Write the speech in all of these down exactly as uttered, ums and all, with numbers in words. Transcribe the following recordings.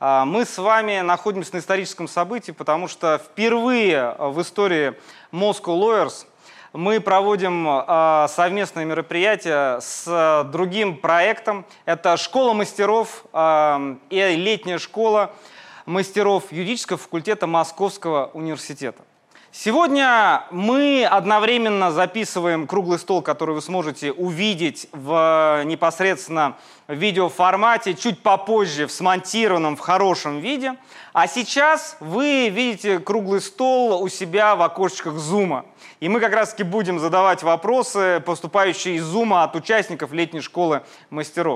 Мы с вами находимся на историческом событии, потому что впервые в истории Moscow Lawyers мы проводим совместное мероприятие с другим проектом. Это школа мастеров и летняя школа мастеров юридического факультета Московского университета. Сегодня мы одновременно записываем круглый стол, который вы сможете увидеть в непосредственно видеоформате, чуть попозже в смонтированном, в хорошем виде. А сейчас вы видите круглый стол у себя в окошечках Zoom. И мы как раз-таки будем задавать вопросы, поступающие из Zoom от участников летней школы мастеров.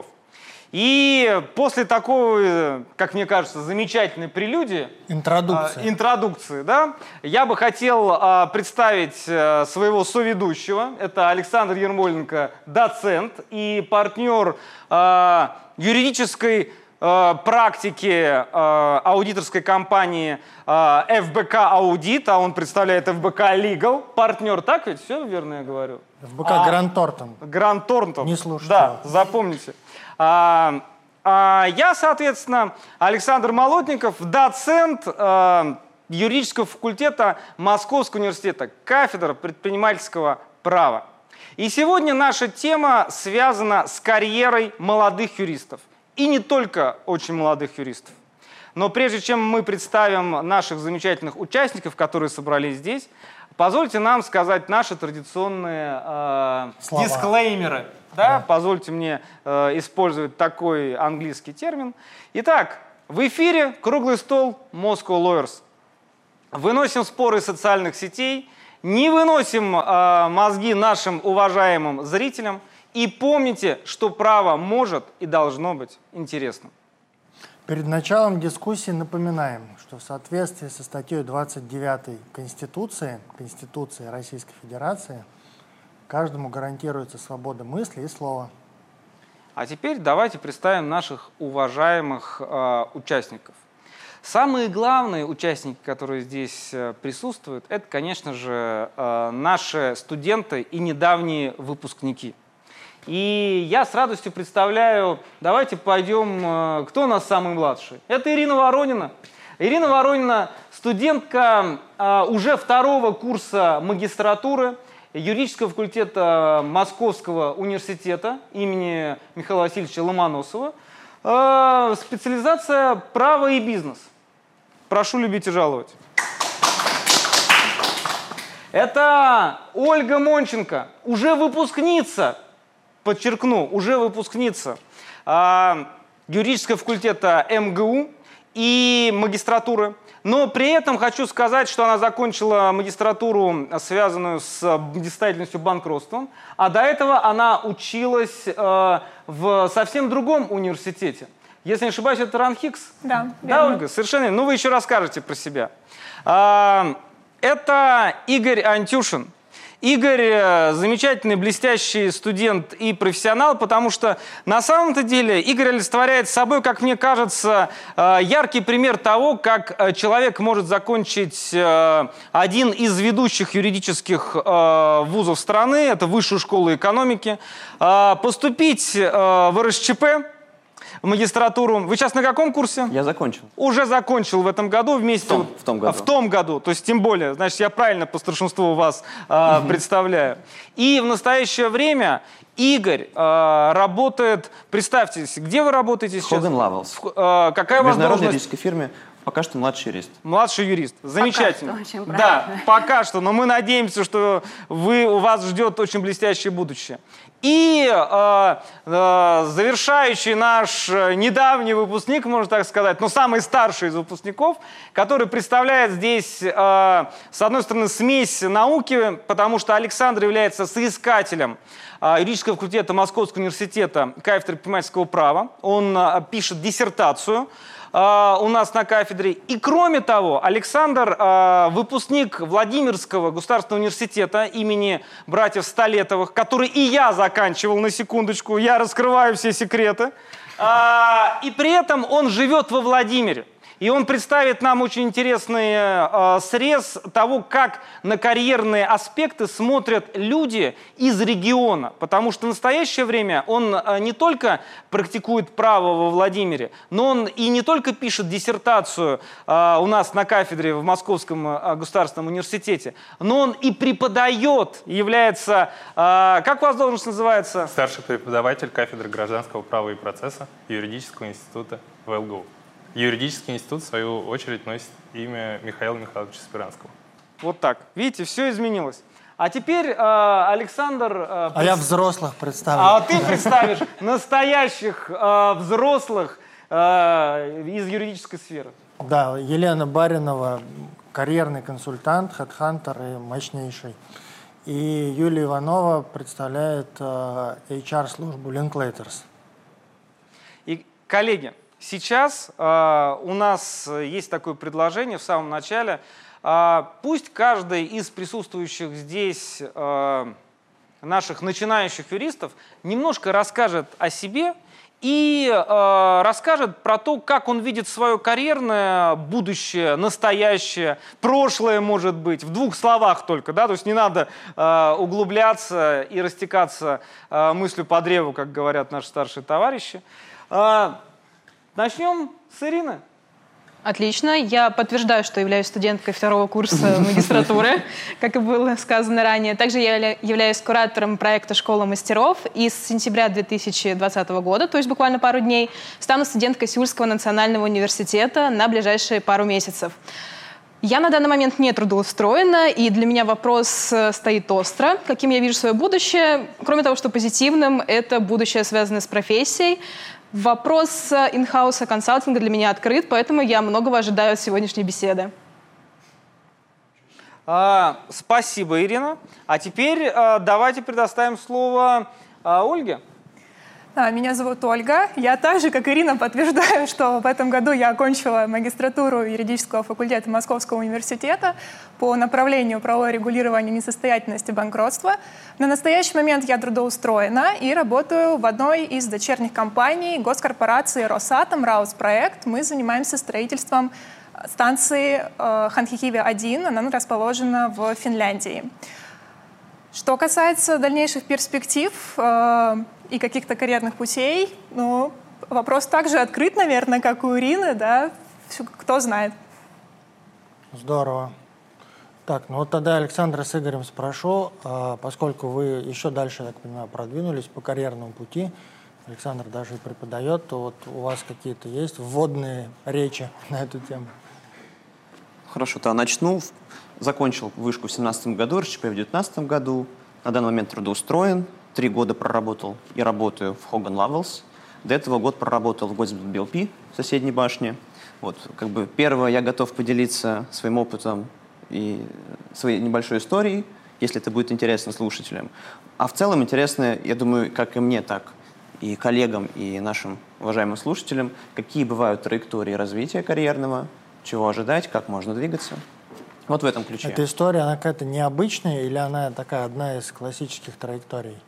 И после такой, как мне кажется, замечательной прелюдии, интродукции, э, интродукции да, я бы хотел э, представить э, своего соведущего. Это Александр Ермоленко, доцент и партнер э, юридической э, практики э, аудиторской компании э, эф бэ ка Аудит, а он представляет эф бэ ка Legal. Партнер, так ведь? Все верно я говорю? эф бэ ка а, Грант Тортон. Грант Тортон. Не слушайте. Да, запомните. А, а, я, соответственно, Александр Молотников, доцент а, юридического факультета Московского университета, кафедра предпринимательского права. И сегодня наша тема связана с карьерой молодых юристов. И не только очень молодых юристов. Но прежде чем мы представим наших замечательных участников, которые собрались здесь, позвольте нам сказать наши традиционные э, дисклеймеры. Да? Да. Позвольте мне э, использовать такой английский термин. Итак, в эфире круглый стол Moscow Lawyers. Выносим споры из социальных сетей, не выносим э, мозги нашим уважаемым зрителям. И помните, что право может и должно быть интересным. Перед началом дискуссии напоминаем, что в соответствии со статьей двадцать девятой Конституции, Конституции Российской Федерации, каждому гарантируется свобода мысли и слова. А теперь давайте представим наших уважаемых э, участников. Самые главные участники, которые здесь э, присутствуют, это, конечно же, э, наши студенты и недавние выпускники. И я с радостью представляю, давайте пойдем, кто у нас самый младший? Это Ирина Воронина. Ирина Воронина студентка а, уже второго курса магистратуры юридического факультета Московского университета имени Михаила Васильевича Ломоносова. А, специализация право и бизнес. Прошу любить и жаловать. Это Ольга Монченко, уже выпускница. Подчеркну, уже выпускница э, юридического факультета эм гэ у и магистратуры. Но при этом хочу сказать, что она закончила магистратуру, связанную с несостоятельностью банкротством, а до этого она училась э, в совсем другом университете. Если не ошибаюсь, это РАНХИКС? Да. Да, верно. Ольга, совершенно верно. Ну, вы еще расскажете про себя. Э, это Игорь Антюшин. Игорь замечательный, блестящий студент и профессионал, потому что на самом-то деле Игорь олицетворяет собой, как мне кажется, яркий пример того, как человек может закончить один из ведущих юридических вузов страны, это Высшую школу экономики, поступить в эр эс че пэ, в магистратуру. Вы сейчас на каком курсе? Я закончил. Уже закончил в этом году вместе. В том, в том году. В том году. То есть тем более, значит, я правильно по старшинству вас э, угу. представляю. И в настоящее время Игорь э, работает, представьте, где вы работаете сейчас? Hogan Lovells. Э, какая у вас должность? В международной юридической фирме. Пока что младший юрист. Младший юрист. Замечательно. Пока что, очень да, пока что. Но мы надеемся, что вы, у вас ждет очень блестящее будущее. И э, э, завершающий наш недавний выпускник, можно так сказать, но самый старший из выпускников, который представляет здесь, э, с одной стороны, смесь науки, потому что Александр является соискателем э, юридического факультета Московского университета, кафедры предпринимательского права. Он э, пишет диссертацию у нас на кафедре. И кроме того, Александр э, выпускник Владимирского государственного университета имени братьев Столетовых, который и я заканчивал, на секундочку, я раскрываю все секреты. Э, и при этом он живет во Владимире. И он представит нам очень интересный э, срез того, как на карьерные аспекты смотрят люди из региона. Потому что в настоящее время он э, не только практикует право во Владимире, но он и не только пишет диссертацию э, у нас на кафедре в Московском э, государственном университете, но он и преподает, является, э, как у вас должность называется? Старший преподаватель кафедры гражданского права и процесса Юридического института в эл гэ у. Юридический институт, в свою очередь, носит имя Михаила Михайловича Спиранского. Вот так. Видите, все изменилось. А теперь э, Александр... Э, а я взрослых представлю. А ты представишь настоящих э, взрослых э, из юридической сферы. Да, Елена Баринова, карьерный консультант, хедхантер и мощнейший. И Юлия Иванова представляет э, эйч ар-службу Linklaters. И, коллеги, сейчас э, у нас есть такое предложение в самом начале. Э, пусть каждый из присутствующих здесь э, наших начинающих юристов немножко расскажет о себе и э, расскажет про то, как он видит свое карьерное будущее, настоящее, прошлое, может быть, в двух словах только, да, то есть не надо э, углубляться и растекаться э, мыслью по древу, как говорят наши старшие товарищи. Э, начнем с Ирины. Отлично. Я подтверждаю, что являюсь студенткой второго курса магистратуры, как и было сказано ранее. Также я являюсь куратором проекта «Школа мастеров». И с сентября две тысячи двадцатого года, то есть буквально пару дней, стану студенткой Сеульского национального университета на ближайшие пару месяцев. Я на данный момент не трудоустроена, и для меня вопрос стоит остро, каким я вижу свое будущее. Кроме того, что позитивным, это будущее связано с профессией. Вопрос инхауса консалтинга для меня открыт, поэтому я многого ожидаю от сегодняшней беседы. А, спасибо, Ирина. А теперь а, давайте предоставим слово а, Ольге. Меня зовут Ольга. Я так же, как Ирина, подтверждаю, что в этом году я окончила магистратуру юридического факультета Московского университета по направлению правовое регулирование несостоятельности банкротства. На настоящий момент я трудоустроена и работаю в одной из дочерних компаний госкорпорации «Росатом», «Раус-проект». Мы занимаемся строительством станции э, Ханхикиве один. Она расположена в Финляндии. Что касается дальнейших перспектив э, и каких-то карьерных путей, ну, вопрос также открыт, наверное, как у Ирины, да, кто знает. Здорово. Так, ну вот тогда Александра с Игорем спрошу, э, поскольку вы еще дальше, я так понимаю, продвинулись по карьерному пути, Александр даже и преподает, то вот у вас какие-то есть вводные речи на эту тему? Хорошо, то начну. Закончил вышку в семнадцатом году, эр эс че пэ в девятнадцатом году. На данный момент трудоустроен. Три года проработал и работаю в Хоган Лавелс. До этого год проработал в Госбанк би эл пи в соседней башне. Вот, как бы первое, я готов поделиться своим опытом и своей небольшой историей, если это будет интересно слушателям. А в целом интересно, я думаю, как и мне, так и коллегам, и нашим уважаемым слушателям, какие бывают траектории развития карьерного, чего ожидать, как можно двигаться. Вот в этом ключе. Эта история, она какая-то необычная или она такая одна из классических траекторий?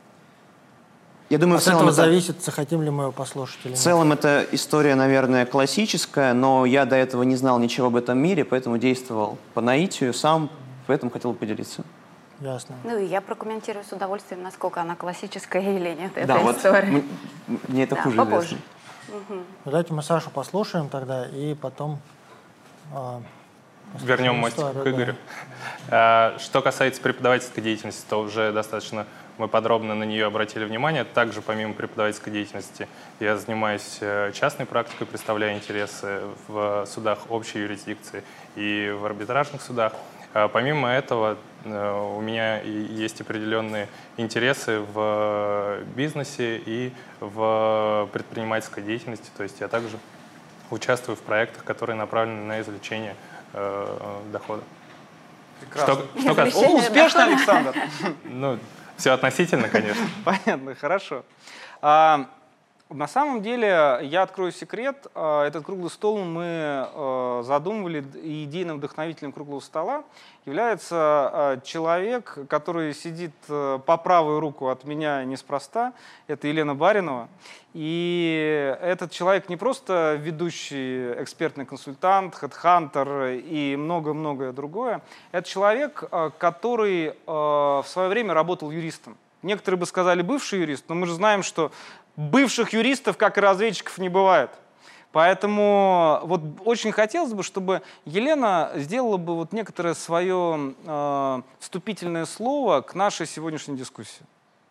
Я думаю, От в целом этого это... зависит, захотим ли мы ее послушать или нет. В целом это история, наверное, классическая, но я до этого не знал ничего об этом мире, поэтому действовал по наитию сам, поэтому хотел поделиться. Ясно. Ну и я прокомментирую с удовольствием, насколько она классическая или нет, эта да, вот история. Мне это да, хуже попозже. известно. Угу. Давайте мы Сашу послушаем тогда и потом... Э, Вернем мостик к Игорю. Да. Что касается преподавательской деятельности, то уже достаточно мы подробно на нее обратили внимание. Также, помимо преподавательской деятельности, я занимаюсь частной практикой, представляю интересы в судах общей юрисдикции и в арбитражных судах. Помимо этого, у меня есть определенные интересы в бизнесе и в предпринимательской деятельности. То есть я также участвую в проектах, которые направлены на извлечение дохода. Прекрасно. Что, что касается... О, успешно, Александр. Ну, все относительно, конечно. Понятно, хорошо. А, На самом деле, я открою секрет, этот круглый стол мы задумывали, и идейным вдохновителем круглого стола является человек, который сидит по правую руку от меня неспроста, это Елена Баринова. И этот человек не просто ведущий экспертный консультант, хедхантер и много-многое другое, это человек, который в свое время работал юристом. Некоторые бы сказали бывший юрист, но мы же знаем, что бывших юристов, как и разведчиков, не бывает. Поэтому вот очень хотелось бы, чтобы Елена сделала бы вот некоторое свое э, вступительное слово к нашей сегодняшней дискуссии.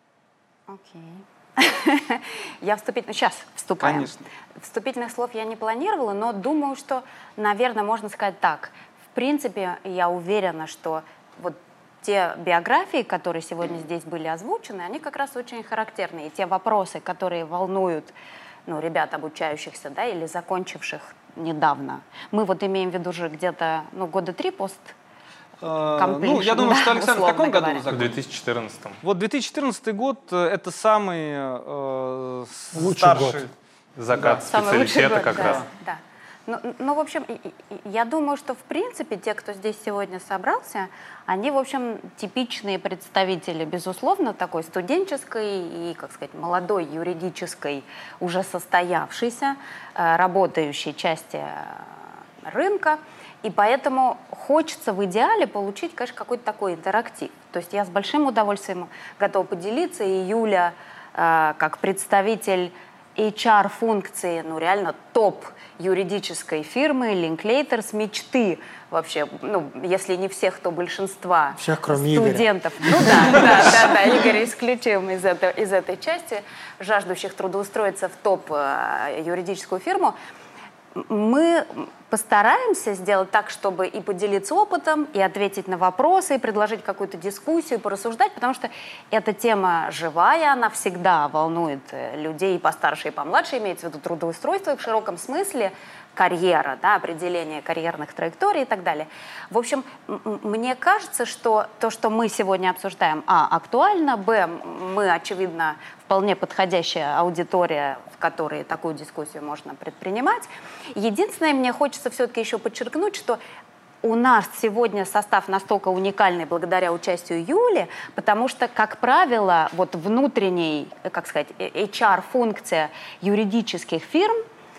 Окей. Я вступительно... Сейчас вступаем. Конечно. Вступительных слов я не планировала, но думаю, что, наверное, можно сказать так. В принципе, я уверена, что вот те биографии, которые сегодня здесь были озвучены, они как раз очень характерны. И те вопросы, которые волнуют ну, ребят, обучающихся, да, или закончивших недавно. Мы вот имеем в виду уже где-то ну, года три пост. Ну, я думаю, что Александр в каком году вы закончили? В две тысячи четырнадцатом. Вот две тысячи четырнадцатый год – это самый э, лучший старший. год. Закат да. специалитета как да, раз. Да. Ну, ну, в общем, я думаю, что, в принципе, те, кто здесь сегодня собрался, они, в общем, типичные представители, безусловно, такой студенческой и, как сказать, молодой юридической, уже состоявшейся, работающей части рынка. И поэтому хочется в идеале получить, конечно, какой-то такой интерактив. То есть я с большим удовольствием готова поделиться, и Юля, как представитель эйч ар-функции, ну, реально топ юридической фирмы Linklaters, мечты вообще, ну, если не всех, то большинства всех, кроме студентов. Игоря. Ну да, да, да, да, Игорь исключим из, это, из этой части, жаждущих трудоустроиться в топ юридическую фирму. Мы постараемся сделать так, чтобы и поделиться опытом, и ответить на вопросы, и предложить какую-то дискуссию, порассуждать, потому что эта тема живая, она всегда волнует людей и постарше, и помладше, имеется в виду трудоустройство в широком смысле, карьера, да, определение карьерных траекторий и так далее. В общем, мне кажется, что то, что мы сегодня обсуждаем, а, актуально, б, мы, очевидно, вполне подходящая аудитория, в которой такую дискуссию можно предпринимать. Единственное, мне хочется все-таки еще подчеркнуть, что у нас сегодня состав настолько уникальный благодаря участию Юли, потому что, как правило, вот внутренний, как сказать, эйч ар-функция юридических фирм,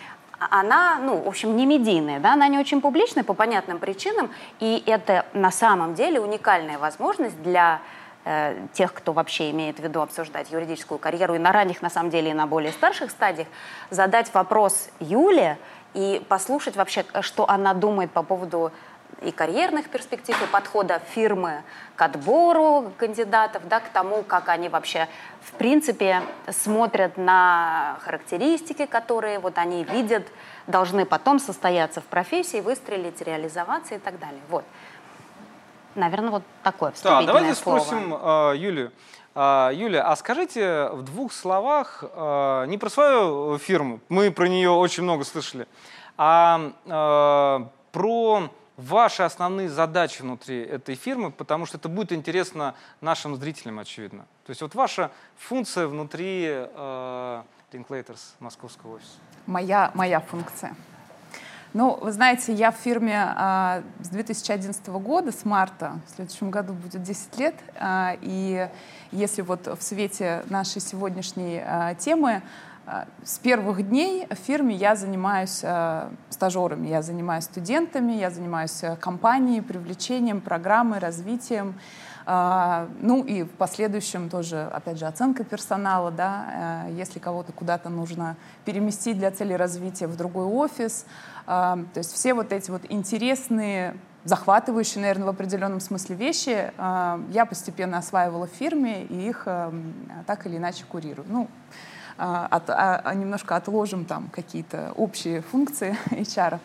она, ну, в общем, не медийная, да, она не очень публичная по понятным причинам, и это на самом деле уникальная возможность для э, тех, кто вообще имеет в виду обсуждать юридическую карьеру и на ранних, на самом деле, и на более старших стадиях, задать вопрос Юле и послушать вообще, что она думает по поводу и карьерных перспектив, и подхода фирмы к отбору кандидатов, да, к тому, как они вообще, в принципе, смотрят на характеристики, которые вот они видят, должны потом состояться в профессии, выстрелить, реализоваться и так далее. Вот. Наверное, вот такое вступительное да, давайте слово. спросим э, Юлию. Э, Юля, а скажите в двух словах, э, не про свою фирму, мы про нее очень много слышали, а э, про ваши основные задачи внутри этой фирмы, потому что это будет интересно нашим зрителям, очевидно. То есть вот ваша функция внутри э, Linklaters московского офиса. Моя, моя функция. Ну, вы знаете, я в фирме а, с две тысячи одиннадцатого года, с марта, в следующем году будет десять лет, а, и если вот в свете нашей сегодняшней а, темы, с первых дней в фирме я занимаюсь э, стажерами, я занимаюсь студентами, я занимаюсь компанией, привлечением, программой, развитием. Э, ну и в последующем тоже, опять же, оценка персонала, да, э, если кого-то куда-то нужно переместить для целей развития в другой офис. Э, то есть все вот эти вот интересные, захватывающие, наверное, в определенном смысле вещи э, я постепенно осваивала в фирме и их э, так или иначе курирую. Ну, От, а, немножко отложим там какие-то общие функции эйч ар.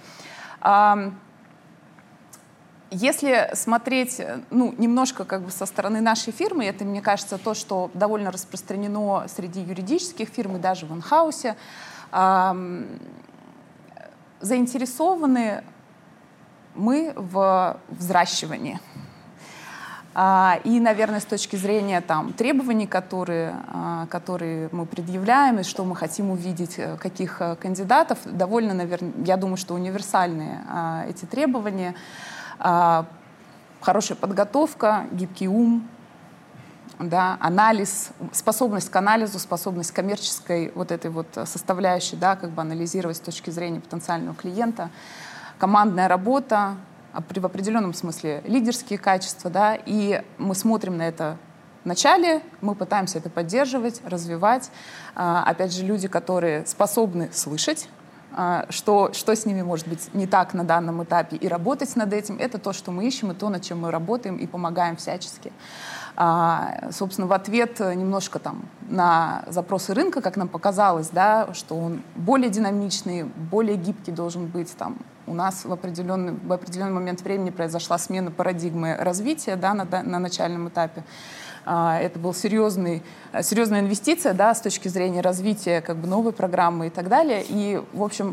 А, если смотреть, ну, немножко как бы со стороны нашей фирмы, это, мне кажется, то, что довольно распространено среди юридических фирм и даже в инхаусе, а, заинтересованы мы в взращивании. И, наверное, с точки зрения там, требований, которые, которые мы предъявляем, и что мы хотим увидеть, каких кандидатов, довольно, наверное, я думаю, что универсальные эти требования. Хорошая подготовка, гибкий ум, да, анализ, способность к анализу, способность коммерческой вот этой вот составляющей, да, как бы анализировать с точки зрения потенциального клиента, командная работа, в определенном смысле лидерские качества, да, и мы смотрим на это в начале, мы пытаемся это поддерживать, развивать. Опять же, люди, которые способны слышать, что, что с ними может быть не так на данном этапе, и работать над этим, это то, что мы ищем, и то, над чем мы работаем и помогаем всячески. А, собственно, в ответ немножко там на запросы рынка, как нам показалось, да, что он более динамичный, более гибкий должен быть. Там, у нас в определенный, в определенный момент времени произошла смена парадигмы развития, да, на, на начальном этапе. А, это была серьезная инвестиция, да, с точки зрения развития как бы, новой программы и так далее. И, в общем,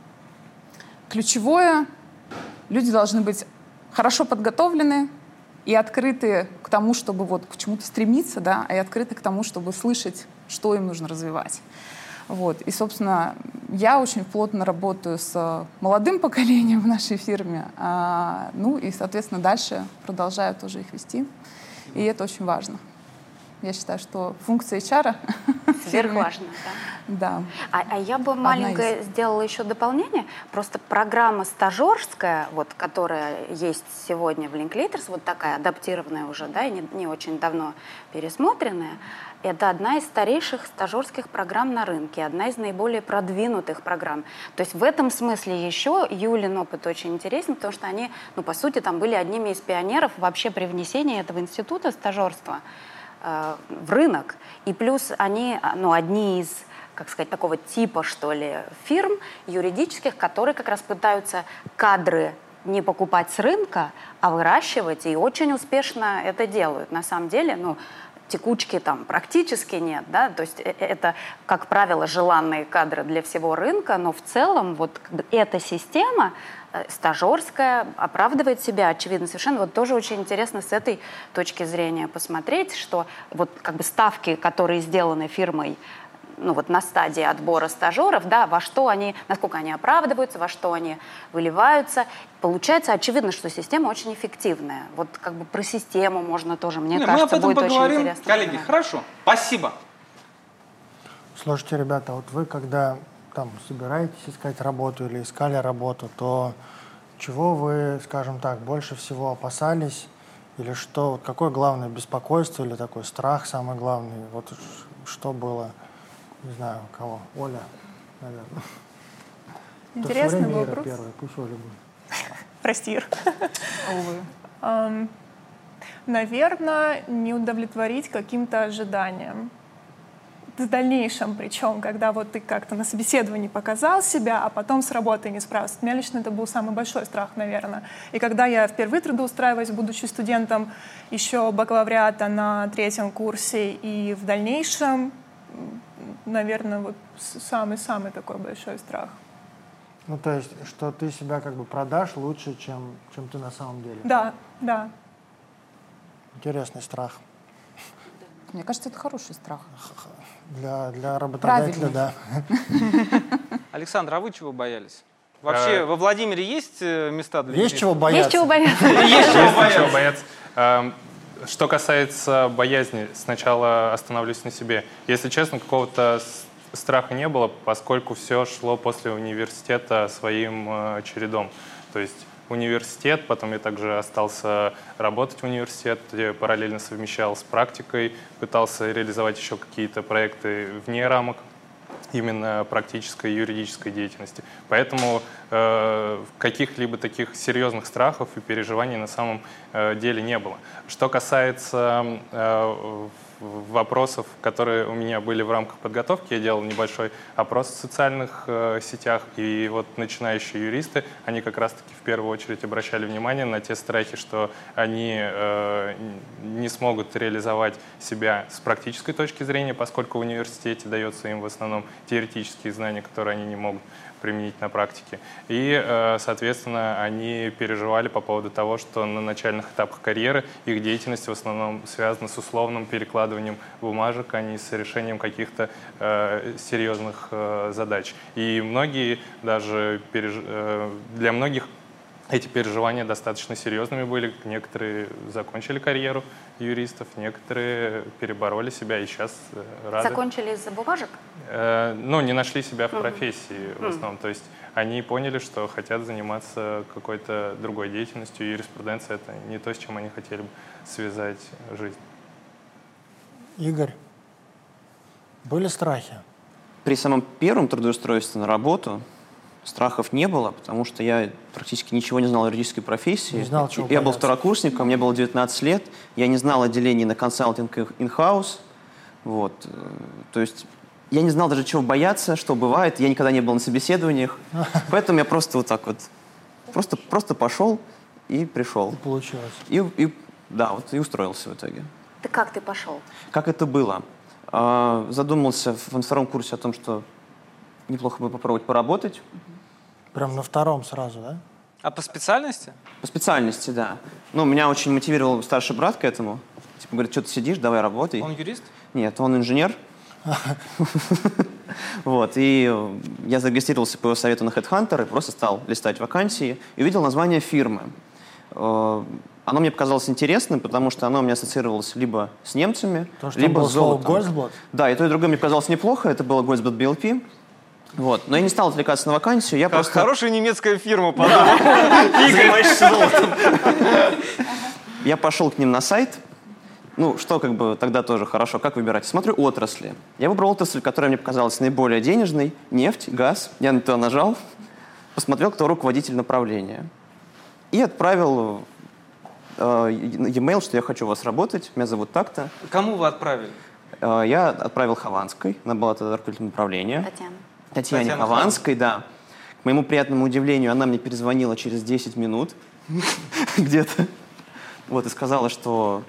ключевое — люди должны быть хорошо подготовлены, и открыты к тому, чтобы вот к чему-то стремиться, да, и открыты к тому, чтобы слышать, что им нужно развивать. Вот. И, собственно, я очень плотно работаю с молодым поколением в нашей фирме, а, ну и, соответственно, дальше продолжаю тоже их вести. И это очень важно. Я считаю, что функция эйч ар сверхважна, да. Да. А, а я бы маленькое из... сделала еще дополнение. Просто программа стажерская, вот, которая есть сегодня в Linklaters, вот такая адаптированная уже, да, и не, не очень давно пересмотренная, это одна из старейших стажерских программ на рынке, одна из наиболее продвинутых программ. То есть в этом смысле еще Юлин опыт очень интересен, потому что они, ну, по сути, там были одними из пионеров вообще при внесении этого института стажерства в рынок. И плюс они, ну, одни из, как сказать, такого типа, что ли, фирм юридических, которые как раз пытаются кадры не покупать с рынка, а выращивать, и очень успешно это делают. На самом деле, ну, текучки там практически нет, да, то есть это, как правило, желанные кадры для всего рынка, но в целом вот как бы эта система стажерская оправдывает себя, очевидно, совершенно. Вот тоже очень интересно с этой точки зрения посмотреть, что вот как бы ставки, которые сделаны фирмой, ну вот на стадии отбора стажеров, да, во что они, насколько они оправдываются, во что они выливаются. Получается, очевидно, что система очень эффективная. Вот как бы про систему можно тоже, мне Не, кажется, будет поговорим. очень интересно. Коллеги, хорошо, спасибо. Слушайте, ребята, вот вы когда там собираетесь искать работу или искали работу, то чего вы, скажем так, больше всего опасались? Или что, вот какое главное беспокойство или такой страх самый главный? Вот что было, не знаю, у кого? Оля, наверное. Интересный вопрос. Первый, пусть Оля будет. Прости, Ир. Увы. Наверное, не удовлетворить каким-то ожиданиям. В дальнейшем, причем, когда вот ты как-то на собеседовании показал себя, а потом с работой не справился. У меня лично это был самый большой страх, наверное. И когда я впервые трудоустраиваюсь, будучи студентом еще бакалавриата на третьем курсе, и в дальнейшем, наверное, вот самый-самый такой большой страх. Ну, то есть, что ты себя как бы продашь лучше, чем, чем ты на самом деле. Да, да. Интересный страх. Мне кажется, это хороший страх. Для, для работодателя, да. Александр, а вы чего боялись? Вообще, во Владимире есть места для Есть чего бояться? Есть чего бояться. Есть чего бояться. Что касается боязни, сначала остановлюсь на себе. Если честно, какого-то страха не было, поскольку все шло после университета своим чередом. То есть университет, потом я также остался работать в университете, параллельно совмещал с практикой, пытался реализовать еще какие-то проекты вне рамок именно практической и юридической деятельности. Поэтому э, каких-либо таких серьезных страхов и переживаний на самом э, деле не было. Что касается э, вопросов, которые у меня были в рамках подготовки. Я делал небольшой опрос в социальных э, сетях, и вот начинающие юристы, они как раз-таки в первую очередь обращали внимание на те страхи, что они э, не смогут реализовать себя с практической точки зрения, поскольку в университете дается им в основном теоретические знания, которые они не могут применить на практике. И, э, соответственно, они переживали по поводу того, что на начальных этапах карьеры их деятельность в основном связана с условным перекладыванием бумажек, а не с решением каких-то э, серьезных э, задач. И многие даже, переж... э, для многих эти переживания достаточно серьезными были. Некоторые закончили карьеру юристов, некоторые перебороли себя и сейчас рады. Закончили из-за бумажек? Э, ну, не нашли себя в профессии mm-hmm. в основном. То есть они поняли, что хотят заниматься какой-то другой деятельностью. Юриспруденция — это не то, с чем они хотели бы связать жизнь. Игорь, были страхи? При самом первом трудоустройстве на работу страхов не было, потому что я практически ничего не знал о юридической профессии. Не знал, чего я бояться. был второкурсником, мне было девятнадцать лет, я не знал отделений на консалтинг и in-house. Вот. То есть я не знал даже, чего бояться, что бывает. Я никогда не был на собеседованиях. Поэтому я просто вот так вот, просто, просто пошел и пришел. И получилось. И, и, да, вот и устроился в итоге. Ты как ты пошел? Как это было? А, задумался во втором курсе о том, что неплохо бы попробовать поработать. Прям на втором сразу, да? А по специальности? По специальности, да. Ну, меня очень мотивировал старший брат к этому. Типа, говорит, что ты сидишь, давай работай. Он юрист? Нет, он инженер. Вот, и я зарегистрировался по его совету на HeadHunter и просто стал листать вакансии и увидел название фирмы. Оно мне показалось интересным, потому что оно у меня ассоциировалось либо с немцами, То, что либо было с золотом. Гольцблат? Да, и то, и другое мне казалось неплохо. Это было Гольцблат би эл пи. Вот. Но я не стал отвлекаться на вакансию. Я как просто... хорошая немецкая фирма, подумал. Занимаешься золотом. Я пошел к ним на сайт. Ну, что как бы тогда тоже хорошо. Как выбирать? Смотрю отрасли. Я выбрал отрасль, которая мне показалась наиболее денежной. Нефть, газ. Я на это нажал. Посмотрел, кто руководитель направления. И отправил э, e-mail, что я хочу у вас работать. Меня зовут так-то. Кому вы отправили? Э, я отправил Хованской. Она была тогда руководителем направления. Татьяна. Татьяне Татьяна Хованской, да. К моему приятному удивлению, она мне перезвонила через десять минут где-то. Вот, и сказала, что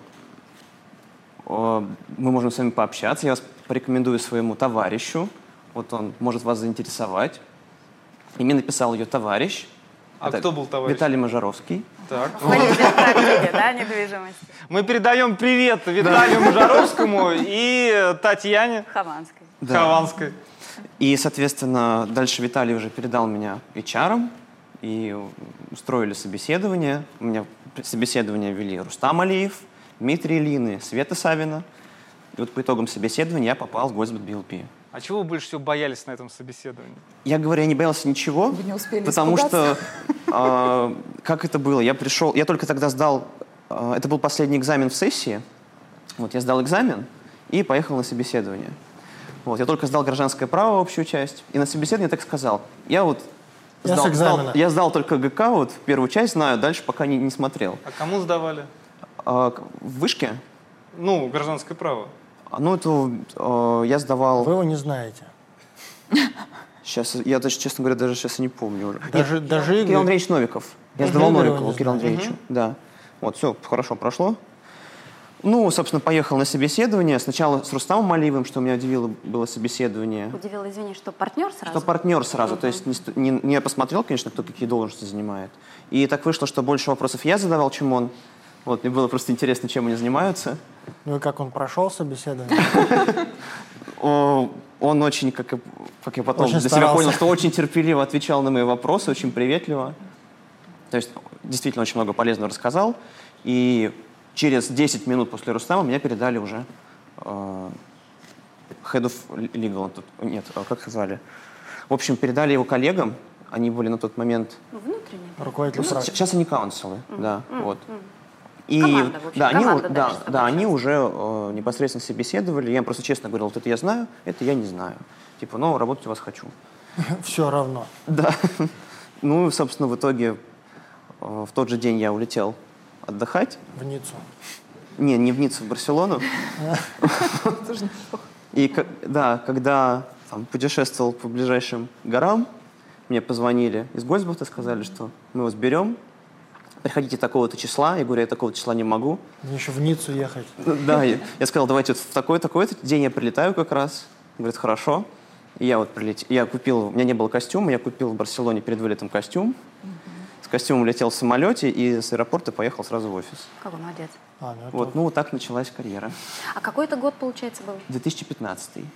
мы можем с вами пообщаться. Я вас порекомендую своему товарищу. Вот он может вас заинтересовать. И мне написал ее товарищ. А кто был товарищ? Виталий Мажаровский. Так. Стратегия, да, недвижимости. Мы передаем привет Виталию Мажаровскому и Татьяне Хованской. Да. Хованской. И, соответственно, дальше Виталий уже передал меня эйч ар, и устроили собеседование. У меня собеседование вели Рустам Алиев, Дмитрий Ильин и Света Савина. И вот по итогам собеседования я попал в Гольцблат би эл пи. А чего вы больше всего боялись на этом собеседовании? Я говорю, я не боялся ничего, Вы не успели потому испугаться? что, э, как это было, я пришел, я только тогда сдал, э, это был последний экзамен в сессии, вот я сдал экзамен и поехал на собеседование. Вот, я только сдал гражданское право, общую часть, и на собеседовании так сказал. Я вот Я сдал, с экзамена. сдал- я сдал только гэ ка, вот первую часть знаю, дальше пока не, не смотрел. А кому сдавали? А, к- в вышке, Ну, гражданское право. а, ну, это э, я сдавал, Вы его не знаете. сейчас, я даже, честно говоря, даже сейчас и не помню уже. Даже, даже Кирилл Игорь... Андреевич Новиков. Я Даже сдавал Игорь его Новикову, не Кириллу знает. Андреевичу. Да. Вот, все хорошо прошло. Ну, собственно, поехал на собеседование. Сначала с Рустамом Алиевым, что меня удивило, было собеседование. Удивила, извини, что партнер сразу? Что партнер сразу. То есть не, сто- не, не посмотрел, конечно, кто какие должности занимает. И так вышло, что больше вопросов я задавал, чем он. Вот, мне было просто интересно, чем они занимаются. Ну и как он прошел собеседование? О, Он очень, как, и- как я потом Очень для себя старался. понял, что очень терпеливо отвечал на мои вопросы, очень приветливо. То есть действительно очень много полезного рассказал. И через десять минут после Рустама меня передали уже э, Head of Legal. Тут, нет, а как их звали? В общем, передали его коллегам. Они были на тот момент... Внутренне. Руководитель Ну, практики. сейчас они каунселы, да, вот. И, Команда, в общем, да, они, команда у- да, дальше да, они обучается. уже э, непосредственно собеседовали. Я им просто честно говорил, вот это я знаю, это я не знаю. Типа, ну, работать у вас хочу. Все равно. Да. Ну, собственно, в итоге э, в тот же день я улетел отдыхать. В Ниццу. Не, не в Ниццу, в Барселону. И да, когда путешествовал по ближайшим горам, мне позвонили из Гольцбахта, сказали, что мы вас берем, приходите такого-то числа. Я говорю, я такого числа не могу. Мне еще в Ниццу ехать. Да, я сказал, давайте в такой-такой день я прилетаю как раз. Говорит, хорошо. И я вот прилетел, я купил, у меня не было костюма, я купил в Барселоне перед вылетом костюм. С костюмом летел в самолете и с аэропорта поехал сразу в офис. Какой молодец. А, ну, вот, ну вот так началась карьера. А какой это год, получается, был? две тысячи пятнадцатый.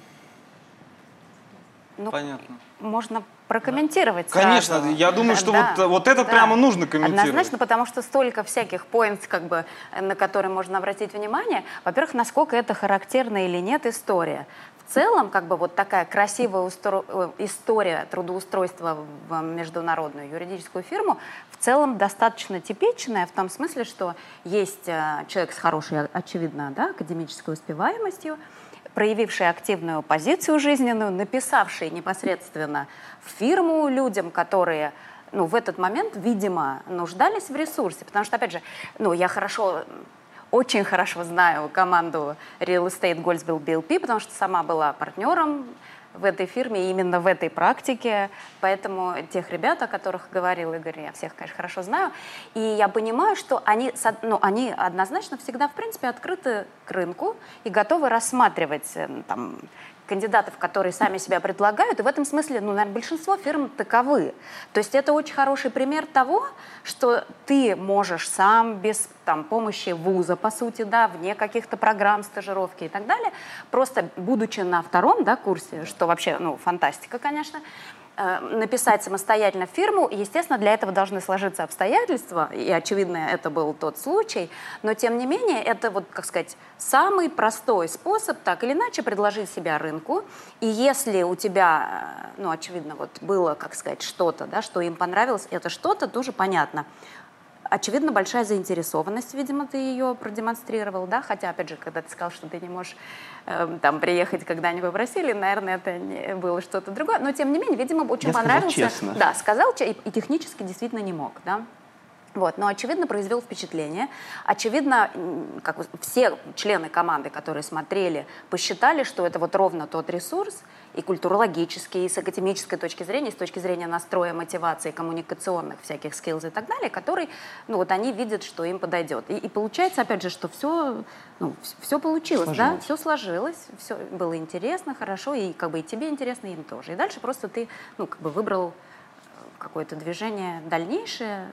Ну, понятно. Можно прокомментировать Конечно, сразу. я думаю, что Да, вот, вот это да. прямо нужно комментировать. Однозначно, потому что столько всяких поинтов, как бы, на которые можно обратить внимание. Во-первых, насколько это характерна или нет история. В целом, как бы вот такая красивая устро... история трудоустройства в международную юридическую фирму в целом достаточно типичная в том смысле, что есть человек с хорошей, очевидно, да, академической успеваемостью, проявивший активную позицию жизненную, написавший непосредственно в фирму людям, которые, ну, в этот момент, видимо, нуждались в ресурсе. Потому что, опять же, ну, я хорошо, очень хорошо знаю команду Real Estate Goldsville би эл пи, потому что сама была партнером в этой фирме, именно в этой практике. Поэтому тех ребят, о которых говорил Игорь, я всех, конечно, хорошо знаю. И я понимаю, что они, ну, они однозначно всегда, в принципе, открыты к рынку и готовы рассматривать там кандидатов, которые сами себя предлагают. И в этом смысле, ну, наверное, большинство фирм таковы. То есть это очень хороший пример того, что ты можешь сам без там, помощи вуза, по сути, да, вне каких-то программ, стажировки и так далее, просто будучи на втором, да, курсе, что вообще, ну, фантастика, конечно, написать самостоятельно фирму. Естественно, для этого должны сложиться обстоятельства, и, очевидно, это был тот случай, но, тем не менее, это, вот, как сказать, самый простой способ так или иначе предложить себя рынку, и если у тебя, ну, очевидно, вот было, как сказать, что-то, да, что им понравилось, это что-то тоже понятно. Очевидно, большая заинтересованность, видимо, ты ее продемонстрировал, да, хотя, опять же, когда ты сказал, что ты не можешь э, там приехать, когда они попросили, наверное, это не было что-то другое, но, тем не менее, видимо, очень Я понравился. сказал честно. Да, сказал, и, и технически действительно не мог, да. Вот, но, очевидно, произвел впечатление. Очевидно, как все члены команды, которые смотрели, посчитали, что это вот ровно тот ресурс, и культурологический, и с академической точки зрения, и с точки зрения настроя, мотивации, коммуникационных всяких skills и так далее, который, ну, вот они видят, что им подойдет. И, и получается, опять же, что все, ну, все получилось, сложилось. Да, все сложилось, все было интересно, хорошо, и как бы и тебе интересно, и им тоже. И дальше просто ты, ну, как бы выбрал какое-то движение дальнейшее.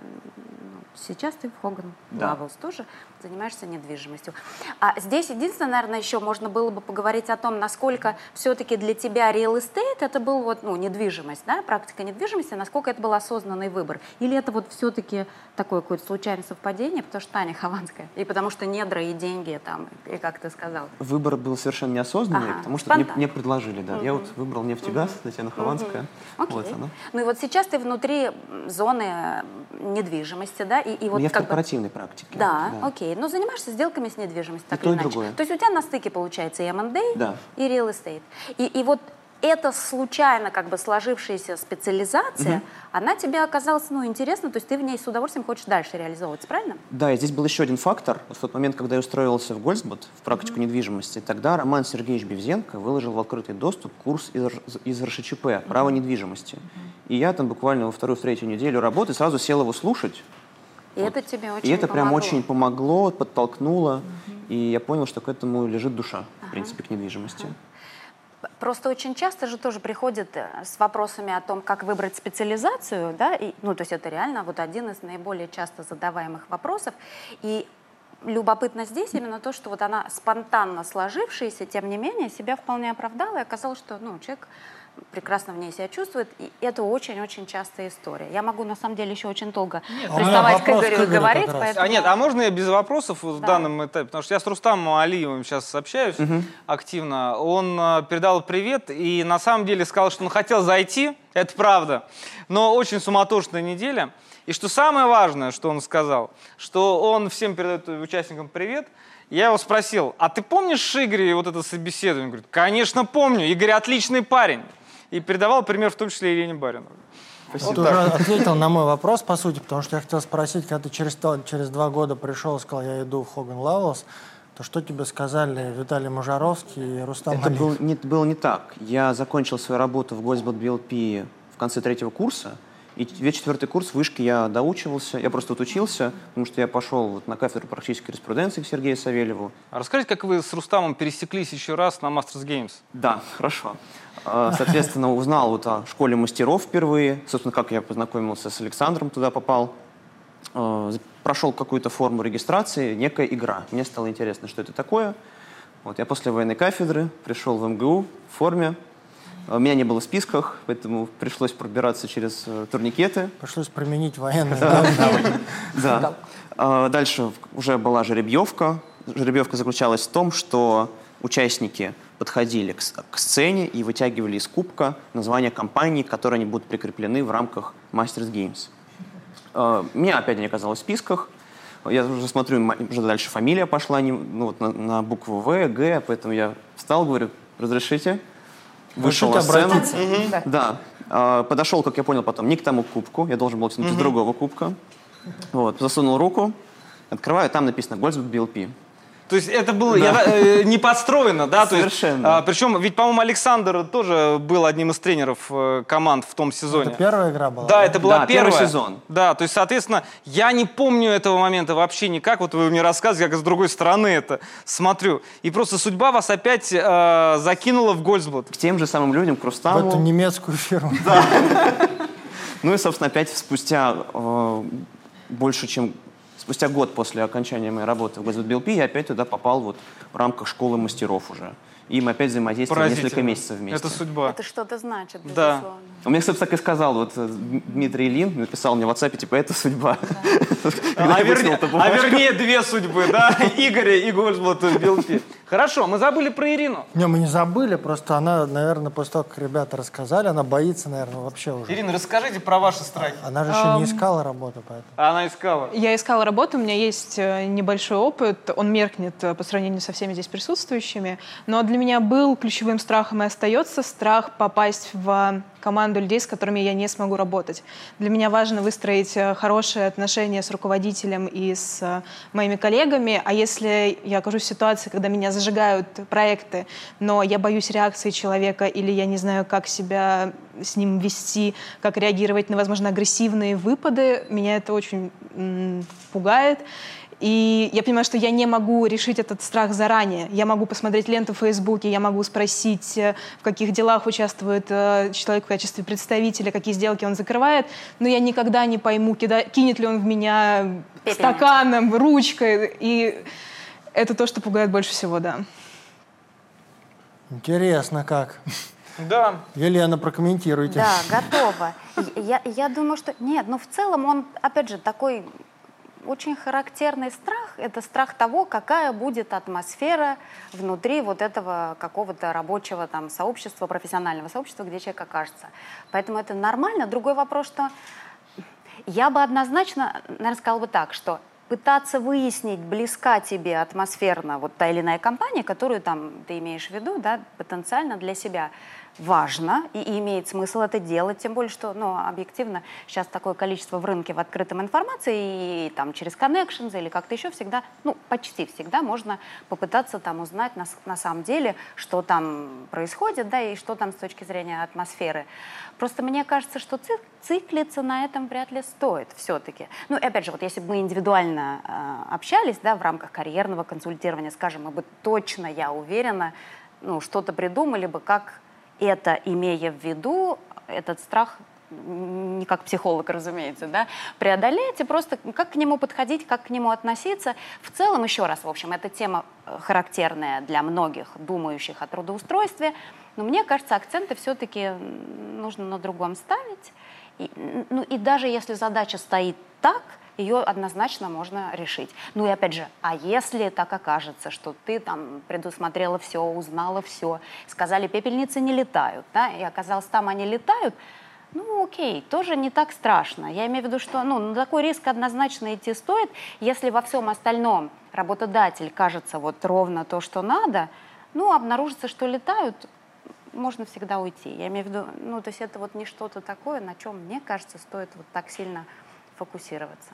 Сейчас ты в Hogan Lovells тоже занимаешься недвижимостью. А здесь единственное, наверное, еще можно было бы поговорить о том, насколько все-таки для тебя real estate это был вот, ну, недвижимость, да, практика недвижимости, насколько это был осознанный выбор. Или это вот все-таки такое какое-то случайное совпадение, потому что Таня Хованская, и потому что недра и деньги там, и как ты сказал. Выбор был совершенно неосознанный, Ага, потому что мне, спонтанно. мне предложили, да. Мгм. Я вот выбрал нефтегаз, Мгм. Татьяна Хованская. Окей. Вот она. Ну и вот сейчас ты внутри зоны недвижимости, да, и, и вот Но я в как бы- корпоративной практике. Да, окей. Но занимаешься сделками с недвижимостью, так то, или и иначе. другое. То есть у тебя на стыке получается и эм энд эй, Да. и real estate. И, и вот эта случайно как бы сложившаяся специализация, Мгм. она тебе оказалась, ну, интересна, то есть ты в ней с удовольствием хочешь дальше реализовываться, правильно? Да, и здесь был еще один фактор. В тот момент, когда я устроился в Гольцбахт, в практику недвижимости, тогда Роман Сергеевич Бевзенко выложил в открытый доступ курс из, Р- из эр ш ч п «Право недвижимости». И я там буквально во вторую, в третью неделю работы сразу сел его слушать. И это тебе очень И это прям помогло. очень помогло, подтолкнуло. И я понял, что к этому лежит душа, в принципе, к недвижимости. Просто очень часто же тоже приходят э, с вопросами о том, как выбрать специализацию, да, и, ну, то есть это реально вот один из наиболее часто задаваемых вопросов. И любопытно здесь именно то, что вот она спонтанно сложившаяся, тем не менее, себя вполне оправдала, и оказалось, что, ну, человек прекрасно в ней себя чувствует, и это очень-очень частая история. Я могу, на самом деле, еще очень долго а у меня приставать к вопрос к Игорю и Игорю говорить, как раз. поэтому... А нет, а можно я без вопросов в Да. данном этапе? Потому что я с Рустамом Алиевым сейчас общаюсь активно. Он э, передал привет и на самом деле сказал, что он хотел зайти, это правда, но очень суматошная неделя. И что самое важное, что он сказал, что он всем передает участникам привет. Я его спросил, а ты помнишь, Игорь, вот это собеседование? Он говорит, конечно помню, Игорь отличный парень. И передавал пример в том числе Ирине Бариновой. Ты уже ответил на мой вопрос, по сути, потому что я хотел спросить, когда ты через, то- через два года пришел и сказал, я иду в Hogan Lovells, то что тебе сказали Виталий Можаровский и Рустам Это Алиев? был, не, было не так. Я закончил свою работу в Гольцбад би эл пи в конце третьего курса, и весь четвертый курс вышки я доучивался, я просто вот учился, потому что я пошел вот на кафедру практической юриспруденции к Сергею Савельеву. А расскажите, как вы с Рустамом пересеклись еще раз на Masters Games? Да, хорошо. Соответственно, узнал вот о школе мастеров впервые, собственно, как я познакомился с Александром, туда попал. Прошел какую-то форму регистрации, некая игра. Мне стало интересно, что это такое. Вот, я после военной кафедры пришел в эм гэ у в форме. Меня не было в списках, поэтому пришлось пробираться через э, турникеты. Пришлось применить военные Да. А дальше уже была жеребьевка. Жеребьевка заключалась в том, что участники подходили к, к сцене и вытягивали из кубка название компании, к которой они будут прикреплены в рамках Masters Games. А, меня опять не оказалось в списках. Я уже смотрю, уже дальше фамилия пошла не, ну, вот на, на букву В, Г, поэтому я встал, говорю, разрешите? Вышел на сцену. Угу. Да. да. А, подошел, как я понял потом, не к тому кубку, я должен был тянуть из другого кубка. Вот, засунул руку, открываю, там написано Гольцбад би эл пи. То есть это было Да. я, э, не подстроено, да? Совершенно. То есть, а, причем, ведь, по-моему, Александр тоже был одним из тренеров э, команд в том сезоне. Это первая игра была? Да, это была Да, первая. первый сезон. Да, то есть, соответственно, я не помню этого момента вообще никак. Вот вы мне рассказываете, как с другой стороны это смотрю. И просто судьба вас опять э, закинула в Гольцбад. К тем же самым людям, к В Рустаму. эту немецкую фирму. Ну и, собственно, опять спустя э, больше, чем... Спустя год после окончания моей работы в Гольцбад би эл пи я опять туда попал вот в рамках школы мастеров уже. И мы опять взаимодействовали несколько месяцев вместе. Это судьба. Это что-то значит, Да. безусловно. Он мне, собственно, так и сказал, вот э, Дмитрий Ильин написал мне в WhatsApp, типа, это судьба. А, вернее, а вернее, две судьбы, да? Игоря и Гольцбад би эл пи. Хорошо, мы забыли про Ирину. Не, мы не забыли, просто она, наверное, после того, как ребята рассказали, она боится, наверное, вообще уже. Ирина, расскажите про ваши страхи. Она же еще не искала работу, поэтому. Она искала. Я искала работу, у меня есть э, небольшой опыт, он меркнет э, по сравнению со всеми здесь присутствующими, но для меня был ключевым страхом и остается страх попасть в команду людей, с которыми я не смогу работать. Для меня важно выстроить э, хорошие отношения с руководителем и с э, моими коллегами, а если я окажусь в ситуации, когда меня зажигают проекты, но я боюсь реакции человека или я не знаю, как себя с ним вести, как реагировать на, возможно, агрессивные выпады, меня это очень м, пугает. И я понимаю, что я не могу решить этот страх заранее. Я могу посмотреть ленту в Фейсбуке, я могу спросить, в каких делах участвует э, человек в качестве представителя, какие сделки он закрывает, но я никогда не пойму, кида, кинет ли он в меня Пепельница. стаканом, ручкой. И это то, что пугает больше всего, да. Интересно как. Да. Елена, прокомментируйте. Да, готова. Я, я думаю, что... Нет, ну в целом он, опять же, такой очень характерный страх. Это страх того, какая будет атмосфера внутри вот этого какого-то рабочего там сообщества, профессионального сообщества, где человек окажется. Поэтому это нормально. Другой вопрос, что я бы однозначно, наверное, сказала бы так, что пытаться выяснить, близка тебе атмосферно вот та или иная компания, которую там ты имеешь в виду, да, потенциально для себя важно и, и имеет смысл это делать, тем более, что, ну, объективно, сейчас такое количество в рынке в открытом информации, и, там через connections или как-то еще всегда, ну, почти всегда можно попытаться там узнать на, на самом деле, что там происходит, да, и что там с точки зрения атмосферы. Просто мне кажется, что цик, циклиться на этом вряд ли стоит все-таки. Ну, и опять же, вот если бы мы индивидуально э, общались, да, в рамках карьерного консультирования, скажем, мы бы точно, я уверена, ну, что-то придумали бы, как это, имея в виду, этот страх, не как психолог, разумеется, да, преодолеть и просто как к нему подходить, как к нему относиться. В целом, еще раз, в общем, эта тема характерная для многих, думающих о трудоустройстве, но мне кажется, акценты все-таки нужно на другом ставить. И, ну, и даже если задача стоит так, ее однозначно можно решить. Ну и опять же, а если так окажется, что ты там предусмотрела все, узнала все, сказали, пепельницы не летают, да, и оказалось, там они летают, ну окей, тоже не так страшно. Я имею в виду, что ну, на такой риск однозначно идти стоит, если во всем остальном работодатель кажется вот ровно то, что надо, ну обнаружится, что летают, можно всегда уйти. Я имею в виду, ну то есть это вот не что-то такое, на чем, мне кажется, стоит вот так сильно фокусироваться.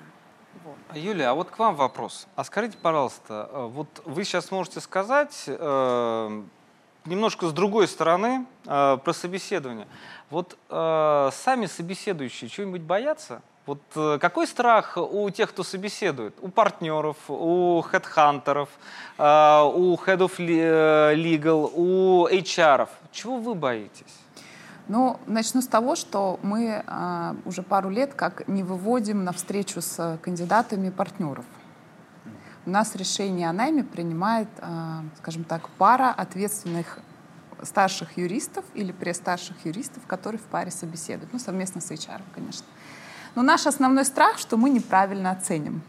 Вот. Юлия, а вот к вам вопрос. А скажите, пожалуйста, вот вы сейчас можете сказать э, немножко с другой стороны э, про собеседование. Вот э, сами собеседующие чего-нибудь боятся? Вот э, какой страх у тех, кто собеседует? У партнеров, у хедхантеров, э, у head of legal, у эйч ар-ов? Чего вы боитесь? Ну, начну с того, что мы а, уже пару лет как не выводим на встречу с кандидатами партнеров. У нас решение о найме принимает, а, скажем так, пара ответственных старших юристов или пресс-старших юристов, которые в паре собеседуют, ну, совместно с эйч ар, конечно. Но наш основной страх, что мы неправильно оценим.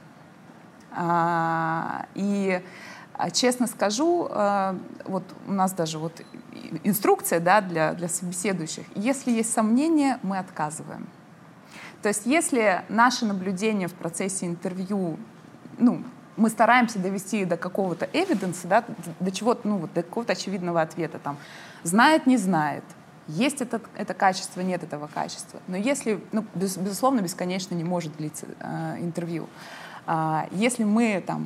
А, и честно скажу, вот у нас даже вот инструкция, да, для, для собеседующих. Если есть сомнения, мы отказываем. То есть если наши наблюдения в процессе интервью, ну, мы стараемся довести до какого-то эвиденса, да, до чего-то, ну, вот, до какого-то очевидного ответа, там, знает, не знает, есть это, это качество, нет этого качества. Но если, ну, без, безусловно, бесконечно не может длиться э, интервью. А, если мы, там,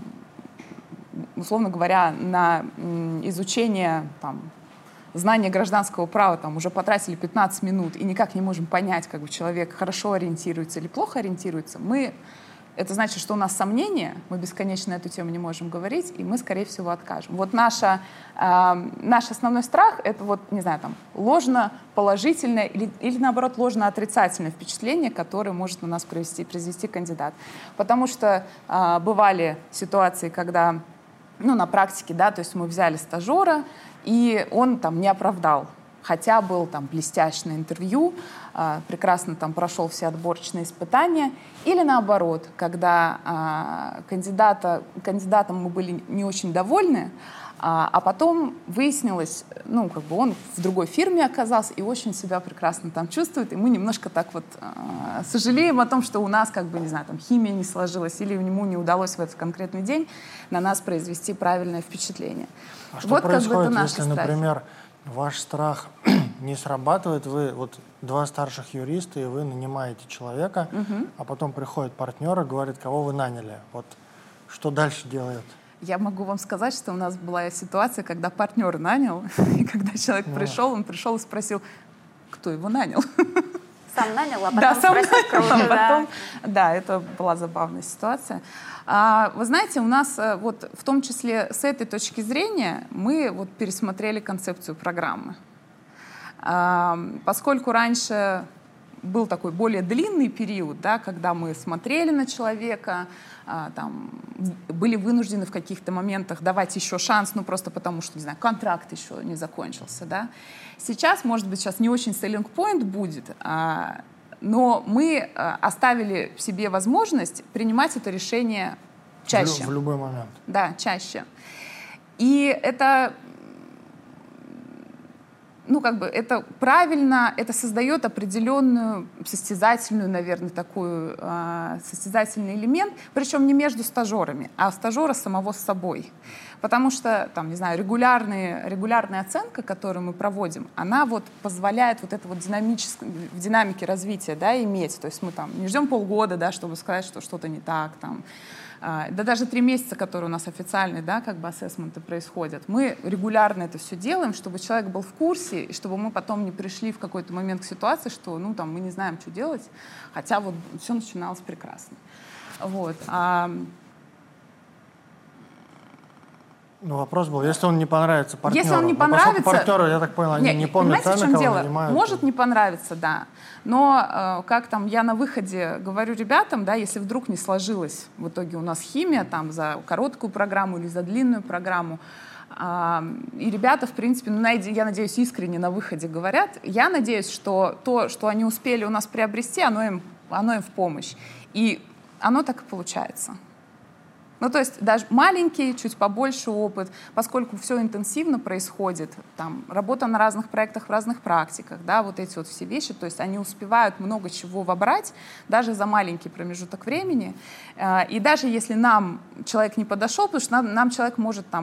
условно говоря, на изучение там, знания гражданского права там, уже потратили пятнадцать минут и никак не можем понять, как бы человек хорошо ориентируется или плохо ориентируется, мы, это значит, что у нас сомнения, мы бесконечно на эту тему не можем говорить, и мы, скорее всего, откажем. Вот наша, э, наш основной страх — это вот, не знаю, там, ложно-положительное или, или, наоборот, ложно-отрицательное впечатление, которое может на нас произвести, произвести кандидат. Потому что э, бывали ситуации, когда ну, на практике, да, то есть мы взяли стажера, и он там не оправдал, хотя был там блестящ на интервью, э, прекрасно там прошел все отборочные испытания, или наоборот, когда э, кандидата, кандидатом мы были не очень довольны, а, а потом выяснилось, ну, как бы он в другой фирме оказался и очень себя прекрасно там чувствует, и мы немножко так вот э, сожалеем о том, что у нас, как бы, не знаю, там химия не сложилась, или ему не удалось в этот конкретный день на нас произвести правильное впечатление. А что вот, происходит, как бы, это если, например, ваш страх не срабатывает, вы вот два старших юриста, и вы нанимаете человека, угу. а потом приходит партнер и говорит, кого вы наняли. Вот что дальше делает? Я могу вам сказать, что у нас была ситуация, когда партнер нанял, и когда человек ну. пришел, он пришел и спросил, кто его нанял. Сам нанял, а потом да, сам спросил, нанял, круто, а потом, да. да, это была забавная ситуация. А, вы знаете, у нас вот в том числе с этой точки зрения мы вот пересмотрели концепцию программы. А, поскольку раньше был такой более длинный период, да, когда мы смотрели на человека, а, там, были вынуждены в каких-то моментах давать еще шанс, ну просто потому что, не знаю, контракт еще не закончился. Да. Сейчас, может быть, сейчас не очень selling point будет, а, но мы а, оставили себе возможность принимать это решение чаще. В, в любой момент. Да, чаще. И это... Ну, как бы это правильно, это создает определенную состязательную, наверное, такую э, состязательный элемент, причем не между стажерами, а стажера самого с собой. Потому что, там, не знаю, регулярные, регулярная оценка, которую мы проводим, она вот позволяет вот это вот динамическое, в динамике развития, да, иметь. То есть мы там не ждем полгода, да, чтобы сказать, что что-то не так, там, да даже три месяца, которые у нас официальные, да, как бы ассессменты происходят, мы регулярно это все делаем, чтобы человек был в курсе, и чтобы мы потом не пришли в какой-то момент к ситуации, что, ну, там, мы не знаем, что делать, хотя вот все начиналось прекрасно. Вот. А... Ну, вопрос был, если он не понравится партнеру. Если он не понравится... партнеры, я так понял, они Нет, не помнят цены, кого дело? нанимают. Может не понравиться, да. Но э, как там я на выходе говорю ребятам, да, если вдруг не сложилось в итоге у нас химия там за короткую программу или за длинную программу, э, и ребята, в принципе, ну, я надеюсь, искренне на выходе говорят, я надеюсь, что то, что они успели у нас приобрести, оно им, оно им в помощь. И оно так и получается. Ну, то есть даже маленький, чуть побольше опыт, поскольку все интенсивно происходит, там, работа на разных проектах, в разных практиках, да, вот эти вот все вещи, то есть они успевают много чего вобрать, даже за маленький промежуток времени. И даже если нам человек не подошел, потому что нам, нам человек может там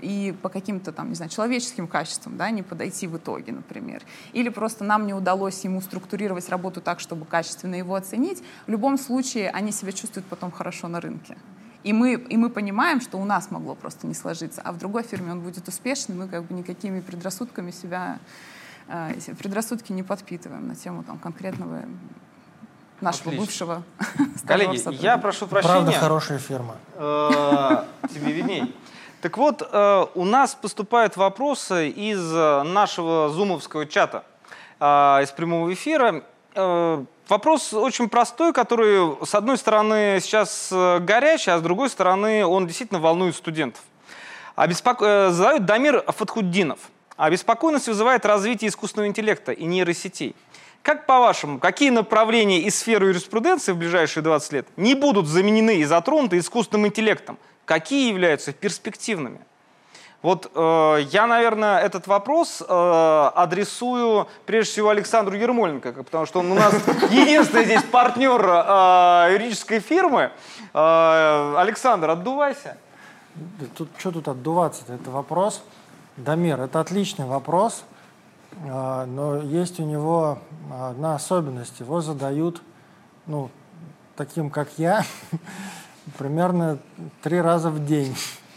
и по каким-то там, не знаю, человеческим качествам, да, не подойти в итоге, например. Или просто нам не удалось ему структурировать работу так, чтобы качественно его оценить, в любом случае они себя чувствуют потом хорошо на рынке. И мы, и мы понимаем, что у нас могло просто не сложиться, а в другой фирме он будет успешным, мы как бы никакими предрассудками себя, э, предрассудки не подпитываем на тему там, конкретного нашего Отлично. Бывшего. Коллеги, я прошу прощения. Правда, хорошая фирма. Э, Тебе видней. Так вот, э, у нас поступают вопросы из нашего зумовского чата, э, из прямого эфира. Э, вопрос очень простой, который, с одной стороны, сейчас горячий, а с другой стороны, он действительно волнует студентов. Обеспоко... э, задает Дамир Фатхуддинов. Обеспокоенность вызывает развитие искусственного интеллекта и нейросетей. Как по-вашему, какие направления из сферы юриспруденции в ближайшие двадцать лет не будут заменены и затронуты искусственным интеллектом? Какие являются перспективными? Вот э, я, наверное, этот вопрос э, адресую прежде всего Александру Ермоленко, потому что он у нас единственный здесь партнер э, юридической фирмы. Э, Александр, отдувайся. Тут, что тут отдуваться-то? Это вопрос. Дамир, это отличный вопрос. Но есть у него одна особенность. Его задают, ну, таким, как я, примерно три раза в день.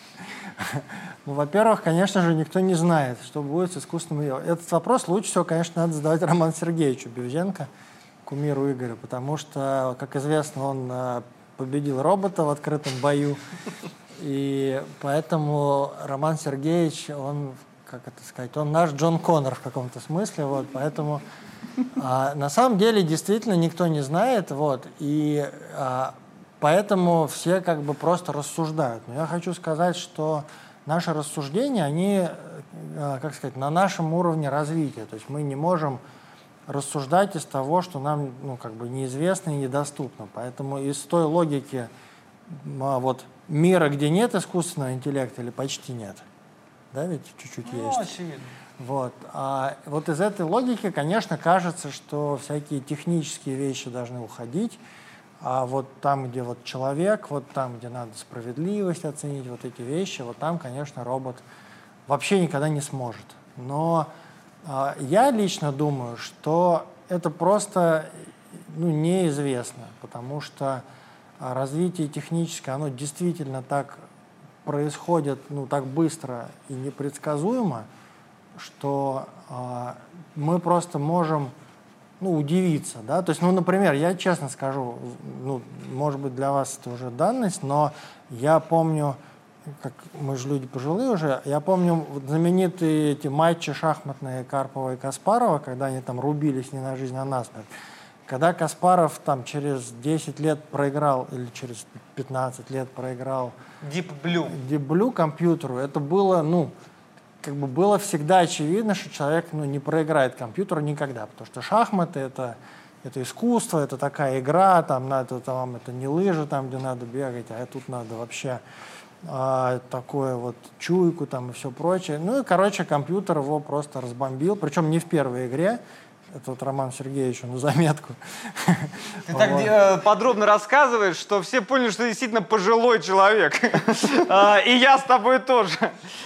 Ну, во-первых, конечно же, никто не знает, что будет с искусственным интеллектом. Этот вопрос лучше всего, конечно, надо задавать Роману Сергеевичу Бевзенко, кумиру Игоря, потому что, как известно, он победил робота в открытом бою. И поэтому Роман Сергеевич, он... как это сказать, он наш Джон Коннор в каком-то смысле, вот, поэтому а, на самом деле действительно никто не знает, вот, и а, поэтому все как бы просто рассуждают. Но я хочу сказать, что наши рассуждения, они, а, как сказать, на нашем уровне развития, то есть мы не можем рассуждать из того, что нам, ну, как бы неизвестно и недоступно, поэтому из той логики а, вот, мира, где нет искусственного интеллекта или почти нет, да, ведь чуть-чуть Ну, есть. очевидно. Вот. А вот из этой логики, конечно, кажется, что всякие технические вещи должны уходить, а вот там, где вот человек, вот там, где надо справедливость оценить, вот эти вещи, вот там, конечно, робот вообще никогда не сможет. Но а, я лично думаю, что это просто, ну, неизвестно, потому что развитие техническое, оно действительно так происходит, ну, так быстро и непредсказуемо, что э, мы просто можем, ну, удивиться, да, то есть, ну, например, я честно скажу, ну, может быть, для вас это уже данность, но я помню, как мы же люди пожилые уже, я помню знаменитые эти матчи шахматные Карпова и Каспарова, когда они там рубились не на жизнь, а на смерть. Когда Каспаров там через десять лет проиграл, или через пятнадцать лет проиграл Deep Blue. Deep Blue компьютеру, это было, ну, как бы было всегда очевидно, что человек, ну, не проиграет компьютеру никогда, потому что шахматы это, это искусство, это такая игра, там, надо, там, это не лыжи, там, где надо бегать, а тут надо вообще а, такое вот чуйку там и все прочее. Ну и, короче, компьютер его просто разбомбил, причем не в первой игре. Это вот Роман Сергеевич, на заметку. Ты так э, подробно рассказываешь, что все поняли, что ты действительно пожилой человек. И я с тобой тоже.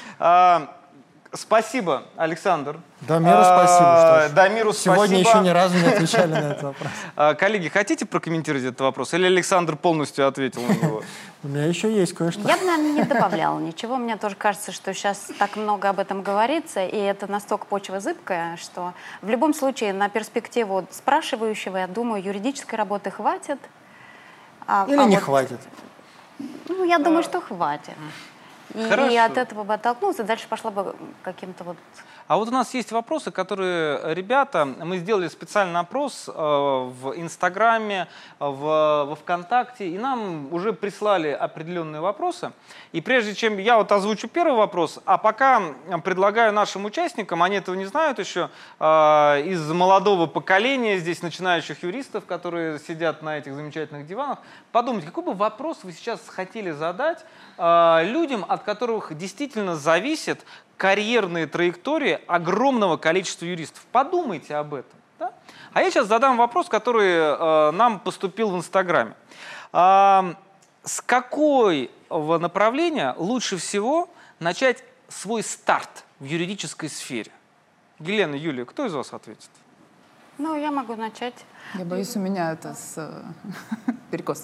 Спасибо, Александр. Дамиру спасибо. Что Дамиру сегодня спасибо. еще ни разу не отвечали на этот вопрос. Коллеги, хотите прокомментировать этот вопрос? Или Александр полностью ответил на него? У меня еще есть кое-что. Я бы, наверное, не добавляла ничего. Мне тоже кажется, что сейчас так много об этом говорится, и это настолько почва зыбкая, что в любом случае на перспективу спрашивающего, я думаю, юридической работы хватит. А, Или а не вот, хватит. Ну, я думаю, что хватит. И, и от этого бы оттолкнулся, дальше пошла бы каким-то вот... А вот у нас есть вопросы, которые ребята, мы сделали специальный опрос э, в Инстаграме, в, во ВКонтакте, и нам уже прислали определенные вопросы. И прежде чем я вот озвучу первый вопрос, а пока предлагаю нашим участникам, они этого не знают еще, э, из молодого поколения здесь начинающих юристов, которые сидят на этих замечательных диванах, подумать, какой бы вопрос вы сейчас хотели задать э, людям, от которых действительно зависит карьерные траектории огромного количества юристов. Подумайте об этом. Да? А я сейчас задам вопрос, который э, нам поступил в Инстаграме. Э, с какого направления лучше всего начать свой старт в юридической сфере? Елена, Юлия, кто из вас ответит? Ну, я могу начать. Я боюсь, у меня это с перекос.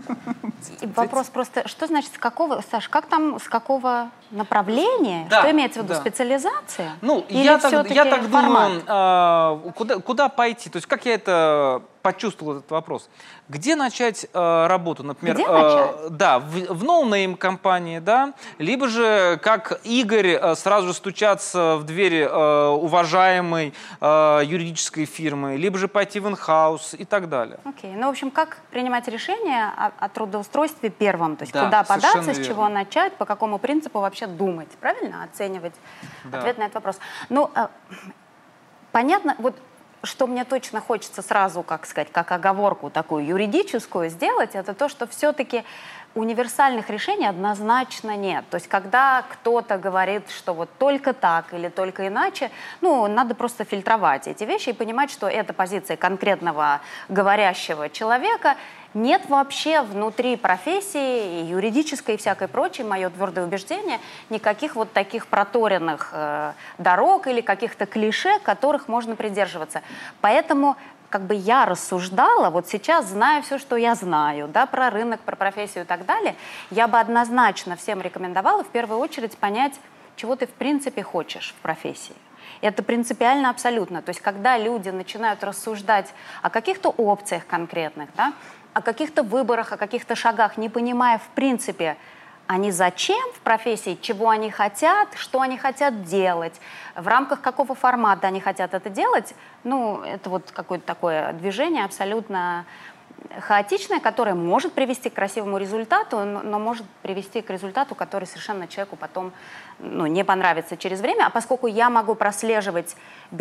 И вопрос просто, что значит, с какого, Саш, как там, с какого направления? Да, что имеется в виду, да. специализация? Ну, Или я так, я так формат? думаю, э, куда, куда пойти? То есть как я это почувствовал, этот вопрос? Где начать э, работу? Например, Где э, начать? Да, в, в ноунейм компании, да, либо же, как Игорь, э, сразу же стучаться в двери э, уважаемой э, юридической фирмы, либо же пойти в инхаус и так далее. Окей, ну, в общем, как принимать решение о, о трудоустройстве первым? То есть Да, куда совершенно податься, с верно. чего начать, по какому принципу вообще думать, правильно? Оценивать Да. ответ на этот вопрос. Ну, э, понятно, вот что мне точно хочется сразу, как сказать, как оговорку такую юридическую сделать, это то, что все-таки универсальных решений однозначно нет. То есть когда кто-то говорит, что вот только так или только иначе, ну, надо просто фильтровать эти вещи и понимать, что это позиция конкретного говорящего человека. Нет вообще внутри профессии, юридической и всякой прочей, мое твердое убеждение, никаких вот таких проторенных э, дорог или каких-то клише, которых можно придерживаться. Поэтому как бы я рассуждала, вот сейчас, зная все, что я знаю, да, про рынок, про профессию и так далее, я бы однозначно всем рекомендовала в первую очередь понять, чего ты в принципе хочешь в профессии. Это принципиально абсолютно. То есть когда люди начинают рассуждать о каких-то опциях конкретных, да, о каких-то выборах, о каких-то шагах, не понимая в принципе, они зачем в профессии, чего они хотят, что они хотят делать, в рамках какого формата они хотят это делать, ну, это вот какое-то такое движение абсолютно хаотичное, которое может привести к красивому результату, но, но может привести к результату, который совершенно человеку потом, ну, не понравится через время. А поскольку я могу прослеживать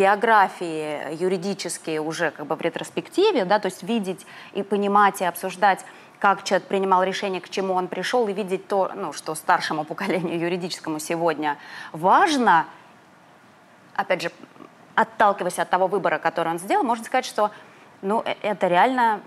биографии юридические уже как бы в ретроспективе, да, то есть видеть и понимать и обсуждать, как человек принимал решение, к чему он пришел, и видеть то, ну, что старшему поколению юридическому сегодня важно, опять же, отталкиваясь от того выбора, который он сделал, можно сказать, что, ну, это реально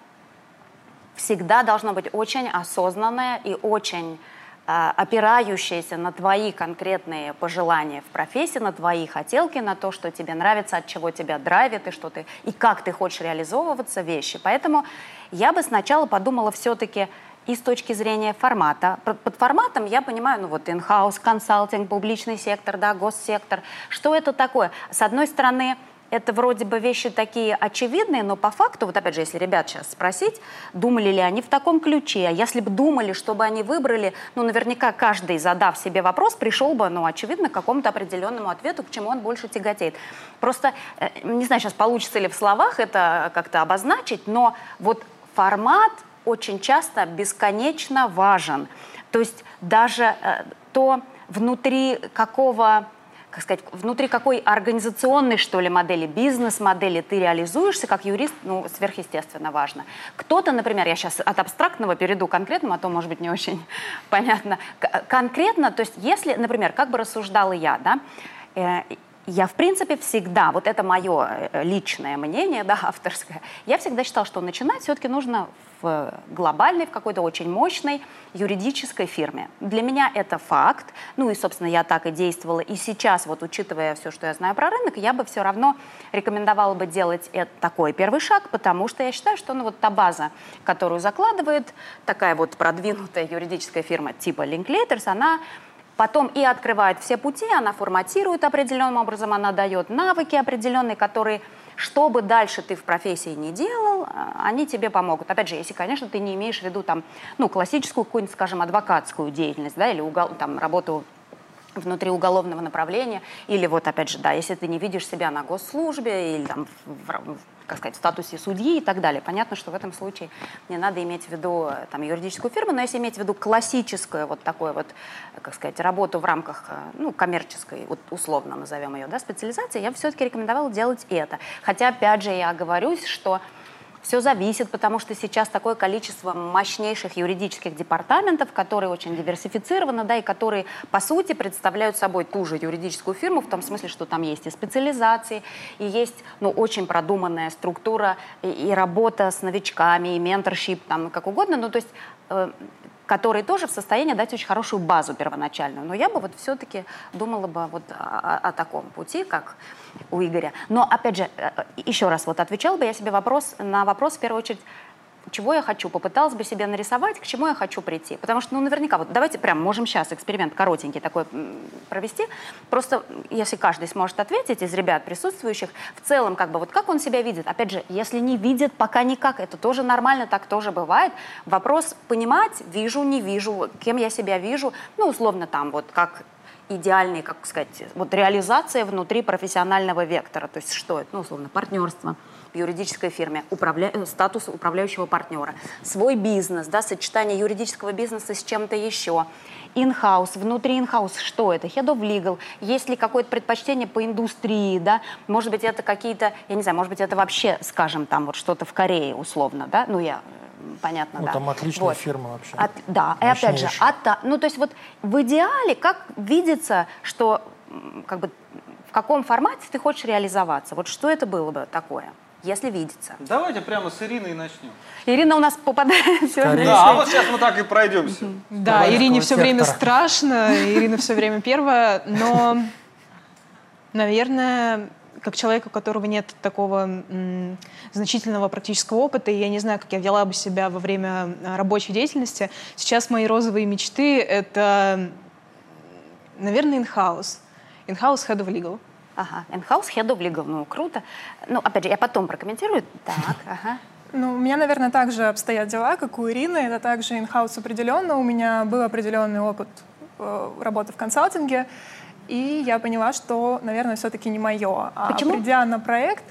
всегда должно быть очень осознанное и очень э, опирающееся на твои конкретные пожелания в профессии, на твои хотелки, на то, что тебе нравится, от чего тебя драйвит, и, что ты, и как ты хочешь реализовываться вещи. Поэтому я бы сначала подумала все-таки и с точки зрения формата. Под форматом я понимаю, ну вот in-house, консалтинг, публичный сектор, да, госсектор. Что это такое? С одной стороны, это вроде бы вещи такие очевидные, но по факту, вот опять же, если ребят сейчас спросить, думали ли они в таком ключе, а если бы думали, чтобы они выбрали, ну, наверняка каждый, задав себе вопрос, пришел бы, ну, очевидно, к какому-то определенному ответу, к чему он больше тяготеет. Просто, не знаю, сейчас получится ли в словах это как-то обозначить, но вот формат очень часто бесконечно важен. То есть даже то, внутри какого... как сказать, внутри какой организационной, что ли, модели, бизнес-модели ты реализуешься как юрист, ну, сверхъестественно важно. Кто-то, например, я сейчас от абстрактного перейду к конкретному, а то, может быть, не очень понятно. Конкретно, то есть если, например, как бы рассуждала я, да, э, я, в принципе, всегда, вот это мое личное мнение, да, авторское, я всегда считала, что начинать все-таки нужно в глобальной, в какой-то очень мощной юридической фирме. Для меня это факт, ну и, собственно, я так и действовала. И сейчас, вот учитывая все, что я знаю про рынок, я бы все равно рекомендовала бы делать это, такой первый шаг, потому что я считаю, что ну, вот та база, которую закладывает такая вот продвинутая юридическая фирма типа Linklaters, она потом и открывает все пути, она форматирует определенным образом, она дает навыки определенные, которые, что бы дальше ты в профессии не делал, они тебе помогут. Опять же, если, конечно, ты не имеешь в виду там, ну, классическую какую-нибудь, скажем, адвокатскую деятельность, да, или угол, там, работу внутри уголовного направления, или вот, опять же, да, если ты не видишь себя на госслужбе, или там, в, в, как сказать, в статусе судьи и так далее. Понятно, что в этом случае не надо иметь в виду там, юридическую фирму, но если иметь в виду классическую вот такую вот, как сказать, работу в рамках, ну, коммерческой, вот условно назовем ее, да, специализации, я все-таки рекомендовала делать это. Хотя, опять же, я оговорюсь, что все зависит, потому что сейчас такое количество мощнейших юридических департаментов, которые очень диверсифицированы, да, и которые, по сути, представляют собой ту же юридическую фирму, в том смысле, что там есть и специализации, и есть, ну, очень продуманная структура и, и работа с новичками, и менторшип, там, как угодно. Ну, то есть э, который тоже в состоянии дать очень хорошую базу первоначальную. Но я бы вот все-таки думала бы вот о, о таком пути, как у Игоря. Но, опять же, еще раз вот отвечала бы я себе вопрос, на вопрос, в первую очередь, чего я хочу, попыталась бы себе нарисовать, к чему я хочу прийти. Потому что, ну, наверняка, вот давайте прям можем сейчас эксперимент коротенький такой провести. Просто, если каждый сможет ответить из ребят присутствующих, в целом, как бы, вот как он себя видит. Опять же, если не видит, пока никак, это тоже нормально, так тоже бывает. Вопрос понимать, вижу, не вижу, кем я себя вижу, ну, условно, там, вот, как идеальный, как сказать, вот реализация внутри профессионального вектора. То есть что это? Ну, условно, партнерство в юридической фирме, управля... статус управляющего партнера, свой бизнес, да, сочетание юридического бизнеса с чем-то еще, in-house, внутри in-house, что это? Head of legal, есть ли какое-то предпочтение по индустрии, да, может быть, это какие-то, я не знаю, может быть, это вообще, скажем, там вот что-то в Корее условно, да, ну, я... Понятно, ну, да. Там отличная вот. Фирма вообще. От, да, и опять же, от, ну то есть вот в идеале как видится, что как бы в каком формате ты хочешь реализоваться? Вот что это было бы такое, если видится? Давайте прямо с Ириной начнем. Ирина у нас попадает сегодня. Да, а вот сейчас мы так и пройдемся. Да, Ирине все время страшно, Ирина все время первая, но, наверное... как человек, у которого нет такого м, значительного практического опыта, и я не знаю, как я вела бы себя во время рабочей деятельности, сейчас мои розовые мечты — это, наверное, in-house. In-house head of legal. Ага, in-house head of legal, ну, круто. Ну, опять же, я потом прокомментирую. Так, ага. Ну, у меня, наверное, также обстоят дела, как у Ирины. Это также in-house определенно. У меня был определенный опыт э, работы в консалтинге. И я поняла, что, наверное, все-таки не мое. Почему? А придя на проект...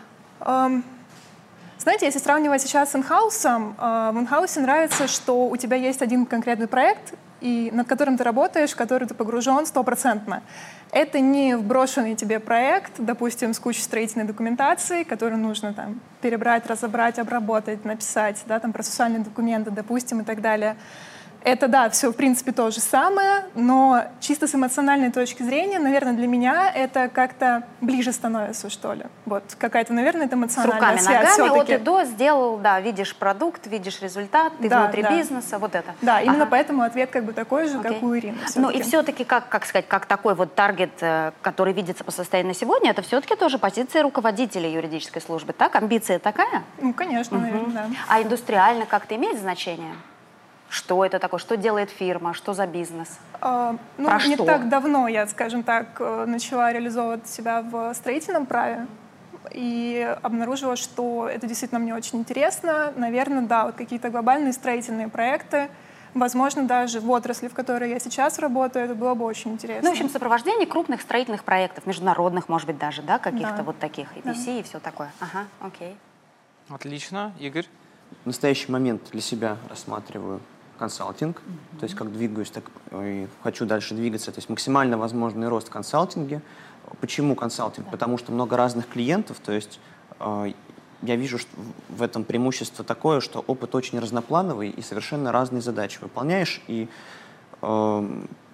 Эм, знаете, если сравнивать сейчас с инхаусом, э, в инхаусе нравится, что у тебя есть один конкретный проект, и над которым ты работаешь, в который ты погружен стопроцентно. Это не вброшенный тебе проект, допустим, с кучей строительной документации, которую нужно там перебрать, разобрать, обработать, написать, да, там процессуальные документы, допустим, и так далее. Это, да, все, в принципе, то же самое, но чисто с эмоциональной точки зрения, наверное, для меня это как-то ближе становится, что ли. Вот какая-то, наверное, это эмоциональная связь. С руками, ногами, от и до сделал, да, видишь продукт, видишь результат, ты да, внутри да. бизнеса, вот это. Да, именно ага. поэтому ответ как бы такой же, Окей. как у Ирины. Ну и все-таки, как, как сказать, как такой вот таргет, который видится по состоянию на сегодня, это все-таки тоже позиция руководителя юридической службы, так? Амбиция такая? Ну, конечно, угу. наверное, да. А индустриально как-то имеет значение? Что это такое? Что делает фирма? Что за бизнес? А, ну, Про не что? так давно я, скажем так, начала реализовывать себя в строительном праве и обнаружила, что это действительно мне очень интересно. Наверное, да, вот какие-то глобальные строительные проекты, возможно, даже в отрасли, в которой я сейчас работаю, это было бы очень интересно. Ну, в общем, сопровождение крупных строительных проектов, международных, может быть, даже, да, каких-то да. вот таких, и би си, да. и все такое. Ага, окей. Отлично. Игорь? В настоящий момент для себя рассматриваю консалтинг, mm-hmm. то есть как двигаюсь, так и хочу дальше двигаться, то есть максимально возможный рост в консалтинге. Почему консалтинг? Yeah. Потому что много разных клиентов, то есть э, я вижу, что в этом преимущество такое, что опыт очень разноплановый и совершенно разные задачи выполняешь, и э,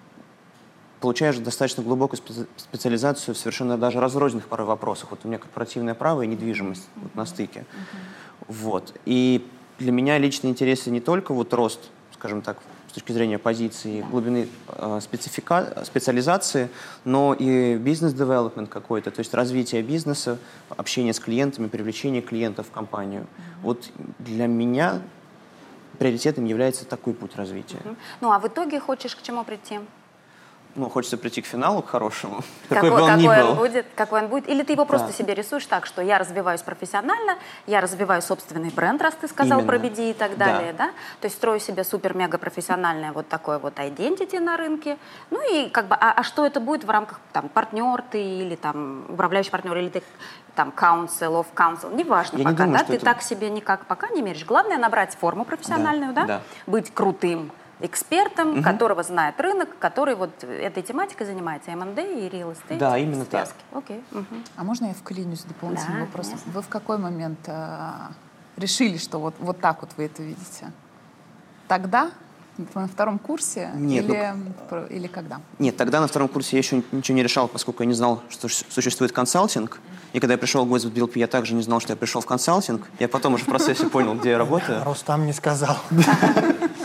получаешь достаточно глубокую специ- специализацию в совершенно даже разрозненных порой вопросах. Вот у меня корпоративное право и недвижимость mm-hmm. вот на стыке. Mm-hmm. Вот. И для меня лично интересен не только вот рост, скажем так, с точки зрения позиции, глубины э, специфика, специализации, но и бизнес-девелопмент какой-то, то есть развитие бизнеса, общение с клиентами, привлечение клиентов в компанию. Mm-hmm. Вот для меня приоритетом является такой путь развития. Mm-hmm. Ну, а в итоге хочешь к чему прийти? Ну, хочется прийти к финалу, к хорошему. Какой, какой бы он какой ни он был. будет, какой он будет. Или ты его просто да. себе рисуешь так, что я развиваюсь профессионально, я развиваю собственный бренд, раз ты сказал Именно. про би ди и так далее, да. да? То есть строю себе супер-мега-профессиональное вот такое вот identity на рынке. Ну и как бы, а, а что это будет в рамках, там, партнер ты или там управляющий партнер, или ты там counsel of counsel, неважно Я пока, не думаю, да? Ты это... так себе никак пока не меришь. Главное набрать форму профессиональную, да? Да, да. Быть крутым экспертом, Угу. которого знает рынок, который вот этой тематикой занимается, эм энд эй и real estate. Да, именно так. Окей. Угу. А можно я вклинюсь с дополнительным Да, вопросом? конечно. Вы в какой момент э, решили, что вот, вот так вот вы это видите? Тогда? На втором курсе? Нет, или, ну, или когда? Нет, тогда на втором курсе я еще ничего не решал, поскольку я не знал, что существует консалтинг. И когда я пришел в Госбит би эл пи, я также не знал, что я пришел в консалтинг. Я потом уже в процессе понял, где я работаю. Рустам не сказал.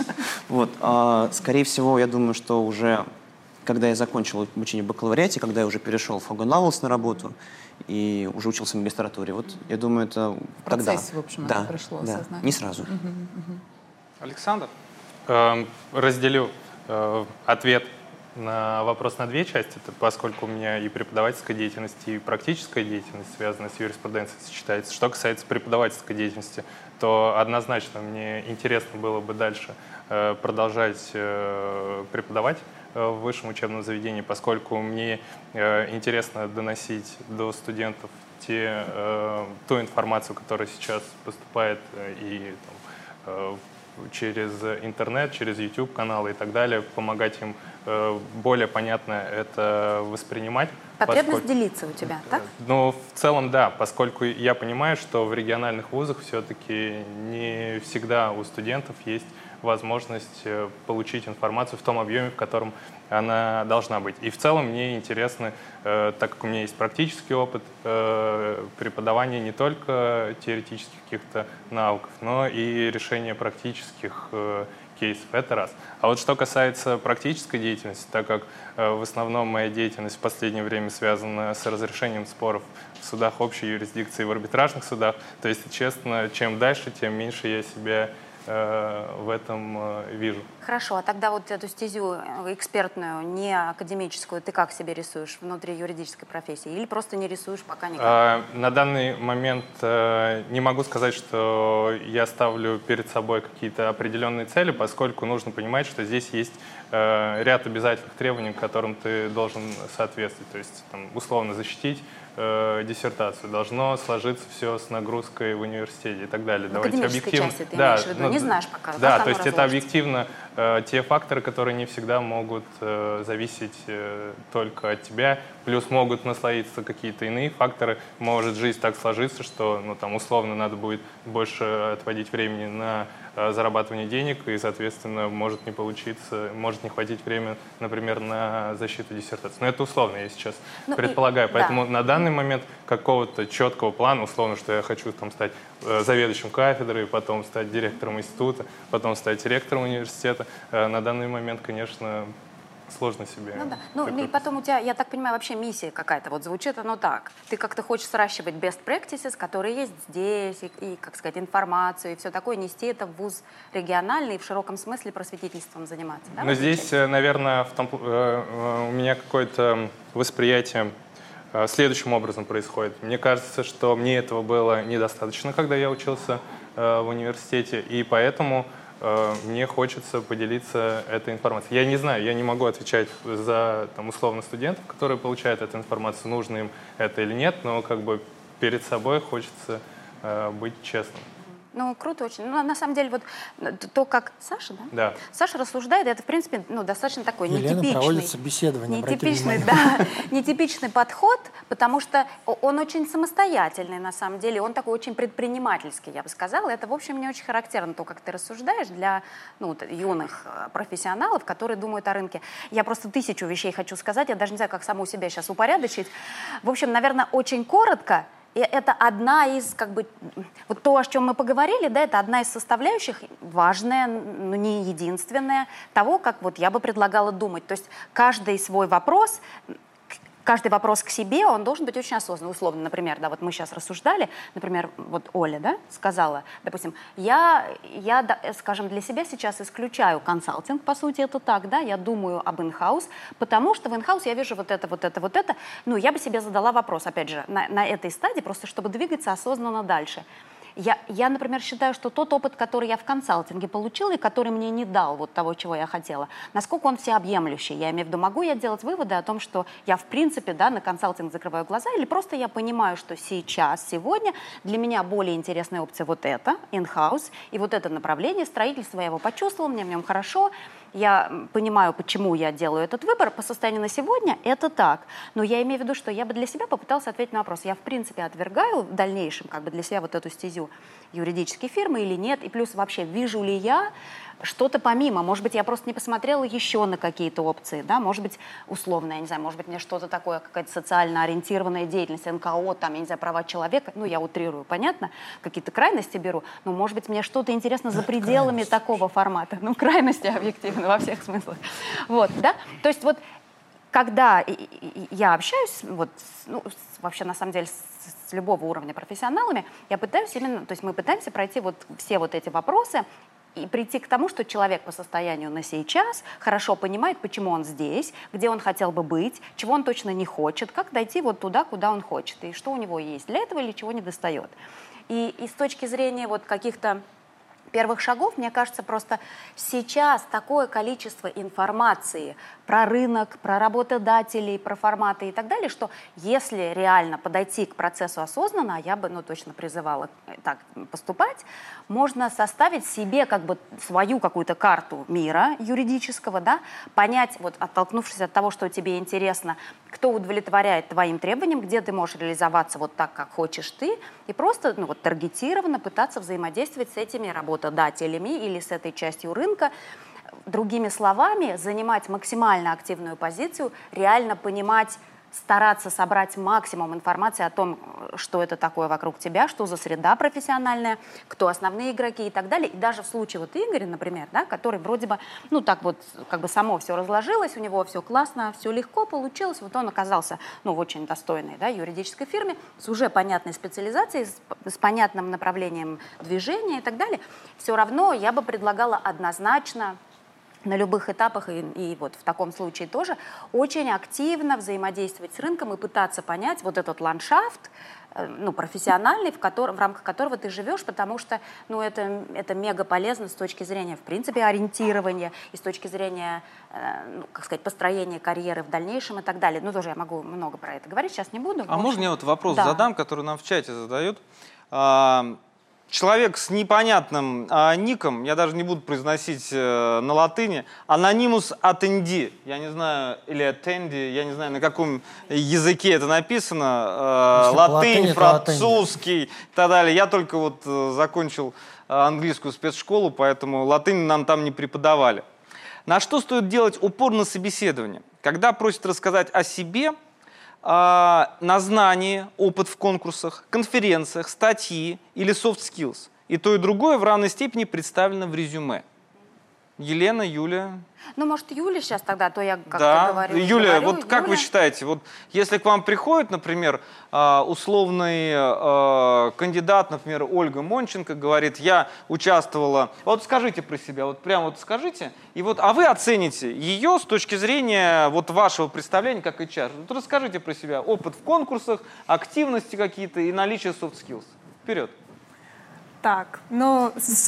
Вот, а, скорее всего, я думаю, что уже, когда я закончил обучение в бакалавриате, когда я уже перешел в Hogan Lovells на работу и уже учился в магистратуре, вот, я думаю, это в процессе, тогда. в общем, да, это пришло да, осознание. не сразу. Угу, угу. Александр? Э, разделю э, ответ на вопрос на две части, это поскольку у меня и преподавательская деятельность, и практическая деятельность, связанная с юриспруденцией, сочетается. Что касается преподавательской деятельности, то однозначно мне интересно было бы дальше э, продолжать э, преподавать в высшем учебном заведении, поскольку мне э, интересно доносить до студентов те, э, ту информацию, которая сейчас поступает э, и там, э, через интернет, через YouTube-каналы и так далее, помогать им э, более понятно это воспринимать. Потребность поскольку, делиться у тебя, так? Ну, в целом, да, поскольку я понимаю, что в региональных вузах все-таки не всегда у студентов есть возможность получить информацию в том объеме, в котором она должна быть. И в целом мне интересно, э, так как у меня есть практический опыт э, преподавания не только теоретических каких-то навыков, но и решения практических э, кейсов. Это раз. А вот что касается практической деятельности, так как э, в основном моя деятельность в последнее время связана с разрешением споров в судах общей юрисдикции и в арбитражных судах, то есть, честно, чем дальше, тем меньше я себя в этом вижу. Хорошо, а тогда вот эту стезю экспертную, не академическую, ты как себе рисуешь внутри юридической профессии? Или просто не рисуешь пока никак? А, на данный момент а, не могу сказать, что я ставлю перед собой какие-то определенные цели, поскольку нужно понимать, что здесь есть а, ряд обязательных требований, которым ты должен соответствовать. То есть, там, условно, защитить диссертацию, должно сложиться все с нагрузкой в университете и так далее. В Давайте академической объективно. части ты да, имеешь в виду, ну, не знаешь пока. Да, как то есть оно это разложится? объективно э, те факторы, которые не всегда могут э, зависеть э, только от тебя, плюс могут наслоиться какие-то иные факторы. Может жизнь так сложиться, что, ну, там, условно надо будет больше отводить времени на э, зарабатывание денег, и, соответственно, может не получиться, может не хватить времени, например, на защиту диссертации. Но это условно, я сейчас ну, предполагаю. И, Поэтому да. на данный момент какого-то четкого плана, условно, что я хочу там стать э, заведующим кафедрой, потом стать директором института, потом стать ректором университета, э, на данный момент, конечно, сложно себе. Ну, да. ну и потом у тебя, я так понимаю, вообще миссия какая-то, вот звучит оно так. Ты как-то хочешь сращивать best practices, которые есть здесь, и, и, как сказать, информацию, и все такое, нести это в вуз региональный и в широком смысле просветительством заниматься. Да, Но здесь, наверное, в том, э, у меня какое-то восприятие э, следующим образом происходит. Мне кажется, что мне этого было недостаточно, когда я учился э, в университете, и поэтому мне хочется поделиться этой информацией. Я не знаю, я не могу отвечать за, там, условно, студентов, которые получают эту информацию, нужно им это или нет, но как бы перед собой хочется э, быть честным. Ну, круто очень. Ну, на самом деле, вот то, как Саша, да? Да. Саша рассуждает, это, в принципе, ну, достаточно такой Елена, нетипичный. проводит собеседование, нетипичный, да, нетипичный подход, потому что он очень самостоятельный, на самом деле. Он такой очень предпринимательский, я бы сказала. Это, в общем, не очень характерно, то, как ты рассуждаешь для, ну, юных профессионалов, которые думают о рынке. Я просто тысячу вещей хочу сказать, я даже не знаю, как саму себя сейчас упорядочить. В общем, наверное, очень коротко. И это одна из, как бы, вот то, о чем мы поговорили, да, это одна из составляющих, важная, но не единственная, того, как вот я бы предлагала думать. То есть каждый свой вопрос, каждый вопрос к себе, он должен быть очень осознанный. Условно, например, да, вот мы сейчас рассуждали, например, вот Оля, да, сказала, допустим, я, я, скажем, для себя сейчас исключаю консалтинг, по сути, это так, да, я думаю об in-house, потому что в in-house я вижу вот это, вот это, вот это, ну, я бы себе задала вопрос, опять же, на, на этой стадии, просто чтобы двигаться осознанно дальше. Я, я, например, считаю, что тот опыт, который я в консалтинге получила и который мне не дал вот того, чего я хотела, насколько он всеобъемлющий. Я имею в виду, могу я делать выводы о том, что я, в принципе, да, на консалтинг закрываю глаза, или просто я понимаю, что сейчас, сегодня для меня более интересная опция вот это, in-house, и вот это направление строительства, я его почувствовала, мне в нем хорошо, я понимаю, почему я делаю этот выбор, по состоянию на сегодня это так. Но я имею в виду, что я бы для себя попыталась ответить на вопрос. Я, в принципе, отвергаю в дальнейшем как бы для себя вот эту стезю юридической фирмы или нет, и плюс вообще вижу ли я что-то помимо. Может быть, я просто не посмотрела еще на какие-то опции, да, может быть, условно, я не знаю, может быть, мне что-то такое, какая-то социально ориентированная деятельность, эн ка о, там, я не знаю, права человека, ну, я утрирую, понятно, какие-то крайности беру, но, может быть, мне что-то интересно за пределами такого формата. Ну, крайности объективно, во всех смыслах. Вот, да, то есть вот когда я общаюсь, вот, ну, вообще, на самом деле, с, с любого уровня профессионалами, я пытаюсь именно, то есть мы пытаемся пройти вот все вот эти вопросы и прийти к тому, что человек по состоянию на сейчас хорошо понимает, почему он здесь, где он хотел бы быть, чего он точно не хочет, как дойти вот туда, куда он хочет, и что у него есть для этого или чего не достает. И, и с точки зрения вот каких-то первых шагов, мне кажется, просто сейчас такое количество информации про рынок, про работодателей, про форматы и так далее, что если реально подойти к процессу осознанно, а я бы, ну, точно призывала так поступать, можно составить себе как бы свою какую-то карту мира юридического, да, понять, вот оттолкнувшись от того, что тебе интересно, кто удовлетворяет твоим требованиям, где ты можешь реализоваться вот так, как хочешь ты, и просто, ну, вот, таргетированно пытаться взаимодействовать с этими работодателями или с этой частью рынка. Другими словами, занимать максимально активную позицию, реально понимать, стараться собрать максимум информации о том, что это такое вокруг тебя, что за среда профессиональная, кто основные игроки и так далее. И даже в случае вот Игоря, например, да, который вроде бы, ну так вот, как бы само все разложилось, у него все классно, все легко получилось, вот он оказался, ну, в очень достойной, да, юридической фирме, с уже понятной специализацией, с, с понятным направлением движения и так далее. Все равно я бы предлагала однозначно на любых этапах, и, и вот в таком случае тоже, очень активно взаимодействовать с рынком и пытаться понять вот этот ландшафт, э, ну, профессиональный, в, котором, в рамках которого ты живешь, потому что, ну, это, это мега полезно с точки зрения, в принципе, ориентирования и с точки зрения, э, ну, как сказать, построения карьеры в дальнейшем и так далее. Ну, тоже я могу много про это говорить, сейчас не буду. А можно я вот вопрос да. задам, который нам в чате задают? А, человек с непонятным а, ником, я даже не буду произносить э, на латыни, анонимус attendee, я не знаю, или attendee, я не знаю, на каком языке это написано, э, латынь, латынь, французский и так далее. Я только вот э, закончил э, английскую спецшколу, поэтому латынь нам там не преподавали. На что стоит делать упор на собеседовании? Когда просят рассказать о себе, на знания, опыт в конкурсах, конференциях, статьи или soft skills. И то, и другое в равной степени представлено в резюме. Елена, Юля. Ну, может, Юля сейчас тогда, то я как-то да. говорю. Юля, говорю. вот как Юля? вы считаете, вот если к вам приходит, например, условный кандидат, например, Ольга Монченко, говорит, я участвовала, вот скажите про себя, вот прямо вот скажите, и вот, а вы оцените ее с точки зрения вот вашего представления как эйч ар. Вот расскажите про себя, опыт в конкурсах, активности какие-то и наличие soft skills. Вперед. Так, ну, с,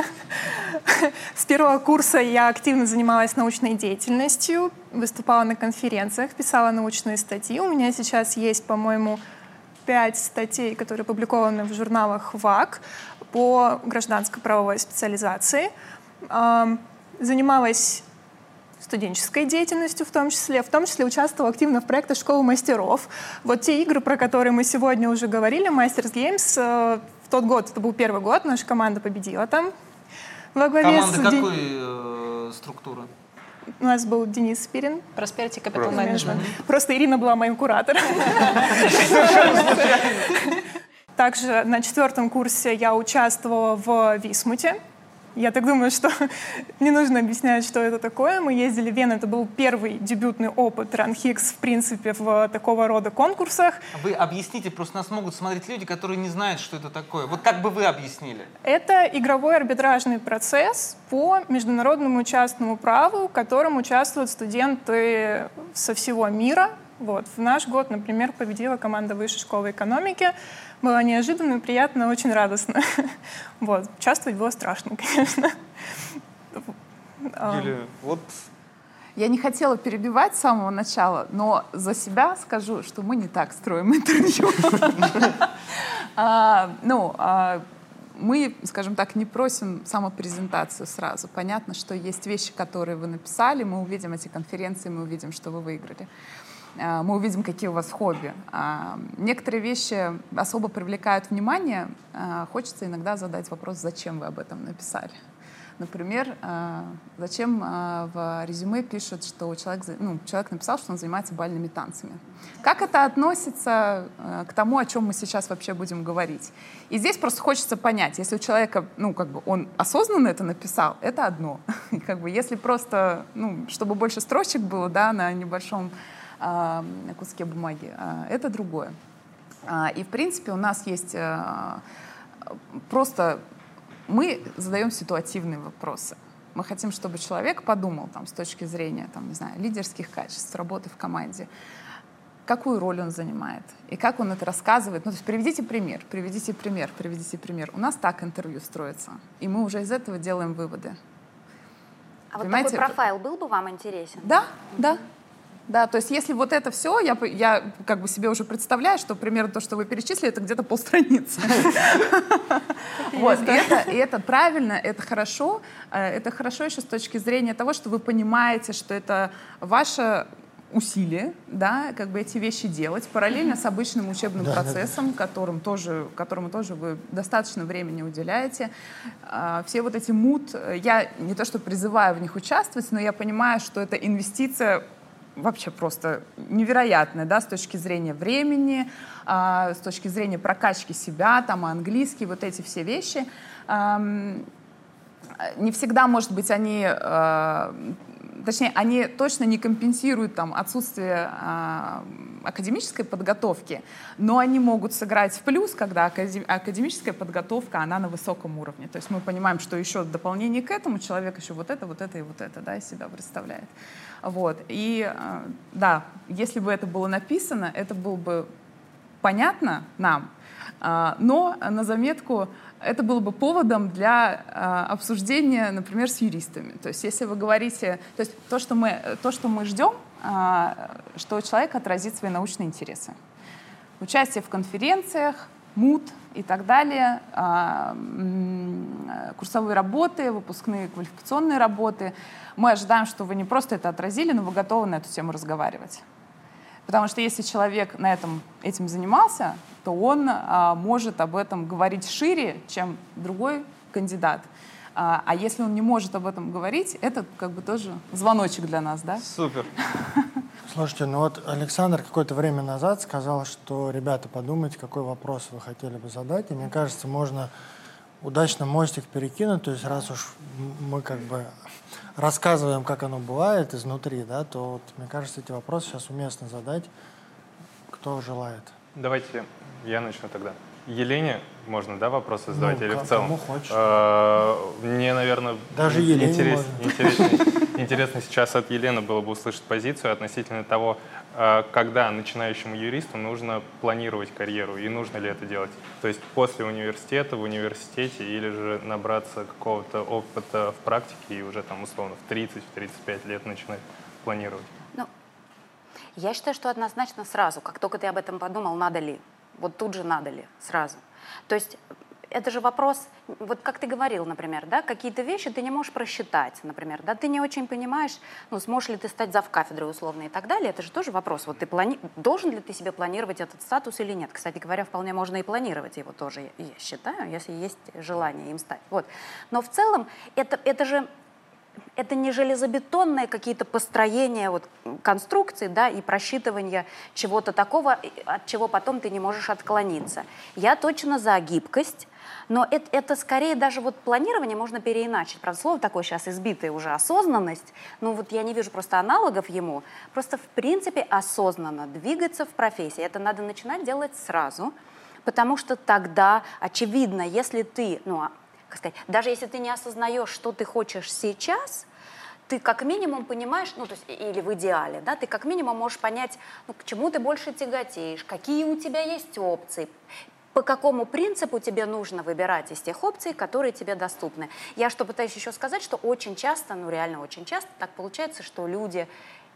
с первого курса я активно занималась научной деятельностью, выступала на конференциях, писала научные статьи. У меня сейчас есть, по-моему, пять статей, которые опубликованы в журналах ВАК по гражданско-правовой специализации. Занималась студенческой деятельностью в том числе, в том числе участвовала активно в проектах «Школы мастеров». Вот те игры, про которые мы сегодня уже говорили, Masters Games, в тот год, это был первый год, наша команда победила там. Во главе Команда с... какой э, структуры? У нас был Денис Спирин. Prosperity Capital Management. Просто Ирина была моим куратором. Также на четвертом курсе я участвовала в Висмуте. Я так думаю, что не нужно объяснять, что это такое. Мы ездили в Вену, это был первый дебютный опыт RunHix, в принципе, в такого рода конкурсах. Вы объясните, просто нас могут смотреть люди, которые не знают, что это такое. Вот как бы вы объяснили? Это игровой арбитражный процесс по международному частному праву, в котором участвуют студенты со всего мира. Вот. В наш год, например, победила команда Высшей школы экономики. Было неожиданно, приятно, очень радостно. Вот. Участвовать было страшно, конечно. Юлия, вот... Я не хотела перебивать с самого начала, но за себя скажу, что мы не так строим интервью. Ну, мы, скажем так, не просим самопрезентацию сразу. Понятно, что есть вещи, которые вы написали, мы увидим эти конференции, мы увидим, что вы выиграли. Мы увидим, какие у вас хобби. Некоторые вещи особо привлекают внимание. Хочется иногда задать вопрос, зачем вы об этом написали. например, зачем в резюме пишут, что человек, ну, человек написал, что он занимается бальными танцами. Как это относится к тому, о чем мы сейчас вообще будем говорить? И здесь просто хочется понять, если у человека, ну, как бы он осознанно это написал, это одно. И как бы если просто, ну, чтобы больше строчек было, да, на небольшом э, куске бумаги, э, это другое. Э, и, в принципе, у нас есть э, просто... Мы задаем ситуативные вопросы. Мы хотим, чтобы человек подумал там, с точки зрения там, не знаю, лидерских качеств, работы в команде, какую роль он занимает и как он это рассказывает. Ну, то есть приведите пример, приведите пример, приведите пример. У нас так интервью строится, и мы уже из этого делаем выводы. А Понимаете? вот такой профайл был бы вам интересен? Да, да. Да, то есть если вот это все, я, я как бы себе уже представляю, что примерно то, что вы перечислили, это где-то полстраницы. Вот, и это правильно, это хорошо. Это хорошо еще с точки зрения того, что вы понимаете, что это ваше усилие, да, как бы эти вещи делать параллельно с обычным учебным процессом, которым тоже, которому тоже вы достаточно времени уделяете. Все вот эти мут, я не то что призываю в них участвовать, но я понимаю, что это инвестиция вообще просто невероятная, да, с точки зрения времени, э, с точки зрения прокачки себя, там, английский, вот эти все вещи. Эм, не всегда, может быть, они, э, точнее, они точно не компенсируют там отсутствие э, академической подготовки, но они могут сыграть в плюс, когда академ, академическая подготовка, она на высоком уровне. То есть мы понимаем, что еще в дополнение к этому человек еще вот это, вот это и вот это, да, из себя представляет. Вот. И да, если бы это было написано, это было бы понятно нам, но на заметку это было бы поводом для обсуждения, например, с юристами. То есть если вы говорите, то есть то, что мы, то, что мы ждем, что человек отразит свои научные интересы. Участие в конференциях, мут и так далее, курсовые работы, выпускные квалификационные работы. Мы ожидаем, что вы не просто это отразили, но вы готовы на эту тему разговаривать. Потому что если человек на этом, этим занимался, то он а, может об этом говорить шире, чем другой кандидат. А, а если он не может об этом говорить, это как бы тоже звоночек для нас, да? Супер. Слушайте, ну вот Александр какое-то время назад сказал, что, ребята, подумайте, какой вопрос вы хотели бы задать. И мне кажется, можно удачно мостик перекинуть. То есть раз уж мы как бы рассказываем, как оно бывает изнутри, да, то вот, мне кажется, эти вопросы сейчас уместно задать, кто желает. Давайте я начну тогда. Елене можно, да, вопросы задавать, ну, или в целом? Кому хочешь. Мне, наверное, даже Елене интерес, интересно, интересно сейчас от Елены было бы услышать позицию относительно того, когда начинающему юристу нужно планировать карьеру и нужно ли это делать. То есть после университета, в университете, или же набраться какого-то опыта в практике и уже там условно в тридцать-тридцать пять лет начинать планировать. Ну, я считаю, что однозначно сразу, как только ты об этом подумал, надо ли. Вот тут же надо ли сразу. То есть это же вопрос, вот как ты говорил, например, да, какие-то вещи ты не можешь просчитать, например, да, ты не очень понимаешь, ну, сможешь ли ты стать завкафедрой условно и так далее, это же тоже вопрос, вот ты плани... должен ли ты себе планировать этот статус или нет. Кстати говоря, вполне можно и планировать его тоже, я считаю, если есть желание им стать. Вот. Но в целом это, это же это не железобетонные какие-то построения вот, конструкций, да, и просчитывания чего-то такого, от чего потом ты не можешь отклониться. Я точно за гибкость, но это, это скорее даже вот планирование можно переиначить. Правда, слово такое сейчас избитое уже, осознанность. Ну вот я не вижу просто аналогов ему. Просто в принципе осознанно двигаться в профессии. Это надо начинать делать сразу, потому что тогда, очевидно, если ты, ну, как сказать, даже если ты не осознаешь, что ты хочешь сейчас, ты как минимум понимаешь, ну, то есть, или в идеале, да, ты как минимум можешь понять, ну, к чему ты больше тяготеешь, какие у тебя есть опции, по какому принципу тебе нужно выбирать из тех опций, которые тебе доступны. Я что пытаюсь еще сказать, что очень часто, ну, реально очень часто так получается, что люди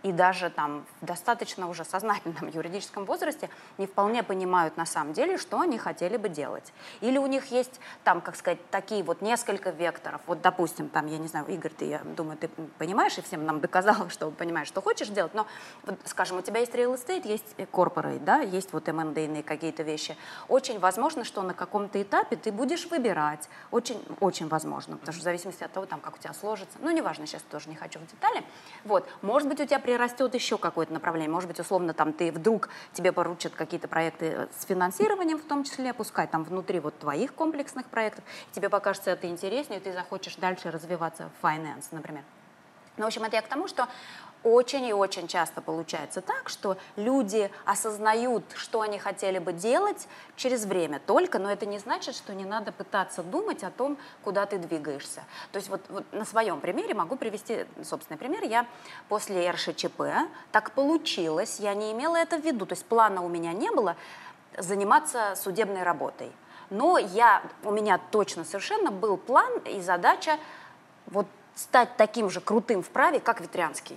и даже там в достаточно уже сознательном юридическом возрасте не вполне понимают на самом деле, что они хотели бы делать. Или у них есть там, как сказать, такие вот несколько векторов. Вот, допустим, там, я не знаю, Игорь, ты, я думаю, ты понимаешь, и всем нам доказал, что понимаешь, что хочешь делать, но, вот, скажем, у тебя есть real estate, есть corporate, да, есть вот эм энд эй-ные какие-то вещи. Очень возможно, что на каком-то этапе ты будешь выбирать. Очень, очень возможно, потому что в зависимости от того, там, как у тебя сложится, ну, неважно, сейчас тоже не хочу в детали. Вот, может быть, у тебя прирастет еще какое-то направление, может быть, условно, там, ты вдруг, тебе поручат какие-то проекты с финансированием, в том числе, пускай там внутри вот твоих комплексных проектов, тебе покажется это интереснее, ты захочешь дальше развиваться в finance, например. Ну, в общем, это я к тому, что очень и очень часто получается так, что люди осознают, что они хотели бы делать через время только, но это не значит, что не надо пытаться думать о том, куда ты двигаешься. То есть вот, вот на своем примере могу привести собственный пример. Я после эр эш че пэ, так получилось, я не имела это в виду, то есть плана у меня не было заниматься судебной работой. Но я, у меня точно совершенно был план и задача вот стать таким же крутым в праве, как Ветрянский.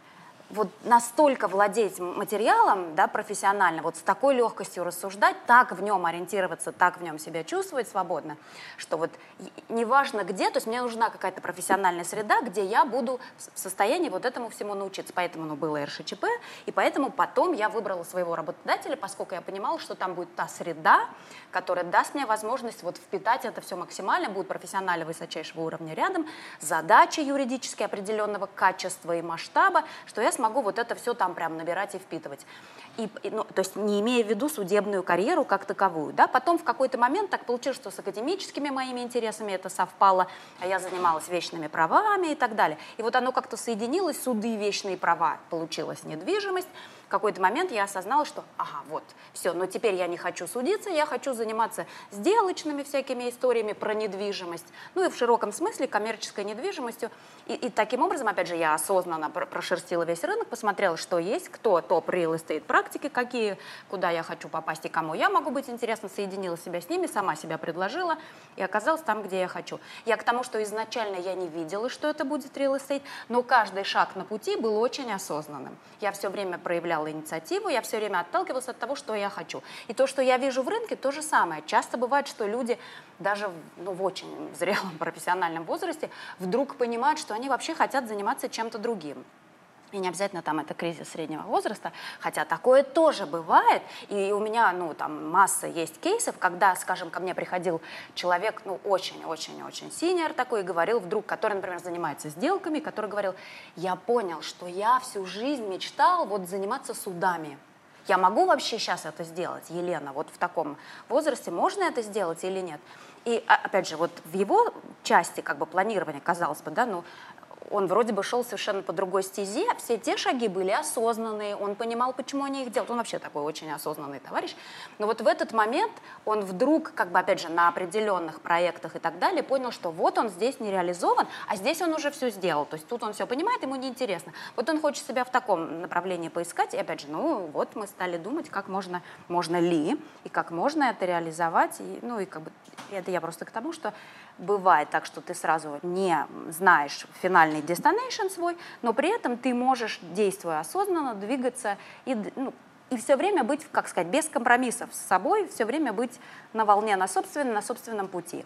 Вот настолько владеть материалом, да, профессионально, вот с такой легкостью рассуждать, так в нем ориентироваться, так в нем себя чувствовать свободно, что вот неважно где, то есть мне нужна какая-то профессиональная среда, где я буду в состоянии вот этому всему научиться. Поэтому ну, было эр эш че пэ, и поэтому потом я выбрала своего работодателя, поскольку я понимала, что там будет та среда, которая даст мне возможность вот впитать это все максимально, будут профессионалы высочайшего уровня рядом, задачи юридически определенного качества и масштаба, что я могу вот это все там прям набирать и впитывать. И, и, ну, то есть не имея в виду судебную карьеру как таковую. Да? Потом в какой-то момент так получилось, что с академическими моими интересами это совпало, а я занималась вечными правами и так далее. И вот оно как-то соединилось, суды, вечные права, получилась недвижимость. В какой-то момент я осознала, что ага, вот, все, но теперь я не хочу судиться, я хочу заниматься сделочными всякими историями про недвижимость, ну и в широком смысле коммерческой недвижимостью. И, и таким образом, опять же, я осознанно прошерстила весь рынок, посмотрела, что есть, кто топ real estate практики, какие, куда я хочу попасть и кому я могу быть интересна, соединила себя с ними, сама себя предложила и оказалась там, где я хочу. Я к тому, что изначально я не видела, что это будет real estate, но каждый шаг на пути был очень осознанным. Я все время проявляла инициативу, я все время отталкивалась от того, что я хочу. И то, что я вижу в рынке, то же самое. Часто бывает, что люди даже ну, в очень зрелом профессиональном возрасте вдруг понимают, что они вообще хотят заниматься чем-то другим. И не обязательно там это кризис среднего возраста, хотя такое тоже бывает. И у меня, ну, там масса есть кейсов, когда, скажем, ко мне приходил человек, ну, очень-очень-очень синьор такой, и говорил вдруг, который, например, занимается сделками, который говорил, я понял, что я всю жизнь мечтал вот заниматься судами. Я могу вообще сейчас это сделать, Елена, вот в таком возрасте можно это сделать или нет? И, опять же, вот в его части как бы планирования, казалось бы, да, ну, он вроде бы шел совершенно по другой стезе, все те шаги были осознанные, он понимал, почему они их делают. Он вообще такой очень осознанный товарищ. Но вот в этот момент он вдруг, как бы, опять же, на определенных проектах и так далее, понял, что вот он здесь не реализован, а здесь он уже все сделал. То есть тут он все понимает, ему неинтересно. Вот он хочет себя в таком направлении поискать, и опять же, ну вот мы стали думать, как можно, можно ли, и как можно это реализовать. И, ну и как бы это я просто к тому, что бывает так, что ты сразу не знаешь финальный destination свой, но при этом ты можешь, действуя осознанно, двигаться и, ну, и все время быть, как сказать, без компромиссов с собой, все время быть на волне, на собственном, на собственном пути.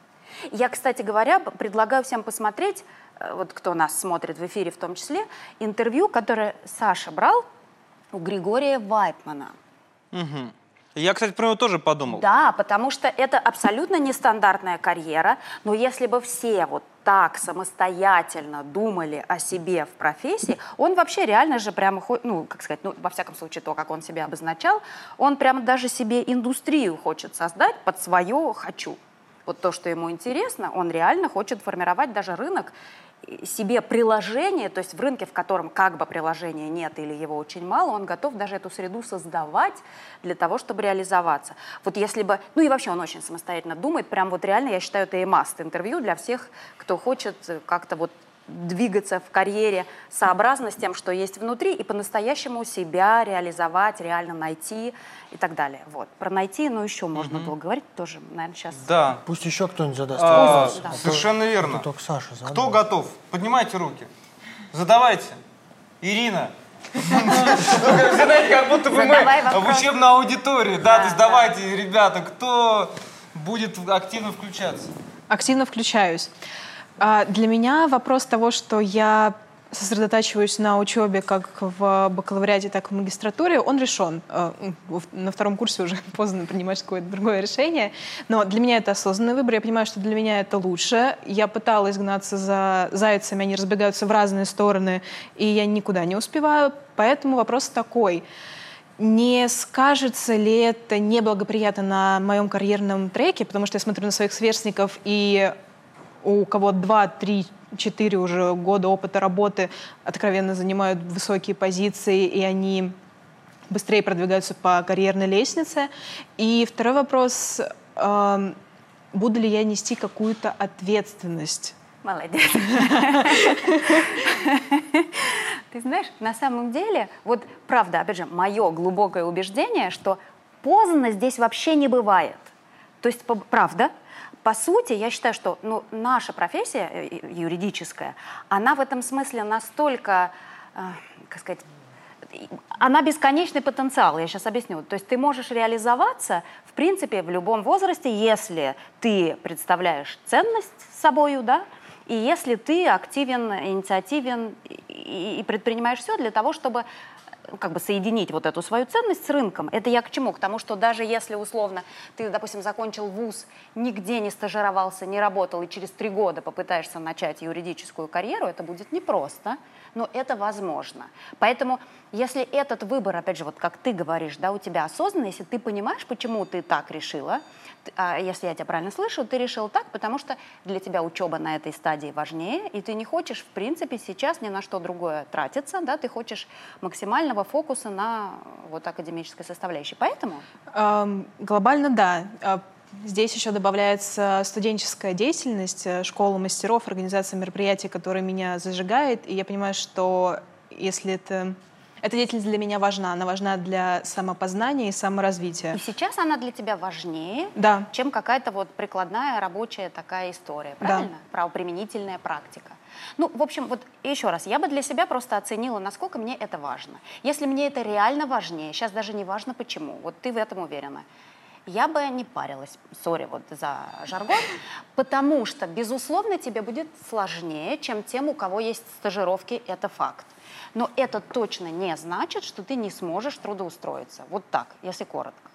Я, кстати говоря, предлагаю всем посмотреть, вот кто нас смотрит в эфире в том числе, интервью, которое Саша брал у Григория Вайпмана. Угу. Я, кстати, про него тоже подумал. Да, потому что это абсолютно нестандартная карьера, но если бы все вот так самостоятельно думали о себе в профессии, он вообще реально же прямо, ну, как сказать, ну, во всяком случае, то, как он себя обозначал, он прямо даже себе индустрию хочет создать под свое «хочу». Вот то, что ему интересно, он реально хочет формировать даже рынок, себе приложение, то есть в рынке, в котором как бы приложения нет или его очень мало, он готов даже эту среду создавать для того, чтобы реализоваться. Вот если бы, ну и вообще он очень самостоятельно думает, прям вот реально, я считаю, это и маст интервью для всех, кто хочет как-то вот двигаться в карьере сообразно с тем, что есть внутри, и по-настоящему себя реализовать, реально найти и так далее. Вот. Про найти, ну, еще можно mm-hmm. долго говорить, тоже, наверное, сейчас... Да. Пусть еще кто-нибудь задаст а, вопрос. Да. Совершенно верно. Только Саша задал. Кто готов? Поднимайте руки. Задавайте. Ирина, Знаете, как будто бы мы Задавай в вопрос. учебной аудитории. Да, Да, то есть да. давайте, ребята, кто будет активно включаться? Активно включаюсь. А, Для меня вопрос того, что я сосредотачиваюсь на учебе как в бакалавриате, так и в магистратуре, он решен. А, в- На втором курсе уже поздно принимать какое-то другое решение. Но для меня это осознанный выбор. Я понимаю, что для меня это лучше. Я пыталась гнаться за зайцами, они разбегаются в разные стороны, и я никуда не успеваю. Поэтому вопрос такой. Не скажется ли это неблагоприятно на моем карьерном треке, потому что я смотрю на своих сверстников, и у кого два, три, четыре уже года опыта работы откровенно занимают высокие позиции, и они быстрее продвигаются по карьерной лестнице. И второй вопрос, эм, буду ли я нести какую-то ответственность? Молодец. Ты знаешь, на самом деле, вот правда, опять же, мое глубокое убеждение, что поздно здесь вообще не бывает. То есть, по- правда, по сути, я считаю, что ну, наша профессия э, юридическая, она в этом смысле настолько, э, как сказать, она бесконечный потенциал, я сейчас объясню. То есть ты можешь реализоваться, в принципе, в любом возрасте, если ты представляешь ценность собою, да, и если ты активен, инициативен и, и предпринимаешь все для того, чтобы как бы соединить вот эту свою ценность с рынком. Это я к чему? К тому, что даже если условно ты, допустим, закончил вуз, нигде не стажировался, не работал, и через три года попытаешься начать юридическую карьеру, это будет непросто, но это возможно. Поэтому если этот выбор, опять же, вот как ты говоришь, да, у тебя осознанно, если ты понимаешь, почему ты так решила, т- а если я тебя правильно слышу, ты решил так, потому что для тебя учеба на этой стадии важнее, и ты не хочешь, в принципе, сейчас ни на что другое тратиться, да, ты хочешь максимального фокуса на вот академической составляющей. Поэтому Эм, Глобально, да. А Здесь еще добавляется студенческая деятельность, э, школа мастеров, организация мероприятий, которая меня зажигает. И я понимаю, что если это... Эта деятельность для меня важна. Она важна для самопознания и саморазвития. и сейчас она для тебя важнее, Да. чем какая-то вот прикладная рабочая такая история, Да. правильно? Правоприменительная практика. Ну, в общем, вот еще раз, я бы для себя просто оценила, насколько мне это важно. Если мне это реально важнее, сейчас даже не важно почему, вот ты в этом уверена, я бы не парилась, сори вот за жаргон, потому что, безусловно, тебе будет сложнее, чем тем, у кого есть стажировки, это факт. Но это точно не значит, что ты не сможешь трудоустроиться. Вот так, если коротко.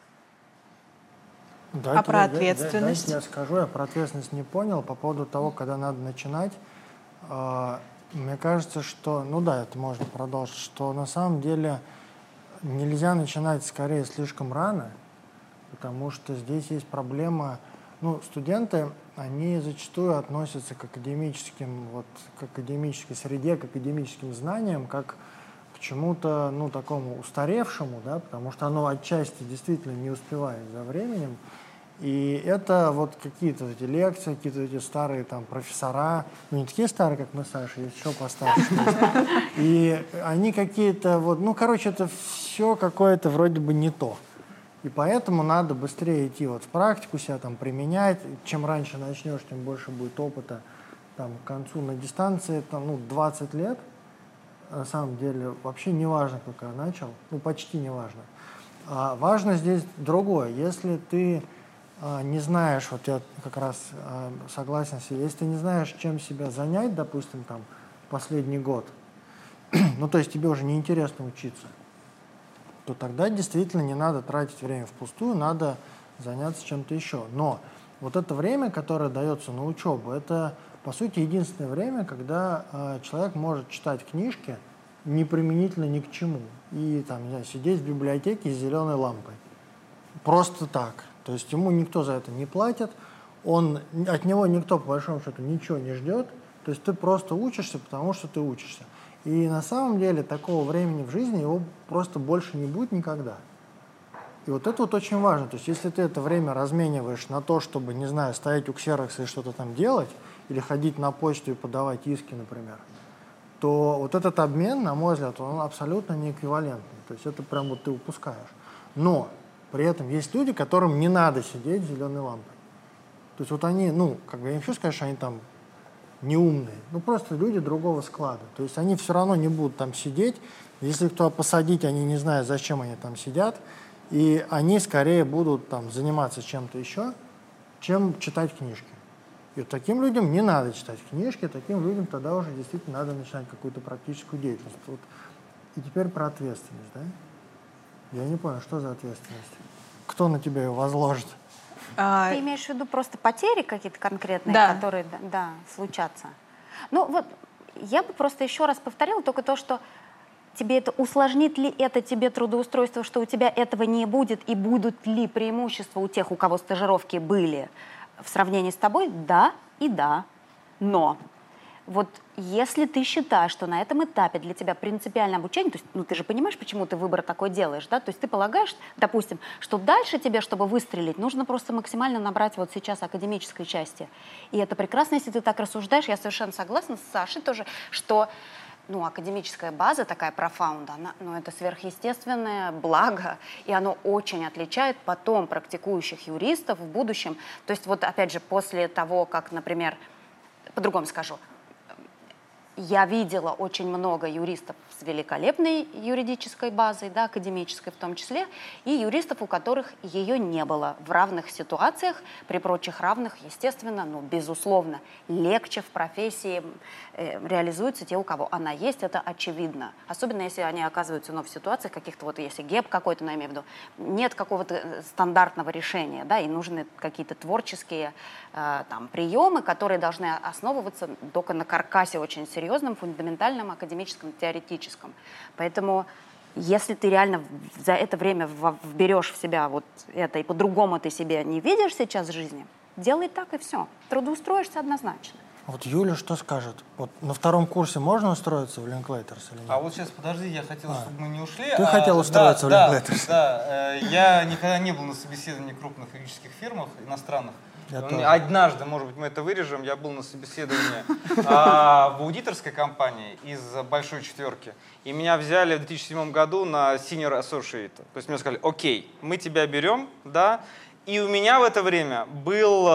Дайте- А про дайте- ответственность? Дайте я скажу, я про ответственность не понял. По поводу того, когда надо начинать, э, мне кажется, что, ну да, это можно продолжить, что на самом деле нельзя начинать скорее слишком рано, потому что здесь есть проблема, ну, студенты, они зачастую относятся к академическим, вот, к академической среде, к академическим знаниям, как к чему-то, ну, такому устаревшему, да, потому что оно отчасти действительно не успевает за временем. И это вот какие-то эти лекции, какие-то эти старые там профессора, ну, не такие старые, как мы с Сашей, есть еще постарше. И они какие-то вот, ну, короче, это все какое-то вроде бы не то. И поэтому надо быстрее идти вот в практику, себя там применять. Чем раньше начнешь, тем больше будет опыта. Там, к концу на дистанции там, ну, двадцать лет. На самом деле вообще не важно, только начал. Ну, почти не важно. А важно здесь другое. Если ты а, не знаешь, вот я как раз а, согласен с ней, если ты не знаешь, чем себя занять, допустим, там, последний год, ну, то есть тебе уже неинтересно учиться, то тогда действительно не надо тратить время впустую, надо заняться чем-то еще. Но вот это время, которое дается на учебу, это, по сути, единственное время, когда э, человек может читать книжки неприменительно ни к чему. И там, не знаю, сидеть в библиотеке с зеленой лампой. Просто так. То есть ему никто за это не платит, он, от него никто, по большому счету, ничего не ждет. То есть ты просто учишься, потому что ты учишься. И на самом деле такого времени в жизни его просто больше не будет никогда. И вот это вот очень важно. То есть если ты это время размениваешь на то, чтобы, не знаю, стоять у ксерокса и что-то там делать, или ходить на почту и подавать иски, например, то вот этот обмен, на мой взгляд, он абсолютно не эквивалентный. То есть это прям вот ты упускаешь. Но при этом есть люди, которым не надо сидеть с зеленой лампой. То есть вот они, ну, как бы я не хочу сказать, что они там неумные, ну просто люди другого склада. То есть они все равно не будут там сидеть, Если кто посадить, они не знают, зачем они там сидят, и они скорее будут там заниматься чем-то еще, чем читать книжки. И вот таким людям не надо читать книжки, таким людям тогда уже действительно надо начинать какую-то практическую деятельность. Вот. И теперь про ответственность, да? Я не понял, что за ответственность? Кто на тебя ее возложит? А... Ты имеешь в виду просто потери какие-то конкретные, да. которые да, да, случатся? Ну вот, я бы просто еще раз повторила только то, что тебе это усложнит ли это тебе трудоустройство, что у тебя этого не будет, и будут ли преимущества у тех, у кого стажировки были в сравнении с тобой? Да и да. Но вот если ты считаешь, что на этом этапе для тебя принципиальное обучение, то есть, ну ты же понимаешь, почему ты выбор такой делаешь, да? То есть ты полагаешь, допустим, что дальше тебе, чтобы выстрелить, нужно просто максимально набрать вот сейчас академической части. И это прекрасно, если ты так рассуждаешь. Я совершенно согласна с Сашей тоже, что ну, академическая база, такая профаунда, она, ну, это сверхъестественное благо, и оно очень отличает потом практикующих юристов в будущем. То есть вот опять же, после того, как, например, по-другому скажу, я видела очень много юристов с великолепной юридической базой, да, академической в том числе, и юристов, у которых ее не было в равных ситуациях, при прочих равных, естественно, ну, безусловно, легче в профессии э, реализуются те, у кого она есть, это очевидно. Особенно, если они оказываются ну, в ситуациях каких-то, вот если гэп какой-то, ну, я имею в виду, нет какого-то стандартного решения, да, и нужны какие-то творческие э, там, приемы, которые должны основываться только на каркасе очень серьезном, фундаментальном, академическом, теоретическом. Поэтому, если ты реально за это время вберешь в себя вот это, и по-другому ты себе не видишь сейчас в жизни, делай так и все. Трудоустроишься однозначно. Вот Юля что скажет? Вот на втором курсе можно устроиться в Linklater's или нет? А вот сейчас, подожди, я хотел, а. чтобы мы не ушли. Ты а, хотел устроиться да, в Linklater's? Да, да. Я никогда не был на собеседовании крупных юридических фирмах, иностранных. Я Однажды, может быть, мы это вырежем, я был на собеседовании а, в аудиторской компании из большой четверки. И меня взяли в две тысячи седьмом году на Senior Associate. То есть мне сказали, окей, мы тебя берем, да. И у меня в это время был,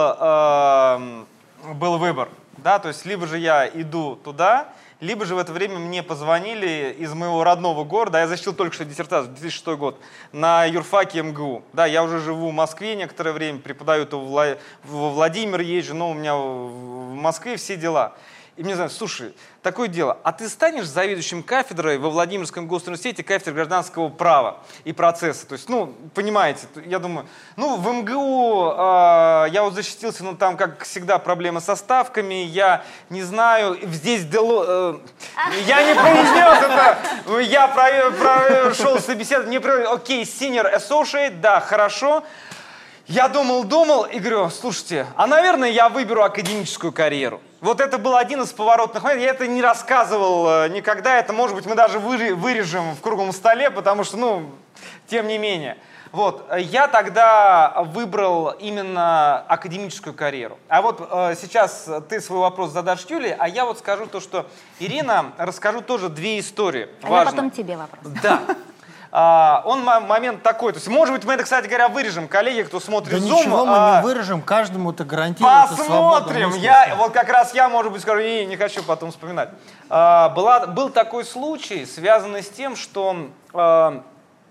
э, был выбор. Да, то есть либо же я иду туда, либо же в это время мне позвонили из моего родного города, я защитил только что диссертацию, две тысячи шестой год, на юрфаке эм гэ у. Да, я уже живу в Москве некоторое время, преподаю то во Владимир езжу, но у меня в Москве все дела. И мне говорят, слушай, такое дело, а ты станешь заведующим кафедрой во Владимирском госуниверситете кафедры гражданского права и процесса? То есть, ну, понимаете, я думаю, ну, в эм гэ у э, я вот защитился, ну, там, как всегда, проблемы со ставками, я не знаю, здесь дело, э, я не произнес это, я прошел собеседование, мне говорили, окей, senior associate, да, хорошо. Я думал, думал и говорю, слушайте, а, наверное, я выберу академическую карьеру. Вот это был один из поворотных моментов. Я это не рассказывал никогда. Это, может быть, мы даже вырежем в круглом столе, потому что, ну, тем не менее. Вот, я тогда выбрал именно академическую карьеру. А вот э, сейчас ты свой вопрос задашь Юле, а я вот скажу то, что Ирина, расскажу тоже две истории. А важные. Я потом тебе вопрос. Да. А, он момент такой, то есть, может быть, мы это, кстати говоря, вырежем, коллеги, кто смотрит да Zoom. ничего мы а... не вырежем, каждому-то гарантируется свобода. Посмотрим, я, вот как раз я, может быть, скажу, и не хочу потом вспоминать. А, была, был такой случай, связанный с тем, что а,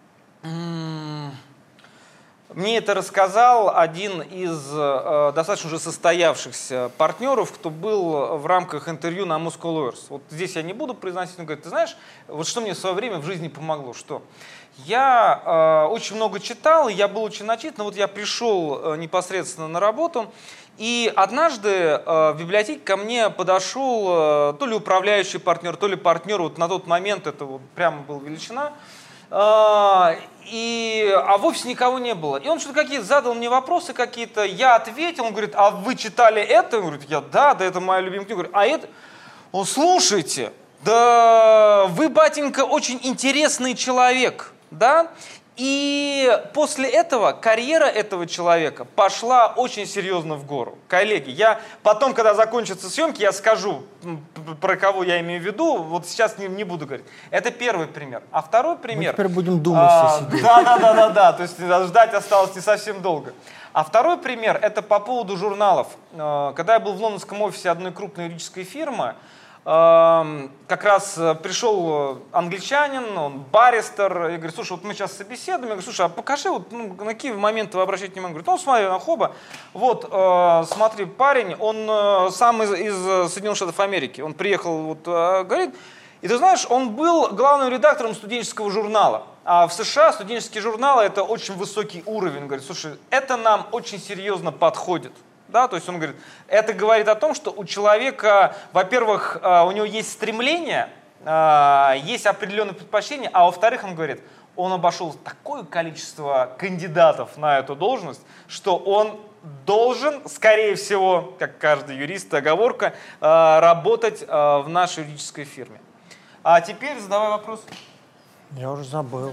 мне это рассказал один из э, достаточно уже состоявшихся партнеров, кто был в рамках интервью на Moscow Lawyers. Вот здесь я не буду произносить, но говорит, ты знаешь, вот что мне в свое время в жизни помогло, что я э, очень много читал, я был очень начитан, но вот я пришел э, непосредственно на работу, и однажды э, в библиотеке ко мне подошел э, то ли управляющий партнер, то ли партнер, вот на тот момент это вот прямо была величина, А, и, а вовсе никого не было. И он что-то какие-то задал мне вопросы какие-то, я ответил, он говорит, а вы читали это? Он говорит, я, да, да, это моя любимая книга. Говорит, а это? Он, слушайте, да вы, батенька, очень интересный человек, да? И после этого карьера этого человека пошла очень серьезно в гору. Коллеги, я потом, когда закончатся съемки, я скажу, про кого я имею в виду, вот сейчас не, не буду говорить. Это первый пример. А второй пример... Мы теперь будем думать а, все сидеть. Да, да, да, да, да, то есть ждать осталось не совсем долго. А второй пример, это по поводу журналов. Когда я был в лондонском офисе одной крупной юридической фирмы, как раз пришел англичанин, он баристер, и говорит, слушай, вот мы сейчас собеседуем, я говорю, слушай, а покажи, вот, ну, на какие моменты вы обращаете внимание? Он говорит, ну, смотри, на хоба, вот, э, смотри, парень, он э, сам из, из Соединенных Штатов Америки, он приехал, вот, э, говорит, и ты знаешь, он был главным редактором студенческого журнала, а в США студенческие журналы — это очень высокий уровень, говорит, слушай, это нам очень серьезно подходит. Да, то есть он говорит, это говорит о том, что у человека, во-первых, у него есть стремление, есть определенные предпочтения, а во-вторых, он говорит, он обошел такое количество кандидатов на эту должность, что он должен, скорее всего, как каждый юрист, оговорка, работать в нашей юридической фирме. А теперь задавай вопрос. Я уже забыл.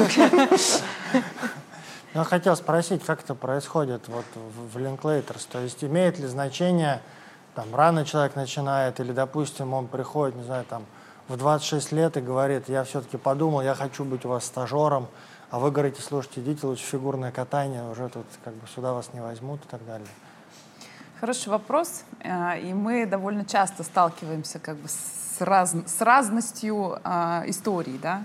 Я хотел спросить, как это происходит вот в Linklaters, то есть имеет ли значение, там, рано человек начинает, или, допустим, он приходит, не знаю, там, в двадцать шесть лет и говорит, я все-таки подумал, я хочу быть у вас стажером, а вы говорите, слушайте, идите лучше фигурное катание, уже тут как бы сюда вас не возьмут и так далее. Хороший вопрос, и мы довольно часто сталкиваемся как бы с, раз, с разностью э, историй, да,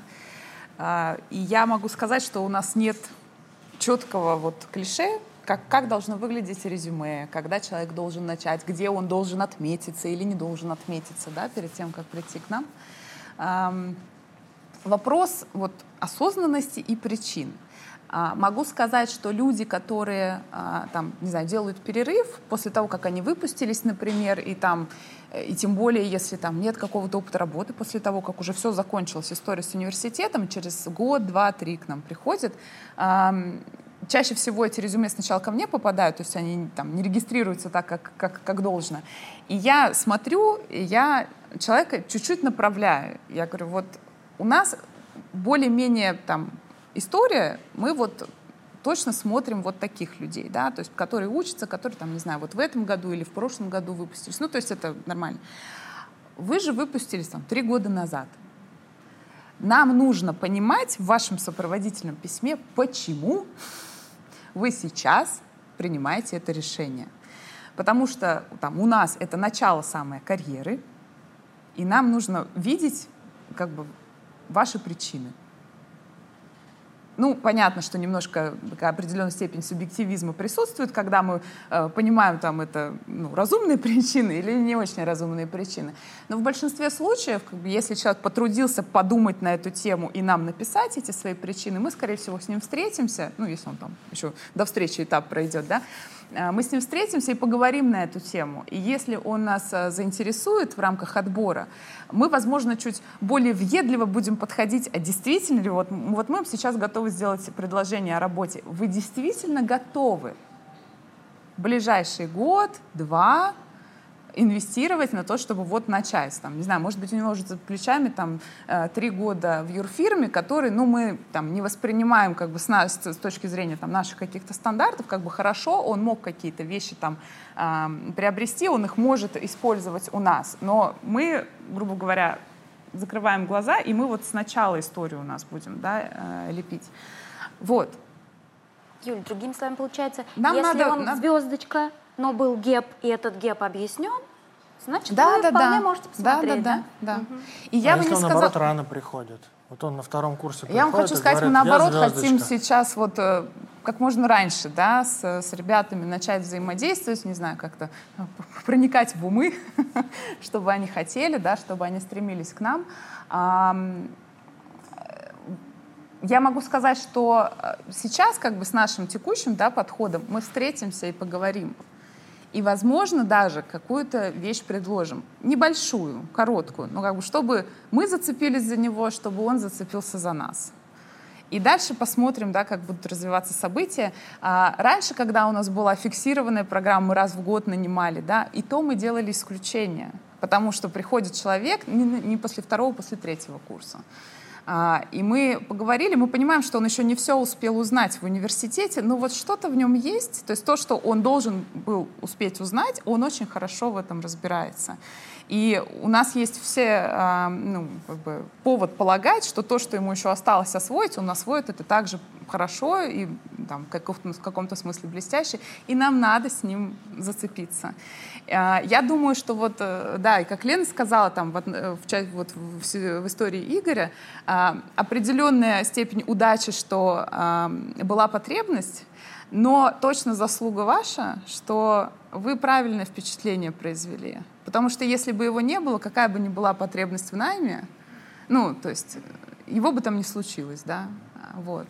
и я могу сказать, что у нас нет четкого вот клише, как, как должно выглядеть резюме, когда человек должен начать, где он должен отметиться или не должен отметиться, да, перед тем, как прийти к нам. Эм, вопрос вот, осознанности и причин. А, могу сказать, что люди, которые а, там, не знаю, делают перерыв после того, как они выпустились, например, и, там, и тем более, если там нет какого-то опыта работы, после того, как уже все закончилось, история с университетом, через год, два, три к нам приходят, а, чаще всего эти резюме сначала ко мне попадают, то есть они там, не регистрируются так, как, как, как должно. И я смотрю, и я человека чуть-чуть направляю. Я говорю, вот у нас более-менее там история, мы вот точно смотрим вот таких людей, да, то есть которые учатся, которые там, не знаю, вот в этом году или в прошлом году выпустились. Ну, то есть это нормально. Вы же выпустились там три года назад. Нам нужно понимать в вашем сопроводительном письме, почему вы сейчас принимаете это решение. Потому что там у нас это начало самой карьеры, и нам нужно видеть как бы ваши причины. Ну, понятно, что немножко такая определенная степень субъективизма присутствует, когда мы э, понимаем, там, это ну, разумные причины или не очень разумные причины. Но в большинстве случаев, как бы, если человек потрудился подумать на эту тему и нам написать эти свои причины, мы, скорее всего, с ним встретимся, ну, если он там еще до встречи этап пройдет, да, э, мы с ним встретимся и поговорим на эту тему. И если он нас э, заинтересует в рамках отбора, мы, возможно, чуть более въедливо будем подходить, а действительно ли, вот, вот мы сейчас готовы сделать предложение о работе. Вы действительно готовы в ближайший год, два инвестировать на то, чтобы вот начать? Там, не знаю, может быть, у него уже за плечами там, три года в юрфирме, которые ну, мы там, не воспринимаем как бы, с, нас, с точки зрения там, наших каких-то стандартов, как бы хорошо, он мог какие-то вещи там, э, приобрести, он их может использовать у нас. Но мы, грубо говоря, закрываем глаза, и мы вот сначала историю у нас будем да, э, лепить. Вот. Юль, другими словами, получается, нам если надо, он нам... звездочка, но был гэп, и этот гэп объяснен, значит, да, вы да, вполне да. можете посмотреть. Да, да, да. да. Угу. И я а бы если не он, сказала... наоборот, рано приходит? Вот он на втором курсе приходит. Я вам хочу сказать, говорит, мы наоборот звездочка. хотим сейчас вот э, как можно раньше, да, с, с ребятами начать взаимодействовать, не знаю, как-то проникать в умы, чтобы они хотели, да, чтобы они стремились к нам. А, я могу сказать, что сейчас как бы с нашим текущим да, подходом мы встретимся и поговорим. И, возможно, даже какую-то вещь предложим. Небольшую, короткую, но как бы чтобы мы зацепились за него, чтобы он зацепился за нас. И дальше посмотрим, да, как будут развиваться события. А раньше, когда у нас была фиксированная программа, мы раз в год нанимали, да, и то мы делали исключение, потому что приходит человек не, не после второго, после третьего курса. А, и мы поговорили, мы понимаем, что он еще не все успел узнать в университете, но вот что-то в нем есть, то есть то, что он должен был успеть узнать, он очень хорошо в этом разбирается. И у нас есть все, а, ну, как бы повод полагать, что то, что ему еще осталось освоить, он освоит это так же хорошо и там, в каком-то, в каком-то смысле блестящий, и нам надо с ним зацепиться. Я думаю, что вот, да, и как Лена сказала, там, в, в, вот, в, в истории Игоря, определенная степень удачи, что была потребность, но точно заслуга ваша, что вы правильное впечатление произвели. Потому что если бы его не было, какая бы ни была потребность в найме, ну, то есть его бы там не случилось, да, вот.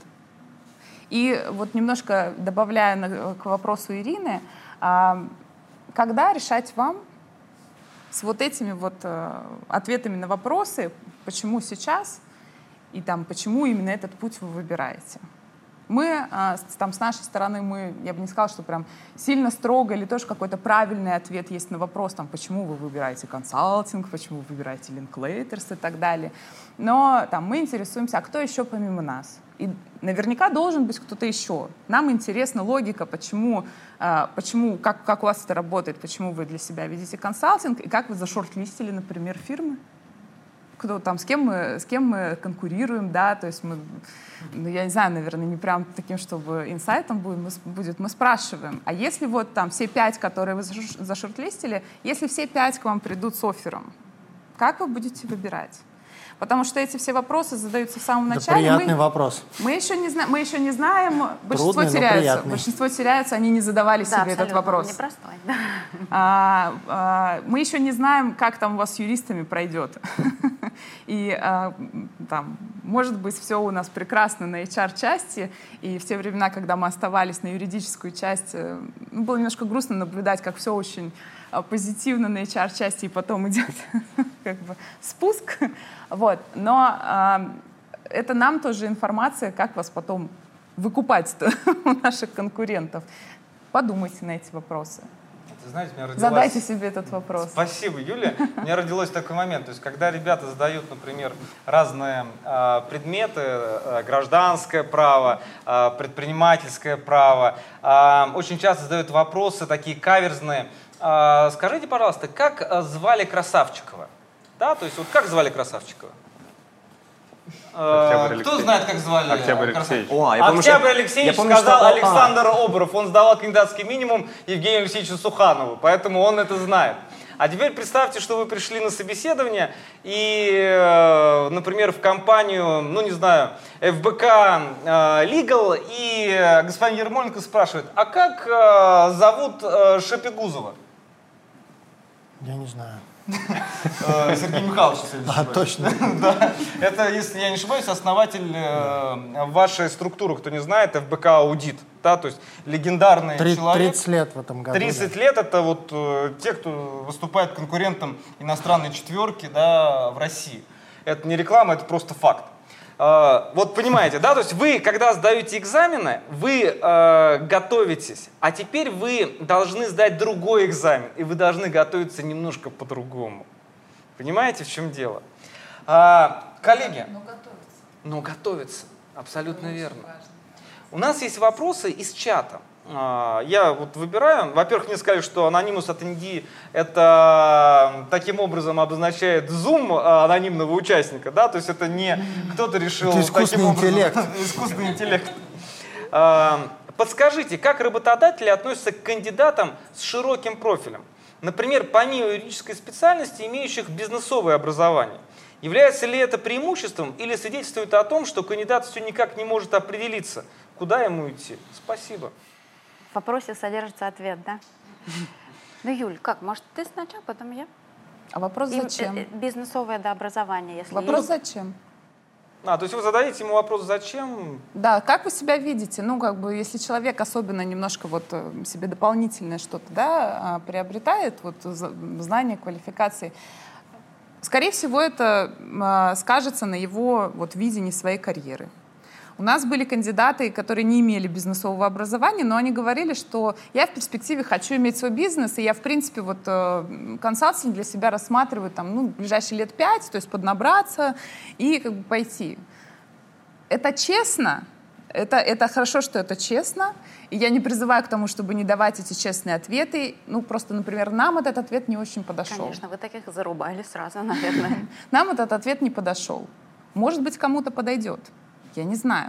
И вот немножко добавляя на, к вопросу Ирины, а, когда решать вам с вот этими вот а, ответами на вопросы, почему сейчас и там, почему именно этот путь вы выбираете? Мы, а, там, с нашей стороны, мы, я бы не сказала, что прям сильно строго или тоже какой-то правильный ответ есть на вопрос, там, почему вы выбираете консалтинг, почему вы выбираете Linklaters и так далее. Но там, мы интересуемся, а кто еще помимо нас? И наверняка должен быть кто-то еще. Нам интересна логика, почему, а, почему как, как у вас это работает, почему вы для себя ведете консалтинг, и как вы зашортлистили, например, фирмы. Кто там, с кем мы, с кем мы конкурируем, да, то есть мы, ну, я не знаю, наверное, не прям таким, чтобы инсайтом будет, мы, будет, мы спрашиваем, а если вот там все пять, которые вы зашортлистили, если все пять к вам придут с оффером, как вы будете выбирать? Потому что эти все вопросы задаются в самом начале. Это приятный мы, вопрос. Мы еще не знаем, мы еще не знаем, большинство Трудный, теряются. Большинство теряются, они не задавали да, себе этот вопрос. Непростой. А, а, мы еще не знаем, как там у вас с юристами пройдет. И а, там, может быть, все у нас прекрасно на эйч ар-части, и в те времена, когда мы оставались на юридическую часть, ну, было немножко грустно наблюдать, как все очень позитивно на эйч ар-части, и потом идет как бы спуск. Вот. Но а, это нам тоже информация, как вас потом выкупать-то у наших конкурентов. Подумайте на эти вопросы. Это, знаете, у меня родилась... Задайте себе этот вопрос. Спасибо, Юлия. У меня родилось такой момент. То есть, когда ребята задают, например, разные э, предметы, э, гражданское право, э, предпринимательское право, э, очень часто задают вопросы такие каверзные. Э, скажите, пожалуйста, как э, звали Красавчикова? Да, то есть вот как звали Красавчикова? Э, кто знает, как звали Октябрь Алексеевич. О, я помню, Октябрь что- Алексеевич я помню, сказал что- Александр Обров. Он сдавал кандидатский минимум Евгению Алексеевичу Суханову, поэтому он это знает. А теперь представьте, что вы пришли на собеседование и, э, например, в компанию, ну не знаю, эф бэ ка э, Legal, и э, господин Ермоленко спрашивает, а как э, зовут э, Шапигузова? Я не знаю. Э, Сергей Михайлович. А, точно. Да. Это, если я не ошибаюсь, основатель э, вашей структуры, кто не знает, эф бэ ка Аудит. Да, то есть легендарный Три- человек. тридцать лет в этом году. тридцать да. лет это вот э, те, кто выступает конкурентом иностранной четверки, да, в России. Это не реклама, это просто факт. Э, вот понимаете, да, то есть вы, когда сдаете экзамены, вы э, готовитесь, а теперь вы должны сдать другой экзамен, и вы должны готовиться немножко по-другому. Понимаете, в чем дело? А, коллеги. Но готовиться. Но готовиться, абсолютно верно. У нас есть вопросы из чата. А, Я вот выбираю. Во-первых, мне сказали, что анонимус от Индии это таким образом обозначает зум анонимного участника, да, то есть это не кто-то решил Это искусственный таким образом- интеллект. искусственный интеллект. А, Подскажите, как работодатели относятся к кандидатам с широким профилем? Например, помимо юридической специальности, имеющих бизнесовое образование. Является ли это преимуществом или свидетельствует о том, что кандидат все никак не может определиться, куда ему идти? Спасибо. В вопросе содержится ответ, да? Ну, Юль, как? Может, ты сначала, потом я? А вопрос И, зачем? э, э, бизнесовое да, образование, если Вопрос есть. зачем? А, то есть вы задаете ему вопрос, зачем? Да, как вы себя видите? Ну, как бы, если человек особенно немножко вот э, себе дополнительное что-то, да, а, приобретает, вот за- знания, квалификации, скорее всего, это а, скажется на его вот видении своей карьеры. У нас были кандидаты, которые не имели бизнесового образования, но они говорили, что я в перспективе хочу иметь свой бизнес, и я, в принципе, вот э, консалтинг для себя рассматриваю там, ну, в ближайшие лет пять, то есть поднабраться и как бы пойти. Это честно, это, это хорошо, что это честно, и я не призываю к тому, чтобы не давать эти честные ответы. Ну, просто, например, нам этот ответ не очень подошел. Конечно, вы таких зарубали сразу, наверное. Нам этот ответ не подошел. Может быть, кому-то подойдет. Я не знаю.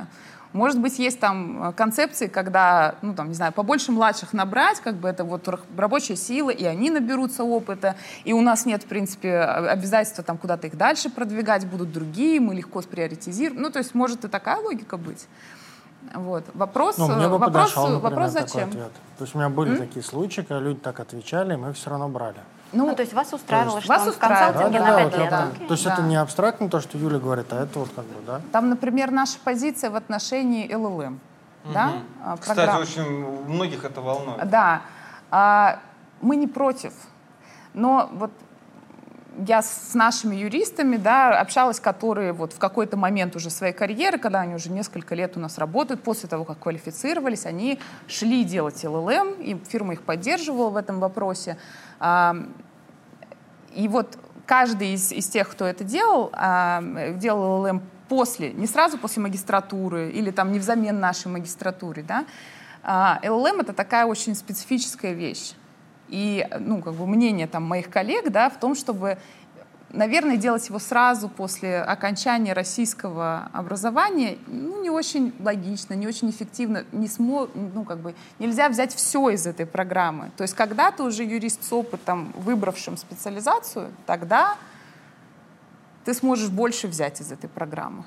Может быть, есть там концепции, когда, ну, там, не знаю, побольше младших набрать, как бы это вот рабочая сила, и они наберутся опыта, и у нас нет, в принципе, обязательства там куда-то их дальше продвигать, будут другие, мы легко сприоритизируем. Ну, то есть может и такая логика быть. Вот. Вопрос, ну, мне бы вопрос, подошел, например, вопрос такой зачем? ответ. То есть у меня были М? такие случаи, когда люди так отвечали, и мы их все равно брали. Ну, ну, то есть вас устраивало, есть, что вас он устраивало, в консалтинге да, на да, пять вот лет? это, Окей. то есть Да. это не абстрактно то, что Юля говорит, а это вот как бы, да? Там, например, наша позиция в отношении эл эл эм. Мгм. Да? А, Кстати, программ. очень многих это волнует. Да. А, мы не против. Но вот я с нашими юристами, да, общалась, которые вот в какой-то момент уже своей карьеры, когда они уже несколько лет у нас работают, после того, как квалифицировались, они шли делать эл эл эм, и фирма их поддерживала в этом вопросе. А, и вот каждый из, из тех, кто это делал, а, делал эл эл эм после, не сразу после магистратуры или там не взамен нашей магистратуре, да. А, эл эл эм — это такая очень специфическая вещь. И, ну, как бы мнение там моих коллег, да, в том, чтобы, наверное, делать его сразу после окончания российского образования, ну, не очень логично, не очень эффективно, не смо, ну, как бы нельзя взять все из этой программы. То есть, когда ты уже юрист с опытом, выбравшим специализацию, тогда ты сможешь больше взять из этой программы.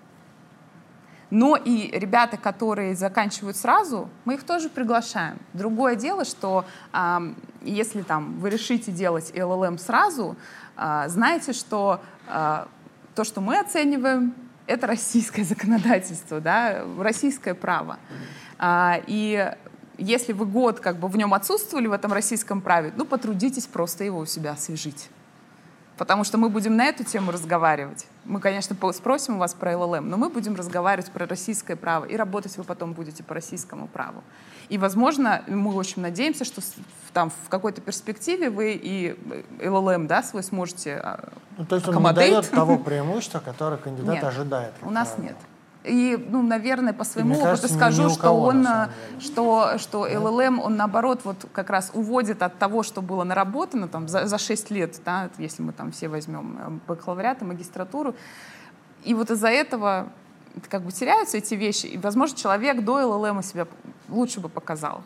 Но и ребята, которые заканчивают сразу, мы их тоже приглашаем. Другое дело, что э, если там, вы решите делать эл эл эм сразу, э, знаете, что э, то, что мы оцениваем, это российское законодательство, да, российское право. Э, и если вы год как бы в нем отсутствовали, в этом российском праве, ну, потрудитесь просто его у себя освежить. Потому что мы будем на эту тему разговаривать. Мы, конечно, спросим у вас про эл эл эм, но мы будем разговаривать про российское право, и работать вы потом будете по российскому праву. И, возможно, мы очень надеемся, что там в какой-то перспективе вы и эл эл эм, да, свой сможете Ну, то есть он не дает того преимущества, которое кандидат Нет, ожидает. у нас правило. нет. И, ну, наверное, по своему мне опыту кажется, ни- скажу, ни у что кого, он, на самом деле. что, что эл эл эм, он наоборот вот как раз уводит от того, что было наработано там за, за шесть лет, да, если мы там все возьмем бакалавриат и магистратуру. И вот из-за этого как бы теряются эти вещи, и, возможно, человек до эл эл эм себя лучше бы показал.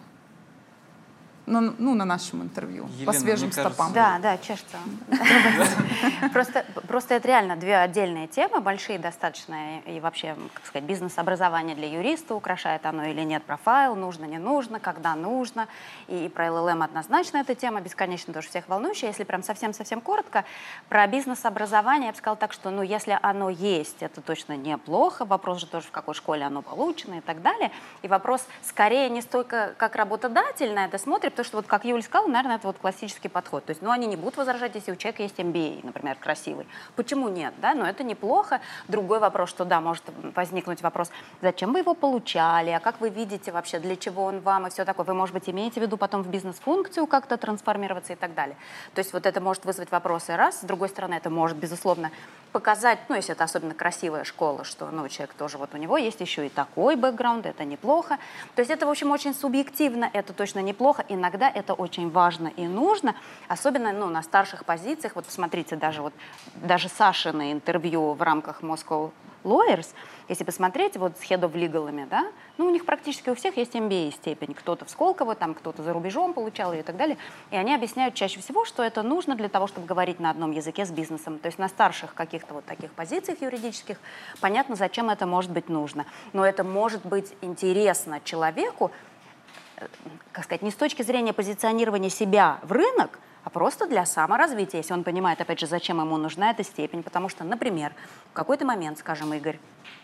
Ну, ну, на нашем интервью, Елена, по свежим мне кажется, стопам. Да, да, чешется. Просто, просто это реально две отдельные темы, большие достаточно, и вообще, как сказать, бизнес-образование для юриста, украшает оно или нет профайл, нужно, не нужно, когда нужно. И про эл эл эм однозначно эта тема бесконечно тоже всех волнующая. Если прям совсем-совсем коротко, про бизнес-образование я бы сказала так, что, ну, если оно есть, это точно неплохо. Вопрос же тоже, в какой школе оно получено и так далее. И вопрос скорее не столько, как работодатель на это смотрит, потому что, вот, как Юля сказала, наверное, это вот классический подход. То есть, ну, они не будут возражать, если у человека есть эм би эй, например, красивый. Почему нет, да? Но это неплохо. Другой вопрос, что, да, может возникнуть вопрос, зачем вы его получали, а как вы видите вообще, для чего он вам и все такое. Вы, может быть, имеете в виду потом в бизнес-функцию как-то трансформироваться и так далее. То есть, вот это может вызвать вопросы раз. С другой стороны, это может, безусловно, показать, ну, если это особенно красивая школа, что, ну, человек тоже, вот у него есть еще и такой бэкграунд, это неплохо. То есть, это, в общем, очень субъективно, это точно неплохо. Иногда это очень важно и нужно, особенно, ну, на старших позициях. Вот посмотрите, даже вот даже Сашины интервью в рамках Moscow Lawyers, если посмотреть вот с Head of Legal'ами, да, ну, у них практически у всех есть эм би эй степень. Кто-то в Сколково, там кто-то за рубежом получал ее и так далее. И они объясняют чаще всего, что это нужно для того, чтобы говорить на одном языке с бизнесом. То есть на старших каких-то вот таких позициях юридических понятно, зачем это может быть нужно. Но это может быть интересно человеку, как сказать, не с точки зрения позиционирования себя в рынок, а просто для саморазвития, если он понимает, опять же, зачем ему нужна эта степень. Потому что, например, в какой-то момент, скажем, Игорь,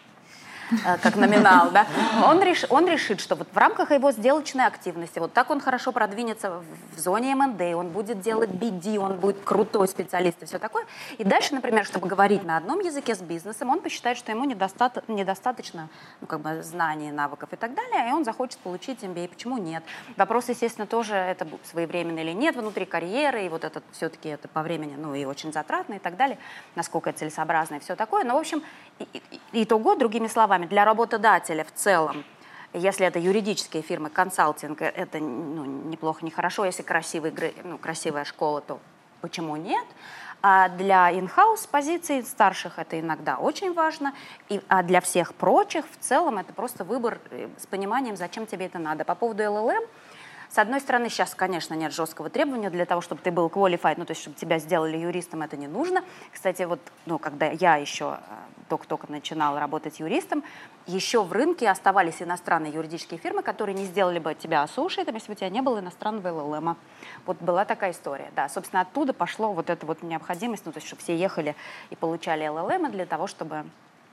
как номинал, да, он, реш, он решит, что вот в рамках его сделочной активности, вот так он хорошо продвинется в, в зоне эм энд эй, он будет делать би ди, он будет крутой специалист и все такое. И дальше, например, чтобы говорить на одном языке с бизнесом, он посчитает, что ему недостат, недостаточно, ну, как бы, знаний, навыков и так далее, и он захочет получить эм би эй. Почему нет? Вопрос, естественно, тоже, это своевременно или нет внутри карьеры, и вот это все-таки это по времени, ну, и очень затратно и так далее, насколько это целесообразно и все такое. Но, в общем, и, и, итого, другими словами, для работодателя в целом, если это юридические фирмы, консалтинг, это, ну, неплохо, нехорошо. Если красивый, ну, красивая школа, то почему нет. А для in-house позиций старших это иногда очень важно, и, а для всех прочих в целом это просто выбор с пониманием, зачем тебе это надо. По поводу эл эл эм, с одной стороны, сейчас, конечно, нет жесткого требования для того, чтобы ты был qualified, ну, то есть, чтобы тебя сделали юристом, это не нужно. Кстати, вот, ну, когда я еще только-только начинала работать юристом, еще в рынке оставались иностранные юридические фирмы, которые не сделали бы тебя associate, если бы у тебя не было иностранного эл эл эм. Вот была такая история, да. Собственно, оттуда пошло вот эта вот необходимость, ну, то есть, чтобы все ехали и получали эл эл эм для того, чтобы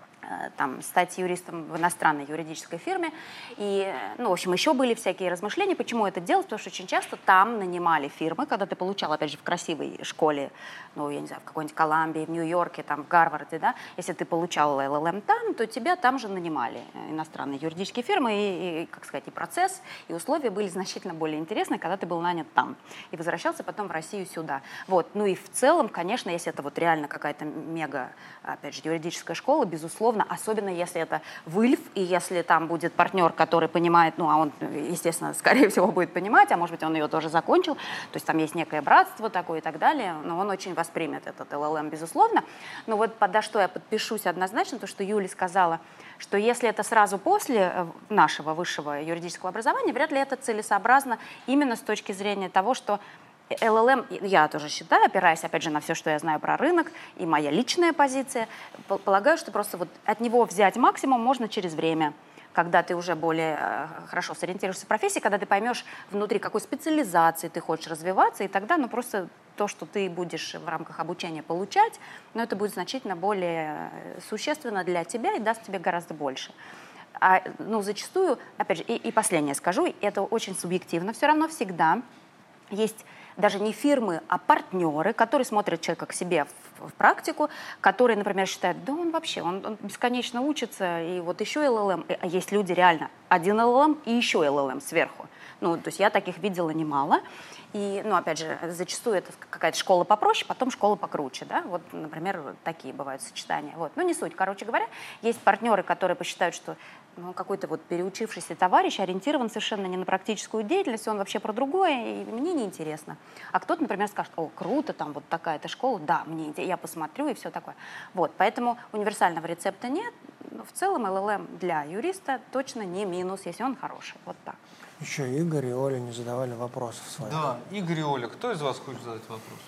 там, стать юристом в иностранной юридической фирме. И, ну, в общем, еще были всякие размышления, почему это делать, потому что очень часто там нанимали фирмы, когда ты получал, опять же, в красивой школе, ну, я не знаю, в какой-нибудь Колумбии, в Нью-Йорке, там, в Гарварде, да, если ты получал эл эл эм там, то тебя там же нанимали иностранные юридические фирмы, и, и, как сказать, и процесс, и условия были значительно более интересны, когда ты был нанят там, и возвращался потом в Россию сюда. Вот, ну и в целом, конечно, если это вот реально какая-то мега, опять же, юридическая школа, безусловно, особенно если это выльф, и если там будет партнер, который понимает, ну, а он, естественно, скорее всего, будет понимать, а может быть, он ее тоже закончил, то есть там есть некое братство такое и так далее, но он очень воспримет этот эл эл эм, безусловно. Но вот подо что я подпишусь однозначно, то, что Юля сказала, что если это сразу после нашего высшего юридического образования, вряд ли это целесообразно именно с точки зрения того, что эл эл эм, я тоже считаю, опираясь, опять же, на все, что я знаю про рынок, и моя личная позиция, полагаю, что просто вот от него взять максимум можно через время, когда ты уже более э, хорошо сориентируешься в профессии, когда ты поймешь внутри какой специализации ты хочешь развиваться, и тогда, ну, просто то, что ты будешь в рамках обучения получать, ну, это будет значительно более существенно для тебя и даст тебе гораздо больше. А, ну, зачастую, опять же, и, и последнее скажу, это очень субъективно, все равно всегда есть даже не фирмы, а партнеры, которые смотрят человека к себе в, в практику, которые, например, считают, да он вообще, он, он бесконечно учится, и вот еще эл эл эм. А есть люди реально, один эл эл эм и еще эл эл эм сверху. Ну, то есть я таких видела немало. И, ну, опять же, зачастую это какая-то школа попроще, потом школа покруче, да, вот, например, такие бывают сочетания. Вот. Ну, не суть, короче говоря, есть партнеры, которые посчитают, что ну, какой-то вот переучившийся товарищ ориентирован совершенно не на практическую деятельность, он вообще про другое, и мне неинтересно. А кто-то, например, скажет, о, круто, там вот такая-то школа, да, мне интересно, я посмотрю и все такое. Вот, поэтому универсального рецепта нет, но в целом эл эл эм для юриста точно не минус, если он хороший, вот так. Еще Игорь и Оля не задавали вопросов своих. Да, Игорь и Оля, кто из вас хочет задать вопрос?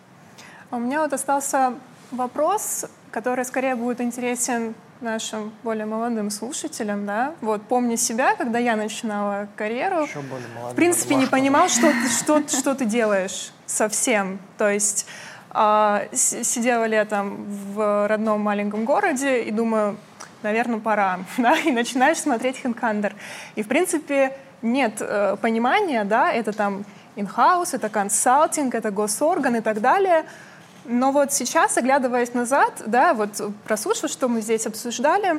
У меня вот остался вопрос, который скорее будет интересен нашим более молодым слушателям, да. Вот помня себя, когда я начинала карьеру, Еще более молодым, в принципе не понимал, что ты, что, что ты делаешь совсем. То есть э, сидела летом в родном маленьком городе и думаю, наверное, пора, да, и начинаешь смотреть Хинкандер. И в принципе нет э, понимания, да, это там in-house, это консалтинг, это госорган и так далее. Но вот сейчас, оглядываясь назад, да, вот прослушав, что мы здесь обсуждали,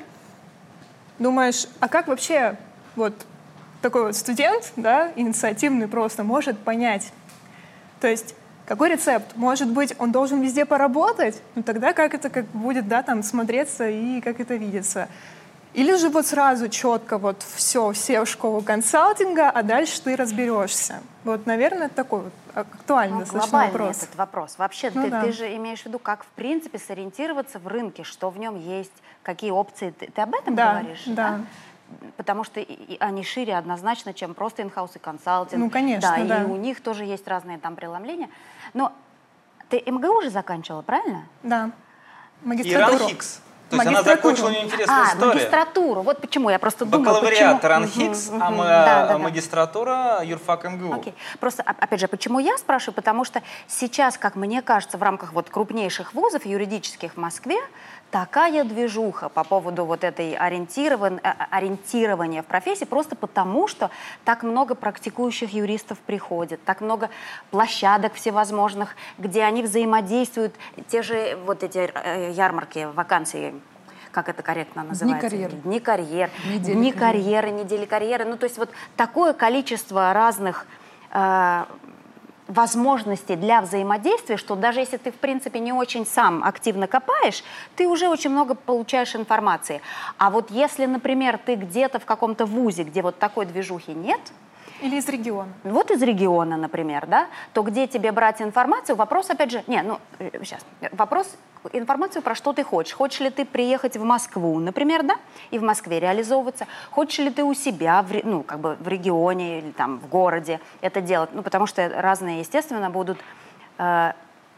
думаешь, а как вообще вот такой вот студент, да, инициативный просто, может понять? То есть какой рецепт? Может быть, он должен везде поработать? Ну тогда как это как будет, да, там смотреться и как это видится? Или же вот сразу четко вот все, все в школу консалтинга, а дальше ты разберешься? Вот, наверное, это такой вот актуальный ну, достаточно вопрос. Этот вопрос. Вообще, ну, ты, да. ты же имеешь в виду, как, в принципе, сориентироваться в рынке, что в нем есть, какие опции. Ты, ты об этом да, говоришь? Да, да. Потому что и, и они шире однозначно, чем просто инхаус и консалтинг. Ну, конечно, да. да. И у них тоже есть разные там преломления. Но ты эм гэ у же заканчивала, правильно? Да. Магистратуру. И РАНХИКС. То есть она закончила у нее интересную а, историю. магистратуру. Вот почему я просто думаю, Бакалавриат почему... РАНХИКС, угу, а угу. мы, да, да, магистратура юрфак эм гэ у. Окей. Просто, опять же, почему я спрашиваю? Потому что сейчас, как мне кажется, в рамках вот крупнейших вузов юридических в Москве такая движуха по поводу вот этой ориентирован... ориентирования в профессии, просто потому, что так много практикующих юристов приходит, так много площадок всевозможных, где они взаимодействуют, те же вот эти ярмарки, вакансии, как это корректно называется? Дни карьер. Дни карьер, Недели дни карьеры. карьеры, недели карьеры. Ну, то есть вот такое количество разных э, возможностей для взаимодействия, что даже если ты, в принципе, не очень сам активно копаешь, ты уже очень много получаешь информации. А вот если, например, ты где-то в каком-то вузе, где вот такой движухи нет, Или из региона. Вот из региона, например, да, то где тебе брать информацию? Вопрос, опять же, не, ну, сейчас, вопрос, информацию про что ты хочешь. Хочешь ли ты приехать в Москву, например, да, и в Москве реализовываться? Хочешь ли ты у себя, в, ну, как бы в регионе или там в городе это делать? Ну, потому что разные, естественно, будут э,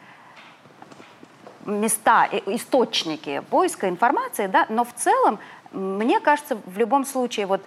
места, источники поиска информации, да, но в целом, мне кажется, в любом случае, вот,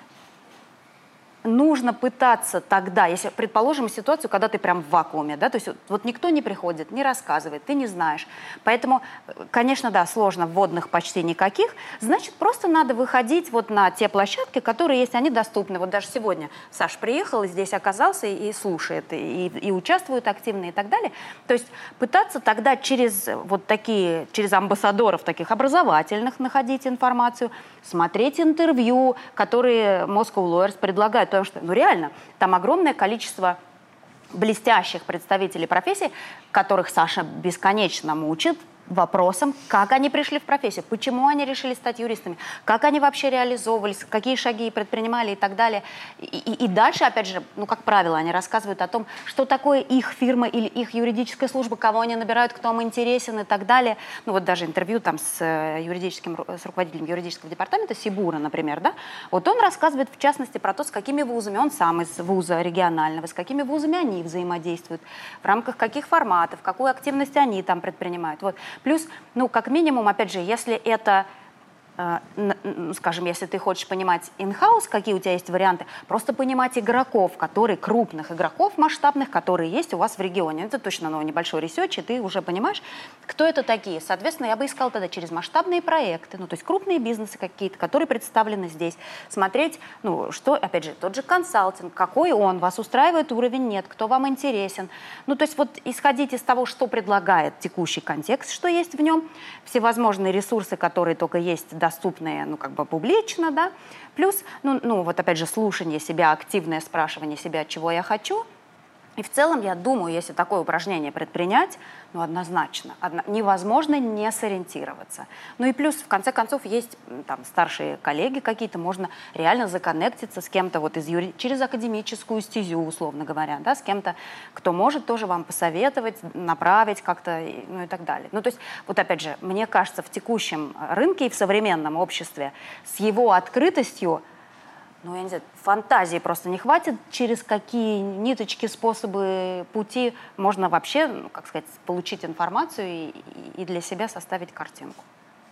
нужно пытаться тогда, если, предположим, ситуацию, когда ты прям в вакууме, да, то есть вот, вот никто не приходит, не рассказывает, ты не знаешь. Поэтому, конечно, да, сложно, вводных почти никаких, значит, просто надо выходить вот на те площадки, которые есть, они доступны. Вот даже сегодня Саш приехал, и здесь оказался и, и слушает, и, и участвует активно и так далее. То есть пытаться тогда через вот такие, через амбассадоров таких образовательных находить информацию, смотреть интервью, которые Moscow Lawyers предлагают, потому что, ну реально, там огромное количество блестящих представителей профессии, которых Саша бесконечно мучит вопросом, как они пришли в профессию, почему они решили стать юристами, как они вообще реализовывались, какие шаги предпринимали и так далее. И, и, и дальше, опять же, ну, как правило, они рассказывают о том, что такое их фирма или их юридическая служба, кого они набирают, кто им интересен и так далее. Ну, вот даже интервью там с юридическим, с руководителем юридического департамента Сибура, например, да, вот он рассказывает, в частности, про то, с какими вузами, он сам из вуза регионального, с какими вузами они взаимодействуют, в рамках каких форматов, какую активность они там предпринимают. Вот. Плюс, ну, как минимум, опять же, если это, э, скажем, если ты хочешь понимать in-house, какие у тебя есть варианты, просто понимать игроков, которые, крупных игроков масштабных, которые есть у вас в регионе. Это точно, ну, небольшой ресерч, и ты уже понимаешь, кто это такие. Соответственно, я бы искала тогда через масштабные проекты, ну, то есть крупные бизнесы какие-то, которые представлены здесь. Смотреть, ну, что, опять же, тот же консалтинг, какой он, вас устраивает уровень, нет, кто вам интересен. Ну, то есть вот исходить из того, что предлагает текущий контекст, что есть в нем, всевозможные ресурсы, которые только есть, доступные, ну, как бы публично, да, плюс, ну, ну, вот опять же, слушание себя, активное спрашивание себя, чего я хочу. И в целом, я думаю, если такое упражнение предпринять, ну, однозначно, одно, невозможно не сориентироваться. Ну и плюс, в конце концов, есть там старшие коллеги какие-то, можно реально законнектиться с кем-то вот из юри... через академическую стезю, условно говоря, да, с кем-то, кто может тоже вам посоветовать, направить как-то, ну и так далее. Ну, то есть, вот опять же, мне кажется, в текущем рынке и в современном обществе с его открытостью, ну, я не знаю, фантазии просто не хватит, через какие ниточки, способы, пути можно вообще, ну, как сказать, получить информацию и, и для себя составить картинку.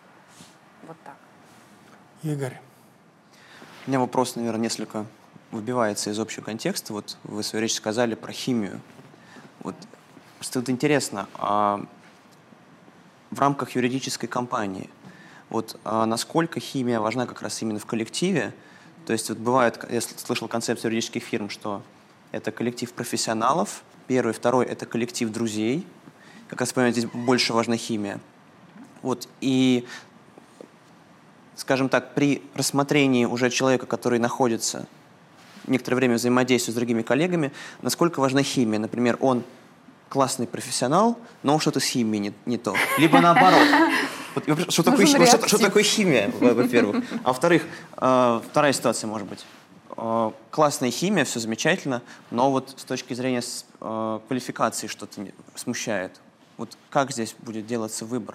Вот так. Игорь. У меня вопрос, наверное, несколько выбивается из общего контекста. Вот вы в своей речи сказали про химию. Вот, просто вот интересно, а в рамках юридической компании, вот а насколько химия важна как раз именно в коллективе? То есть вот бывает, я слышал концепцию юридических фирм, что это коллектив профессионалов, первый, второй — это коллектив друзей. Как раз, понимаете, здесь больше важна химия. Вот, и, скажем так, при рассмотрении уже человека, который находится некоторое время взаимодействует с другими коллегами, насколько важна химия. Например, он классный профессионал, но что-то с химией не, не то. Либо наоборот. Вот, что, такое, что, что такое химия, во-первых? А во-вторых, э, вторая ситуация может быть. Э, классная химия, все замечательно, но вот с точки зрения э, квалификации что-то смущает. Вот как здесь будет делаться выбор?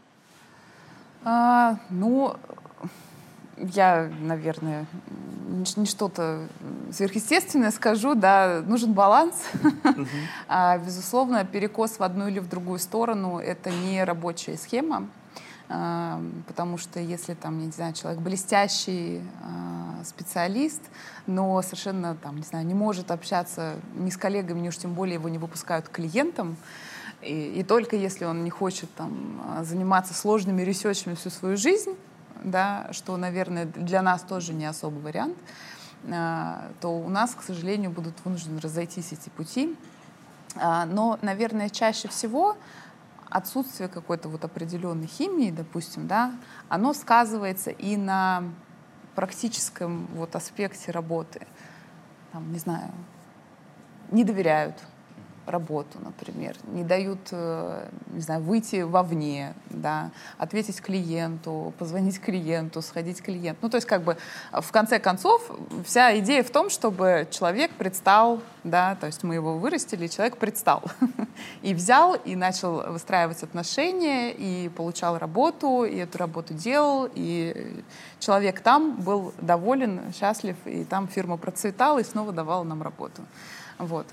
А, ну, я, наверное, не, не что-то сверхъестественное скажу, да, нужен баланс. Uh-huh. а, безусловно, перекос в одну или в другую сторону — это не рабочая схема. Потому что если там, я не знаю, человек блестящий э, специалист, но совершенно там, не знаю, не может общаться ни с коллегами, ни уж тем более его не выпускают к клиентам, и, и только если он не хочет там заниматься сложными ресерчами всю свою жизнь, да, что, наверное, для нас тоже не особый вариант, э, то у нас, к сожалению, будут вынуждены разойтись эти пути. Э, но, наверное, чаще всего отсутствие какой-то вот определенной химии, допустим, да, оно сказывается и на практическом вот аспекте работы. Там, не знаю, не доверяют, работу, например, не дают, не знаю, выйти вовне, да, ответить клиенту, позвонить клиенту, сходить к клиенту. Ну, то есть, как бы, в конце концов, вся идея в том, чтобы человек предстал, да, то есть мы его вырастили, человек предстал. И взял, и начал выстраивать отношения, и получал работу, и эту работу делал, и человек там был доволен, счастлив, и там фирма процветала и снова давала нам работу. Вот.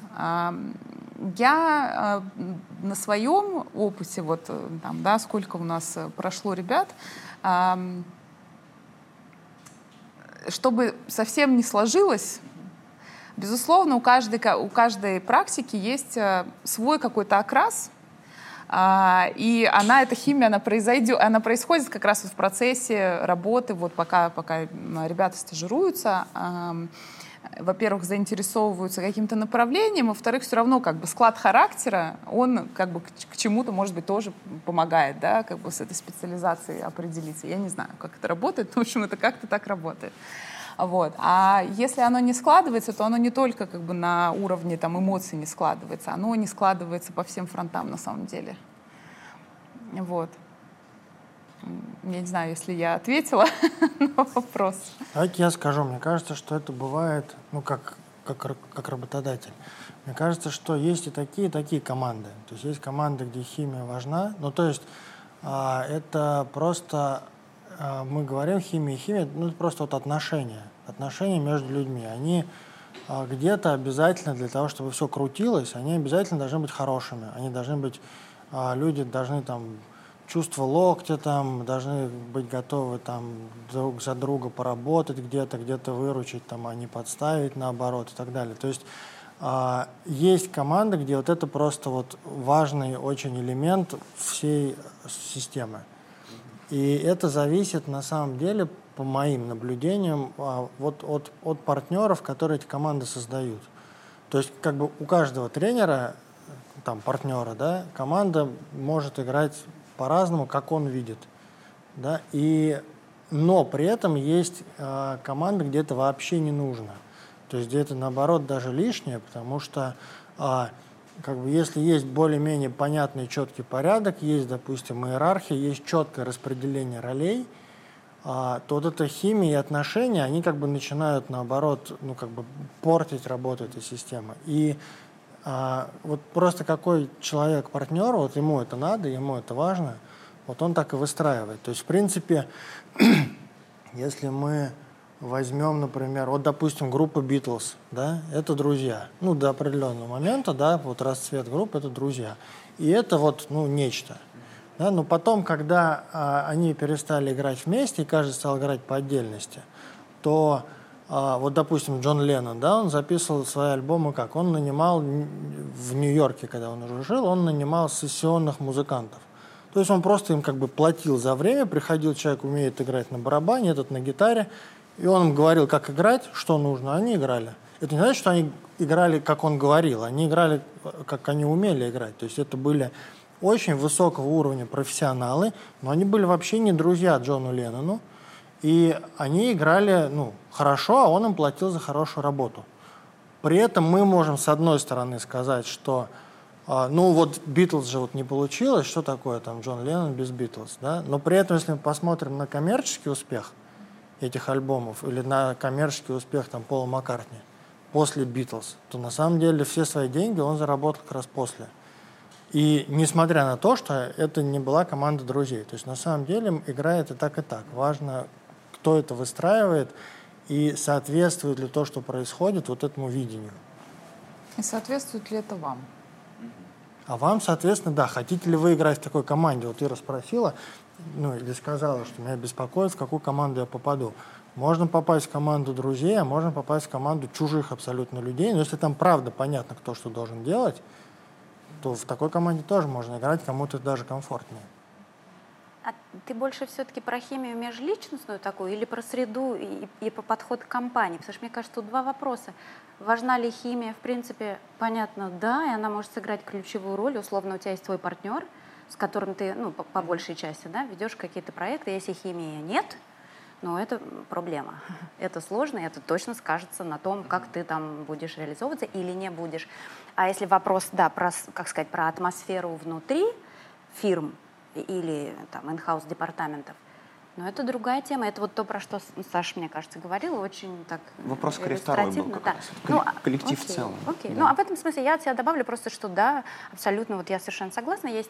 Я на своем опыте, вот там, да, сколько у нас прошло ребят, чтобы совсем не сложилось, безусловно, у каждой, у каждой практики есть свой какой-то окрас, и она, эта химия, она, произойдет, она происходит как раз в процессе работы, вот пока, пока ребята стажируются. Во-первых, заинтересовываются каким-то направлением, во-вторых, все равно как бы склад характера, он как бы к, к чему-то, может быть, тоже помогает, да, как бы с этой специализацией определиться. Я не знаю, как это работает, но, в общем, это как-то так работает. Вот. А если оно не складывается, то оно не только как бы на уровне там, эмоций не складывается, оно не складывается по всем фронтам на самом деле. Вот. Я не знаю, если я ответила на вопрос. Давайте я скажу. Мне кажется, что это бывает, ну, как, как, как работодатель. Мне кажется, что есть и такие, и такие команды. То есть есть команды, где химия важна. Ну, то есть а, это просто, а, мы говорим химия, химия, ну, это просто вот отношения. Отношения между людьми. Они а, где-то обязательно для того, чтобы все крутилось, они обязательно должны быть хорошими. Они должны быть, а, люди должны там чувство локтя, там, должны быть готовы там, друг за друга поработать где-то, где-то выручить, там, а не подставить наоборот и так далее. То есть а, есть команда, где вот это просто вот важный очень элемент всей системы. И это зависит на самом деле, по моим наблюдениям, а, вот от, от партнеров, которые эти команды создают. То есть как бы у каждого тренера, там, партнера, да, команда может играть по-разному, как он видит. Да? И, но при этом есть э, команда, где это вообще не нужно. То есть где это, наоборот, даже лишнее, потому что э, как бы, если есть более-менее понятный четкий порядок, есть, допустим, иерархия, есть четкое распределение ролей, э, то вот эта химия и отношения, они как бы начинают, наоборот, ну, как бы портить работу этой системы. И А, вот просто какой человек партнер, вот ему это надо, ему это важно, вот он так и выстраивает. То есть, в принципе, если мы возьмем, например, вот, допустим, группа Beatles, да, это друзья. Ну, до определенного момента, да, вот расцвет группы — это друзья. И это вот, ну, нечто. Да, но потом, когда а, они перестали играть вместе, и каждый стал играть по отдельности, то А, вот, допустим, Джон Леннон, да, он записывал свои альбомы как? Он нанимал в Нью-Йорке, когда он уже жил, он нанимал сессионных музыкантов. То есть он просто им как бы платил за время, приходил человек, умеет играть на барабане, этот на гитаре, и он им говорил, как играть, что нужно, они играли. Это не значит, что они играли, как он говорил, они играли, как они умели играть. То есть это были очень высокого уровня профессионалы, но они были вообще не друзья Джону Леннону. И они играли, ну, хорошо, а он им платил за хорошую работу. При этом мы можем, с одной стороны, сказать, что, э, ну, вот Битлз же вот не получилось, что такое там Джон Леннон без Битлз, да? Но при этом, если мы посмотрим на коммерческий успех этих альбомов или на коммерческий успех там Пола Маккартни после Битлз, то на самом деле все свои деньги он заработал как раз после. И несмотря на то, что это не была команда друзей. То есть на самом деле играет и так, и так. Важно, кто это выстраивает и соответствует ли то, что происходит, вот этому видению. И соответствует ли это вам? А вам, соответственно, да, хотите ли вы играть в такой команде? Вот Ира спросила, ну, или сказала, что меня беспокоит, в какую команду я попаду. Можно попасть в команду друзей, а можно попасть в команду чужих абсолютно людей. Но если там правда понятно, кто что должен делать, то в такой команде тоже можно играть, кому-то даже комфортнее. А ты больше все-таки про химию межличностную такую или про среду и, и по подходу к компании? Потому что, мне кажется, тут два вопроса. Важна ли химия? В принципе, понятно, да, и она может сыграть ключевую роль. Условно, у тебя есть твой партнер, с которым ты, ну, по, по большей части, да, ведешь какие-то проекты. Если химии нет, но это проблема. Это сложно, и это точно скажется на том, как ты там будешь реализовываться или не будешь. А если вопрос, да, про, как сказать, про атмосферу внутри фирм или там in-house департаментов, но это другая тема. Это вот то, про что Саша, мне кажется, говорила, очень так Вопрос скорее второй был, как да. раз. Ну, Коллектив окей, в целом. Окей. Да. Ну, а в этом смысле я от себя добавлю просто, что да, абсолютно, вот я совершенно согласна, есть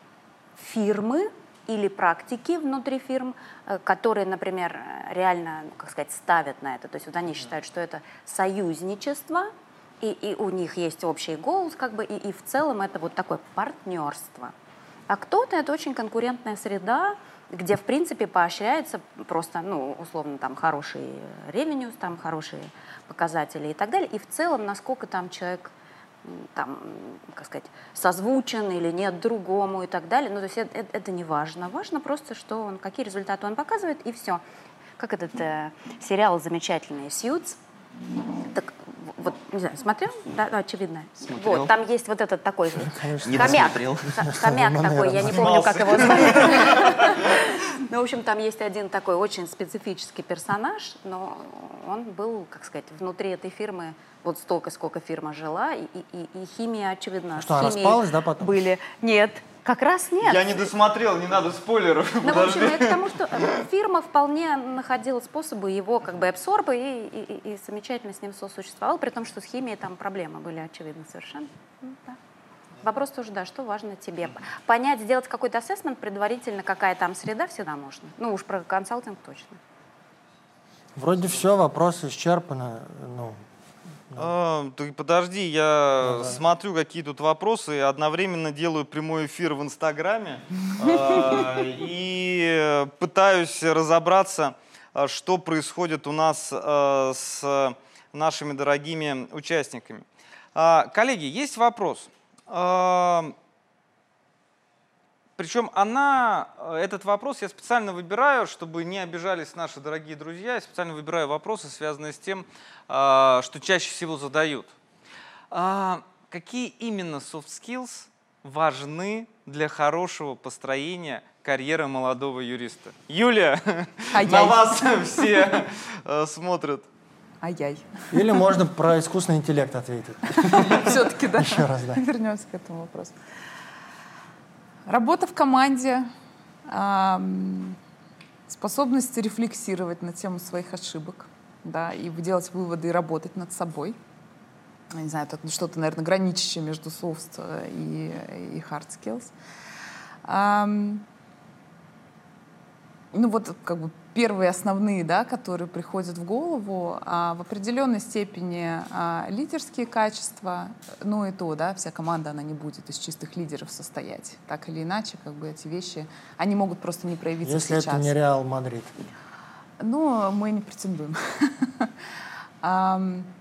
фирмы или практики внутри фирм, которые, например, реально, ну, как сказать, ставят на это. То есть вот они считают, что это союзничество, и, и у них есть общий голос, как бы, и, и в целом это вот такое партнерство. А кто-то — это очень конкурентная среда, где, в принципе, поощряется просто, ну, условно, там, хороший ревеню, там, хорошие показатели и так далее. И в целом, насколько там человек, там, как сказать, созвучен или нет другому и так далее. Ну, то есть это, это, это не важно. Важно просто, что он, какие результаты он показывает, и все. Как этот э, сериал замечательный «Сьюз». Так, вот, не знаю, смотрел? Да, очевидно. Смотрел. Вот, там есть вот этот такой Не хомяк. досмотрел. Хомяк такой, я не помню, как его зовут. Ну, в общем, там есть один такой очень специфический персонаж, но он был, как сказать, внутри этой фирмы вот столько, сколько фирма жила, и, и, и химия, очевидно, Что, с химией распалась, да, потом? были. Нет, как раз нет. Я не досмотрел, не надо спойлеров. Ну, в общем, это к тому, что фирма вполне находила способы его как бы абсорба и, и, и замечательно с ним сосуществовала, при том, что с химией там проблемы были очевидны совершенно. Ну, да. Вопрос тоже, да, что важно тебе. Понять, сделать какой-то ассессмент предварительно, какая там среда, всегда можно. Ну, уж про консалтинг точно. Вроде все, вопросы исчерпаны. Ну, А, ты подожди, я Ну да. смотрю, какие тут вопросы, и одновременно делаю прямой эфир в Инстаграме а, и пытаюсь разобраться, а, что происходит у нас а, с нашими дорогими участниками. А, Коллеги, есть вопрос. А, Причем она, этот вопрос я специально выбираю, чтобы не обижались наши дорогие друзья, я специально выбираю вопросы, связанные с тем, а, что чаще всего задают. А, Какие именно soft skills важны для хорошего построения карьеры молодого юриста? Юлия, Ай-яй. на вас все э, смотрят. Ай-яй. или можно про искусственный интеллект ответить. Все-таки, да. Еще раз, да. Вернемся к этому вопросу. Работа в команде, эм, способность рефлексировать на тему своих ошибок, да, и делать выводы и работать над собой. Я не знаю, это что-то, наверное, граничащее между soft и, и hard skills. Эм, ну вот как бы первые основные, да, которые приходят в голову, а в определенной степени а, лидерские качества, ну и то, да, вся команда, она не будет из чистых лидеров состоять. Так или иначе, как бы эти вещи, они могут просто не проявиться Если сейчас. это не Реал Мадрид. Ну, мы не претендуем. Ам,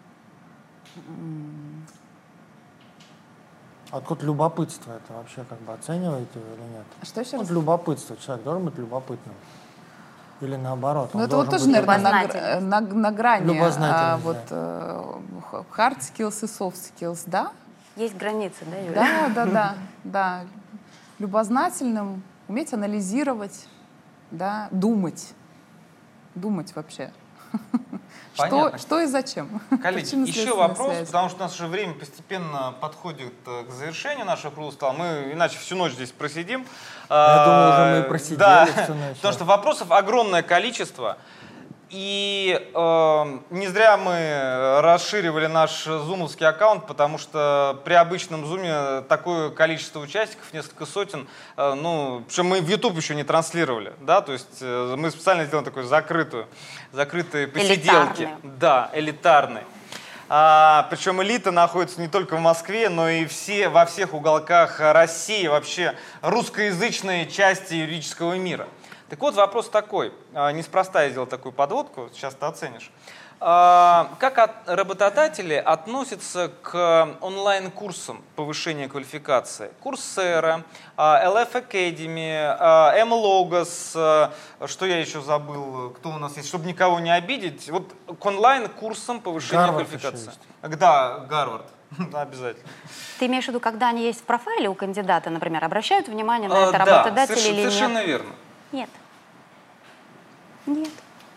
А тут любопытство, это вообще как бы оцениваете или нет? Что еще Вот раз? любопытство, человек должен быть любопытным. Или наоборот, он Ну, это вот должен тоже, быть наверное, на, любознательность. гр- на, на грани а, Любознательность, вот, э, hard skills и soft skills, да? Есть границы, да, Юля? Да, да, да, да. Любознательным, уметь анализировать, да, думать. Думать вообще. Что, Понятно. что и зачем? Коллеги, еще Причинно-следственная вопрос, связь. потому что у нас уже время постепенно подходит э, к завершению нашего круглого стола. Мы иначе всю ночь здесь просидим. Я думаю, уже мы А, просидели да, всю ночь. потому что вопросов огромное количество. И э, не зря мы расширивали наш зумовский аккаунт, потому что при обычном зуме такое количество участников, несколько сотен, э, ну, причем мы в YouTube еще не транслировали, да, то есть э, мы специально сделали такую закрытую, закрытые посиделки. Элитарные. Да, элитарные. А, причем элита находится не только в Москве, но и все, во всех уголках России, вообще русскоязычной части юридического мира. Так вот, вопрос такой. А, неспроста я сделал такую подводку, сейчас ты оценишь. А, как от, работодатели относятся к онлайн-курсам повышения квалификации? Курсера, эл эф Academy, M-Logos, что я еще забыл, кто у нас есть, чтобы никого не обидеть. Вот к онлайн-курсам повышения Гарвард квалификации. еще Да, Гарвард. Обязательно. Ты имеешь в виду, когда они есть в профайле у кандидата, например, обращают внимание на А, это да, работодатели соверш- или нет? совершенно верно. Нет. Нет.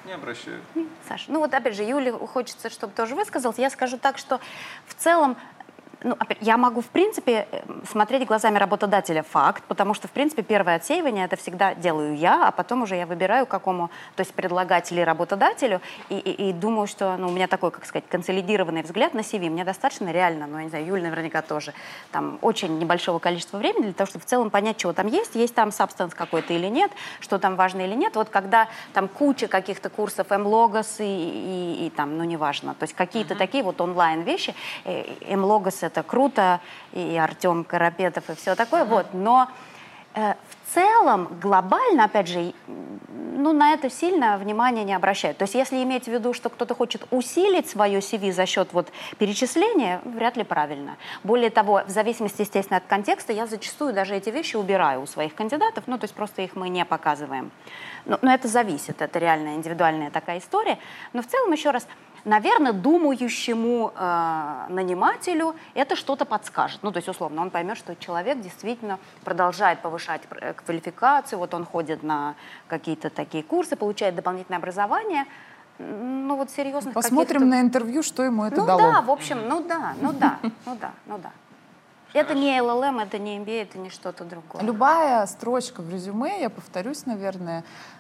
Не обращаю. Саша, ну вот опять же, Юле хочется, чтобы тоже высказался. Я скажу так, что в целом, ну, опять, я могу, в принципе, смотреть глазами работодателя факт, потому что, в принципе, первое отсеивание это всегда делаю я, а потом уже я выбираю, какому, то есть предлагать или работодателю, и, и, и думаю, что ну, у меня такой, как сказать, консолидированный взгляд на си ви. Мне достаточно реально, ну, я не знаю, Юля наверняка тоже, там, очень небольшого количества времени для того, чтобы в целом понять, чего там есть, есть там сабстанс какой-то или нет, что там важно или нет. Вот когда там куча каких-то курсов эм-логос и, и, и там, ну, неважно, то есть какие-то mm-hmm. такие вот онлайн вещи, эм-логос это круто, и Артем Карапетов, и все такое, mm-hmm. вот, но э, в целом, глобально, опять же, ну, на это сильно внимание не обращают. То есть если иметь в виду, что кто-то хочет усилить свое си ви за счет вот перечисления, вряд ли правильно. Более того, в зависимости, естественно, от контекста, я зачастую даже эти вещи убираю у своих кандидатов, ну, то есть просто их мы не показываем. Но, но это зависит, это реально индивидуальная такая история. Но в целом, еще раз, наверное, думающему э, нанимателю это что-то подскажет. Ну, то есть, условно, он поймет, что человек действительно продолжает повышать квалификацию, вот он ходит на какие-то такие курсы, получает дополнительное образование. Ну, вот серьезно. Посмотрим на интервью, что ему это ну, дало. Ну, да, в общем, ну да, ну да, ну да, ну да. Это не эл эл эм, это не эм би эй, это не что-то другое. Любая строчка в резюме, я повторюсь, наверное,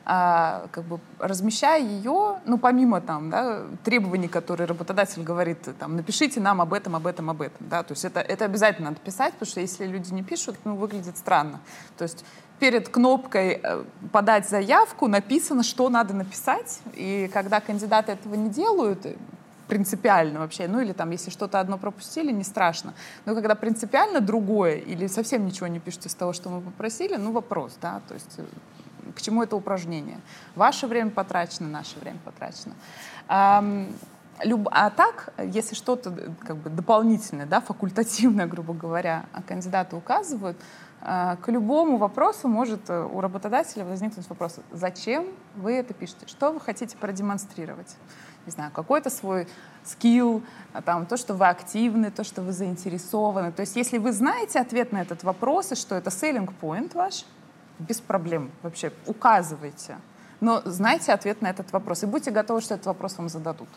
а, как бы размещая ее, ну, помимо там, да, требований, которые работодатель говорит, там, напишите нам об этом, об этом, об этом, да, то есть это, это обязательно надо писать, потому что если люди не пишут, ну, выглядит странно. То есть перед кнопкой «подать заявку» написано, что надо написать, и когда кандидаты этого не делают, принципиально вообще, ну или там, если что-то одно пропустили, не страшно. Но когда принципиально другое или совсем ничего не пишут из того, что мы попросили, ну вопрос, да, то есть к чему это упражнение? Ваше время потрачено, наше время потрачено. А, люб... а так, если что-то как бы дополнительное, да, факультативное, грубо говоря, кандидаты указывают, к любому вопросу может у работодателя возникнуть вопрос, зачем вы это пишете, что вы хотите продемонстрировать? Не знаю, какой-то свой скилл, там, то, что вы активны, то, что вы заинтересованы. То есть если вы знаете ответ на этот вопрос, и что это selling point ваш, без проблем вообще указывайте. Но знайте ответ на этот вопрос. И будьте готовы, что этот вопрос вам зададут.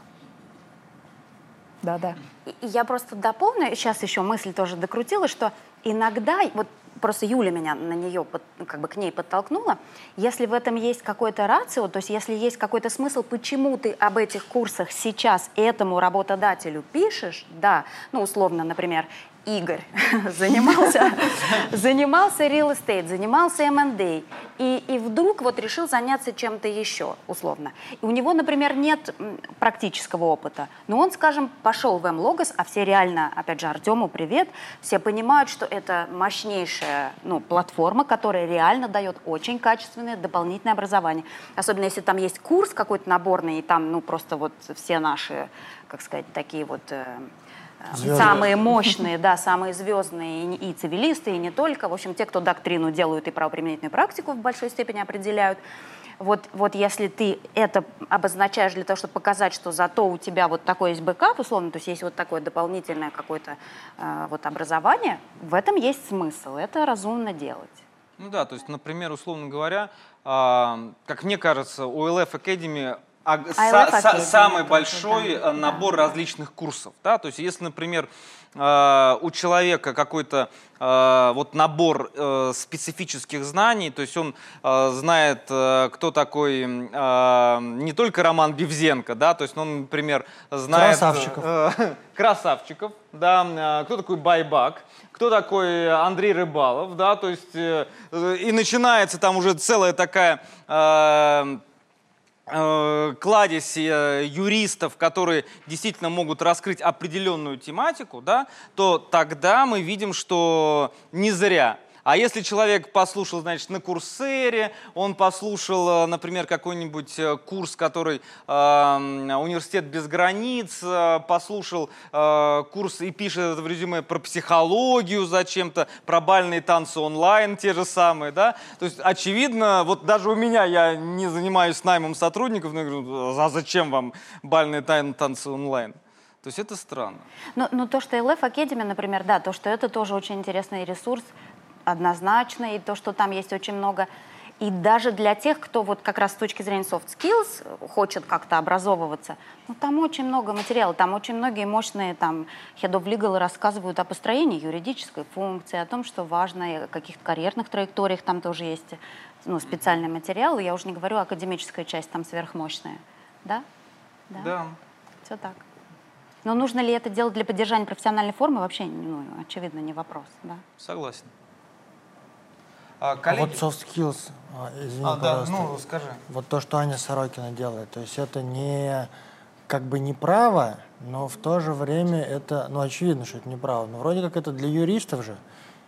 Да, да. Я просто дополню, сейчас еще мысль тоже докрутила, что иногда, вот просто Юля меня на нее, как бы к ней подтолкнула, если в этом есть какой-то рацио, то есть если есть какой-то смысл, почему ты об этих курсах сейчас этому работодателю пишешь, да, ну, условно, например, Игорь занимался, занимался real estate, занимался эм энд эй, и, и вдруг вот решил заняться чем-то еще, условно. И у него, например, нет практического опыта, но он, скажем, пошел в эм-логос, а все реально, опять же, Артему привет, все понимают, что это мощнейшая, ну, платформа, которая реально дает очень качественное дополнительное образование. Особенно если там есть курс какой-то наборный, и там, ну, просто вот все наши, как сказать, такие вот... Звезды. Самые мощные, да, самые звездные и, и цивилисты, и не только. В общем, те, кто доктрину делают и правоприменительную практику в большой степени определяют. Вот, вот если ты это обозначаешь для того, чтобы показать, что зато у тебя вот такой есть бэкап, условно, то есть есть вот такое дополнительное какое-то э, вот образование, в этом есть смысл, это разумно делать. Ну да, то есть, например, условно говоря, э, как мне кажется, у эл эф Academy А, са, са, самый большой да, набор да. различных курсов. Да? То есть, если, например, э, у человека какой-то э, вот набор э, специфических знаний, то есть он э, знает, э, кто такой э, не только Роман Бевзенко, да, то есть он, например, знает... Красавчиков. Э, красавчиков, да, кто такой Байбак, кто такой Андрей Рыбалов, да, то есть э, и начинается там уже целая такая... Э, кладезь юристов, которые действительно могут раскрыть определенную тематику, да, то тогда мы видим, что не зря. А если человек послушал, значит, на Курсере, он послушал, например, какой-нибудь курс, который э, «Университет без границ», послушал э, курс и пишет в резюме про психологию зачем-то, про бальные танцы онлайн, те же самые, да, то есть, очевидно, вот даже у меня, я не занимаюсь наймом сотрудников, но я говорю, а зачем вам бальные танцы онлайн? То есть это странно. Но, но то, что эл эф Academy, например, да, то, что это тоже очень интересный ресурс, однозначно, и то, что там есть очень много И даже для тех, кто вот как раз с точки зрения soft skills хочет как-то образовываться, ну, там очень много материала, там очень многие мощные там head of legal рассказывают о построении юридической функции, о том, что важно, и о каких-то карьерных траекториях там тоже есть, ну, специальный материал. Я уже не говорю, академическая часть там сверхмощная. Да? Да. Да. Все так. Но нужно ли это делать для поддержания профессиональной формы, вообще, ну, очевидно, не вопрос. Да? Согласен. А, коллеги... А вот soft skills, а, извини, а, да, пожалуйста. ну, скажи. Вот то, что Аня Сорокина делает, то есть это не как бы не право, но в то же время это, ну, очевидно, что это не право, но вроде как это для юристов же.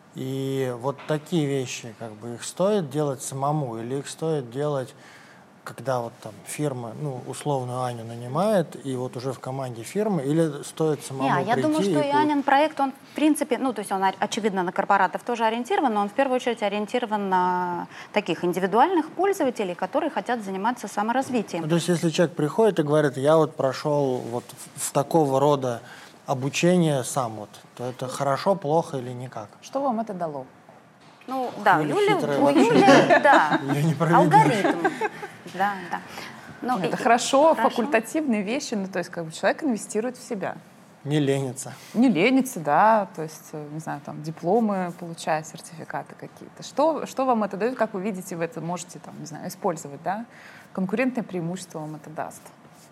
И вот такие вещи, как бы их стоит делать самому, или их стоит делать, когда вот там фирма, ну, условную Аню нанимает, и вот уже в команде фирмы, или стоит самому Не, я прийти думаю, что и... и Анин проект, он в принципе, ну, то есть он, очевидно, на корпоратов тоже ориентирован, но он в первую очередь ориентирован на таких индивидуальных пользователей, которые хотят заниматься саморазвитием. Ну, то есть если человек приходит и говорит, я вот прошел вот в такого рода обучение сам, вот, то это хорошо, плохо или никак? Что вам это дало? Ну, да, Юля Юля, хитрая у вообще. Юли, да, Её не проведешь. алгоритм. Да, да. Ну, Это и- хорошо, хорошо. факультативные вещи, ну, то есть как бы человек инвестирует в себя. Не ленится. Не ленится, да, то есть, э, не знаю, там, дипломы получать, сертификаты какие-то. Что, что вам это дает, как вы видите, вы это можете, там, не знаю, использовать, да? Конкурентное преимущество вам это даст.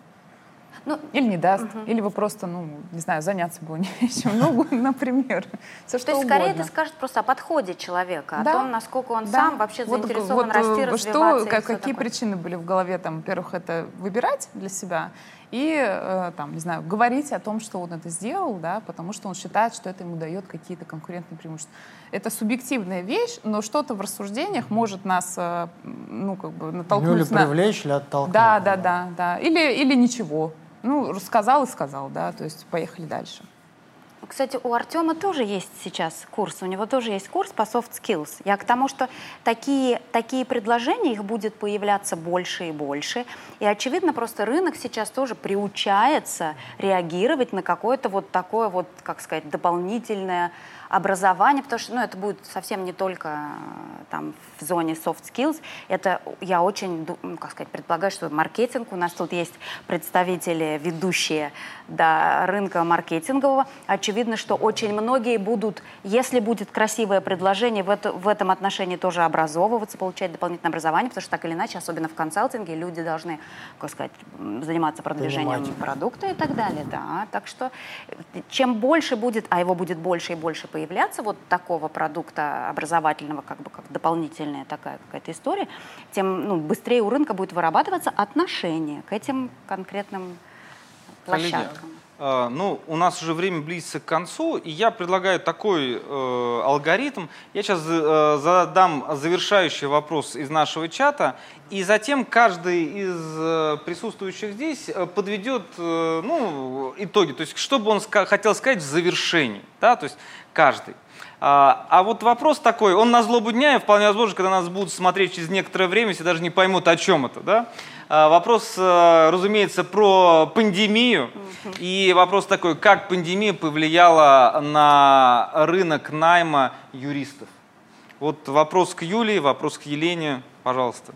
Ну, Или не даст, или вы просто, ну, не знаю, заняться было нечем, ну, например, все что то есть, угодно. скорее это скажет просто о подходе человека, Да. о том, насколько он Да. сам вообще Вот, заинтересован вот, расти, э, развиваться. что, и как- всё какие такое. причины были в голове, там, во-первых, это выбирать для себя и, э, там, не знаю, говорить о том, что он это сделал, да, потому что он считает, что это ему дает какие-то конкурентные преимущества. Это субъективная вещь, но что-то в рассуждениях может нас, э, ну, как бы, натолкнуть Ну или на... привлечь, или оттолкнуть. Да, да, да, да. Или, или ничего. Ну, рассказал и сказал, да, то есть поехали дальше. Кстати, у Артема тоже есть сейчас курс, у него тоже есть курс по soft skills. Я к тому, что такие, такие предложения, их будет появляться больше и больше. И, очевидно, просто рынок сейчас тоже приучается реагировать на какое-то вот такое вот, как сказать, дополнительное образование, потому что, ну, это будет совсем не только э, там в зоне soft skills. Это я очень, ду- ну, как сказать, предполагаю, что маркетинг, у нас тут есть представители, ведущие, да, рынка маркетингового. Очевидно, что очень многие будут, если будет красивое предложение, в, это, в этом отношении тоже образовываться, получать дополнительное образование, потому что так или иначе, особенно в консалтинге, люди должны, как сказать, м, заниматься продвижением Понимать. продукта и так далее. Да. Так что э, чем больше будет, а его будет больше и больше появляться, вот такого продукта образовательного, как бы как дополнительная такая какая-то история, тем, ну, быстрее у рынка будет вырабатываться отношение к этим конкретным Коллеги, площадкам. э, ну, у нас уже время близится к концу, и я предлагаю такой э, алгоритм. Я сейчас э, задам завершающий вопрос из нашего чата, и затем каждый из э, присутствующих здесь э, подведет э, ну, итоги, то есть что бы он ска- хотел сказать в завершении, да, то есть каждый. А, а вот вопрос такой, он на злобу дня, и вполне возможно, когда нас будут смотреть через некоторое время, все даже не поймут, о чем это. Да? А, вопрос, а, разумеется, про пандемию. И вопрос такой, как пандемия повлияла на рынок найма юристов? Вот вопрос к Юлии, вопрос к Елене, пожалуйста.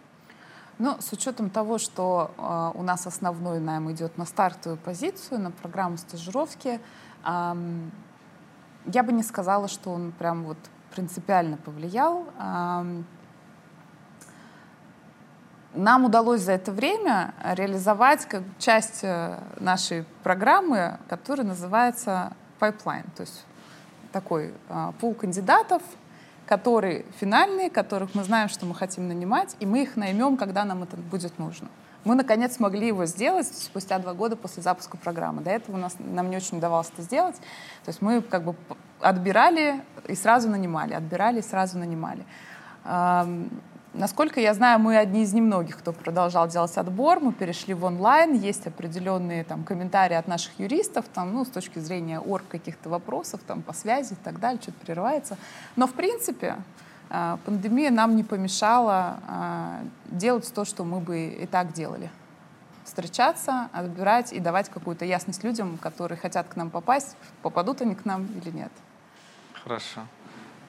Ну, с учетом того, что э, у нас основной найм идет на стартовую позицию, на программу стажировки, эм, я бы не сказала, что он прям вот принципиально повлиял. Эм, нам удалось за это время реализовать как часть э, нашей программы, которая называется Pipeline, то есть такой э, пул кандидатов, которые финальные, которых мы знаем, что мы хотим нанимать, и мы их наймем, когда нам это будет нужно. Мы, наконец, смогли его сделать спустя два года после запуска программы. До этого у нас, нам не очень удавалось это сделать. То есть мы как бы отбирали и сразу нанимали, отбирали и сразу нанимали. Эм, насколько я знаю, мы одни из немногих, кто продолжал делать отбор. Мы перешли в онлайн, есть определенные там, комментарии от наших юристов, там, ну, с точки зрения орг каких-то вопросов, там, по связи и так далее, что-то прерывается. Но, в принципе, пандемия нам не помешала а, делать то, что мы бы и так делали. Встречаться, отбирать и давать какую-то ясность людям, которые хотят к нам попасть, попадут они к нам или нет. Хорошо.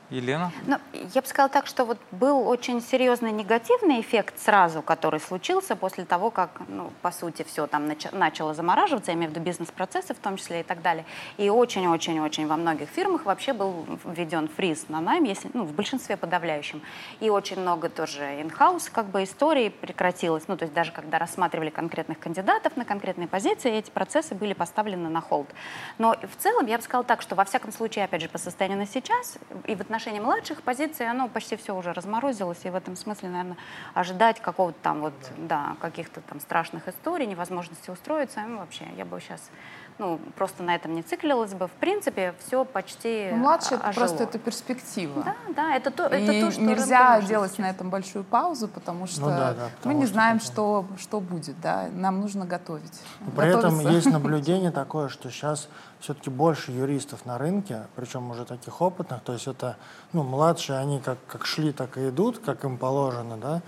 Елена? Ну, я бы сказала так, что вот был очень серьезный негативный эффект сразу, который случился после того, как, ну, по сути, все там нач- начало замораживаться, я имею в виду бизнес-процессы в том числе и так далее. И очень-очень-очень во многих фирмах вообще был введен фриз на найм, если, ну, в большинстве подавляющем. И очень много тоже in-house как бы историй прекратилось. Ну, то есть даже когда рассматривали конкретных кандидатов на конкретные позиции, эти процессы были поставлены на холд. Но в целом я бы сказала так, что во всяком случае, опять же, по состоянию на сейчас и в отношении В отношении младших позиций, оно почти все уже разморозилось, и в этом смысле, наверное, ожидать какого-то там вот, да, каких-то там страшных историй, невозможности устроиться, ну, вообще, я бы сейчас, ну, просто на этом не циклилась бы. В принципе, все почти ну, младшие ожило. Просто это перспектива. Да, да, это то, и это то, что нельзя делать сейчас на этом большую паузу, потому что ну, да, да, мы не что знаем, что, что будет, да, нам нужно готовить. При этом есть наблюдение такое, что сейчас все-таки больше юристов на рынке, причем уже таких опытных, то есть это, ну, младшие, они как, как шли, так и идут, как им положено, да.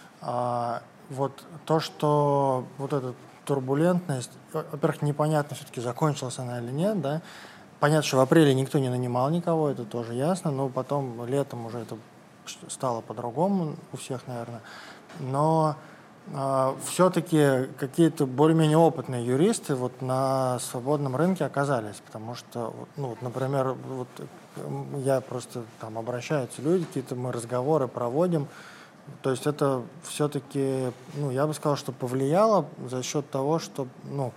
А, вот то, что вот эта турбулентность, во-первых, непонятно все-таки, закончилась она или нет, да. Понятно, что в апреле никто не нанимал никого, это тоже ясно, но потом летом уже это стало по-другому у всех, наверное. Но все-таки какие-то более-менее опытные юристы вот на свободном рынке оказались, потому что, ну, вот, например, вот я просто там обращаются люди, какие-то мы разговоры проводим, то есть это все-таки, ну, я бы сказал, что повлияло за счет того, что, ну,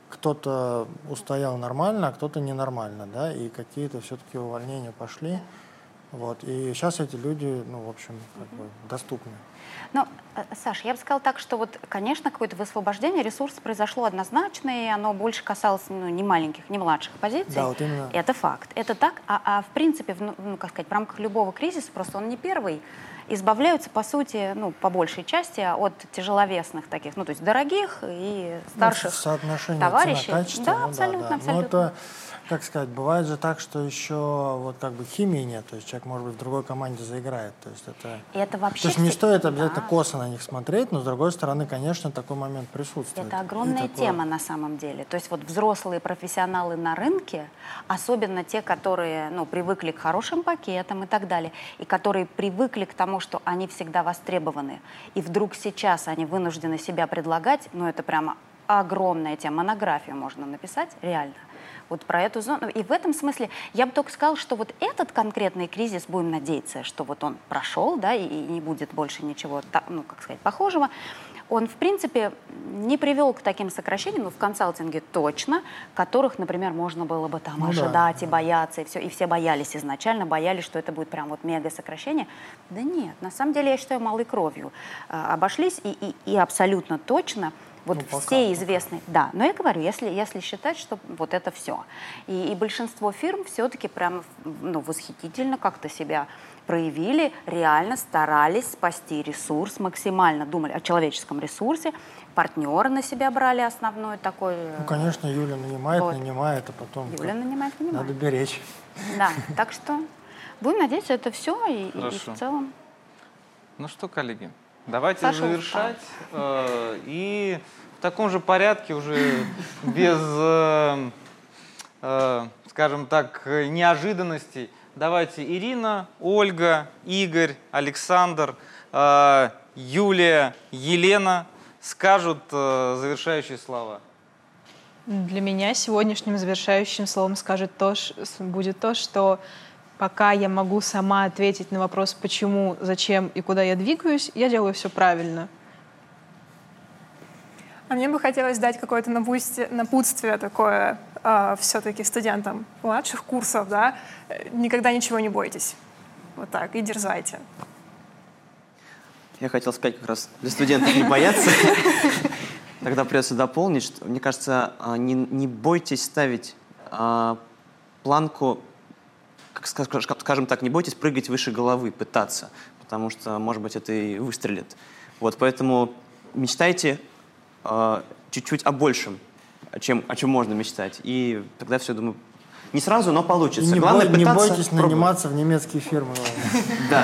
кто-то устоял нормально, а кто-то ненормально, да, и какие-то все-таки увольнения пошли, вот, и сейчас эти люди, ну, в общем, как бы доступны. Ну, Саша, я бы сказала так, что вот, конечно, какое-то высвобождение ресурсов произошло однозначно, и оно больше касалось, ну, не маленьких, не младших позиций. Да, вот именно. Это факт. Это так. А, а в принципе, в, ну, как сказать, в рамках любого кризиса, просто он не первый, избавляются, по сути, ну, по большей части от тяжеловесных таких, ну, то есть дорогих и старших, ну, соотношение товарищей. Цена-качество, Да, ну, абсолютно, да, да. абсолютно. Но это, как сказать, бывает же так, что еще вот как бы химии нет, то есть человек, может быть, в другой команде заиграет, то есть это... И это вообще... То есть не стоит обязательно да. косо на них смотреть, но с другой стороны, конечно, такой момент присутствует. Это огромная такое... тема на самом деле. То есть вот взрослые профессионалы на рынке, особенно те, которые, ну, привыкли к хорошим пакетам и так далее, и которые привыкли к тому, что они всегда востребованы, и вдруг сейчас они вынуждены себя предлагать, ну, это прямо огромная тема, монографию можно написать, реально. Вот про эту зону. И в этом смысле я бы только сказала, что вот этот конкретный кризис, будем надеяться, что вот он прошел, да, и, и не будет больше ничего, ну, как сказать, похожего, он, в принципе, не привел к таким сокращениям, ну, в консалтинге точно, которых, например, можно было бы там ну, ожидать да. и бояться, и все. И все боялись изначально, боялись, что это будет прям вот мега сокращение. Да нет, на самом деле, я считаю, малой кровью э, обошлись, и, и, и абсолютно точно вот ну, пока, все известные, пока. Да, но я говорю, если, если считать, что вот это все. И, и большинство фирм все-таки прям, ну, восхитительно как-то себя проявили, реально старались спасти ресурс, максимально думали о человеческом ресурсе, партнеры на себя брали основной такой. Ну, конечно, Юля нанимает, вот. нанимает, а потом Юля нанимает, нанимает. Надо беречь. Да, так что будем надеяться, это все, и, и в целом. Ну что, коллеги, давайте Саша завершать. Э, и в таком же порядке, уже без, э, э, скажем так, неожиданностей. Давайте Ирина, Ольга, Игорь, Александр, э, Юлия, Елена скажут э, завершающие слова. Для меня сегодняшним завершающим словом скажет то, будет то, что пока я могу сама ответить на вопрос, почему, зачем и куда я двигаюсь, я делаю все правильно. А мне бы хотелось дать какое-то напутствие такое э, все-таки студентам младших курсов, да, никогда ничего не бойтесь. Вот так, и дерзайте. Я хотел сказать как раз для студентов не бояться. Тогда придется дополнить, что, мне кажется, не, не бойтесь ставить а, планку, как, скажем так, не бойтесь прыгать выше головы, пытаться, потому что, может быть, это и выстрелит. Вот, поэтому мечтайте а, чуть-чуть о большем, о чем, о чем можно мечтать, и тогда все, думаю, не сразу, но получится. Не, Главное, бой, не пытаться бойтесь пробовать. наниматься в немецкие фирмы. Да.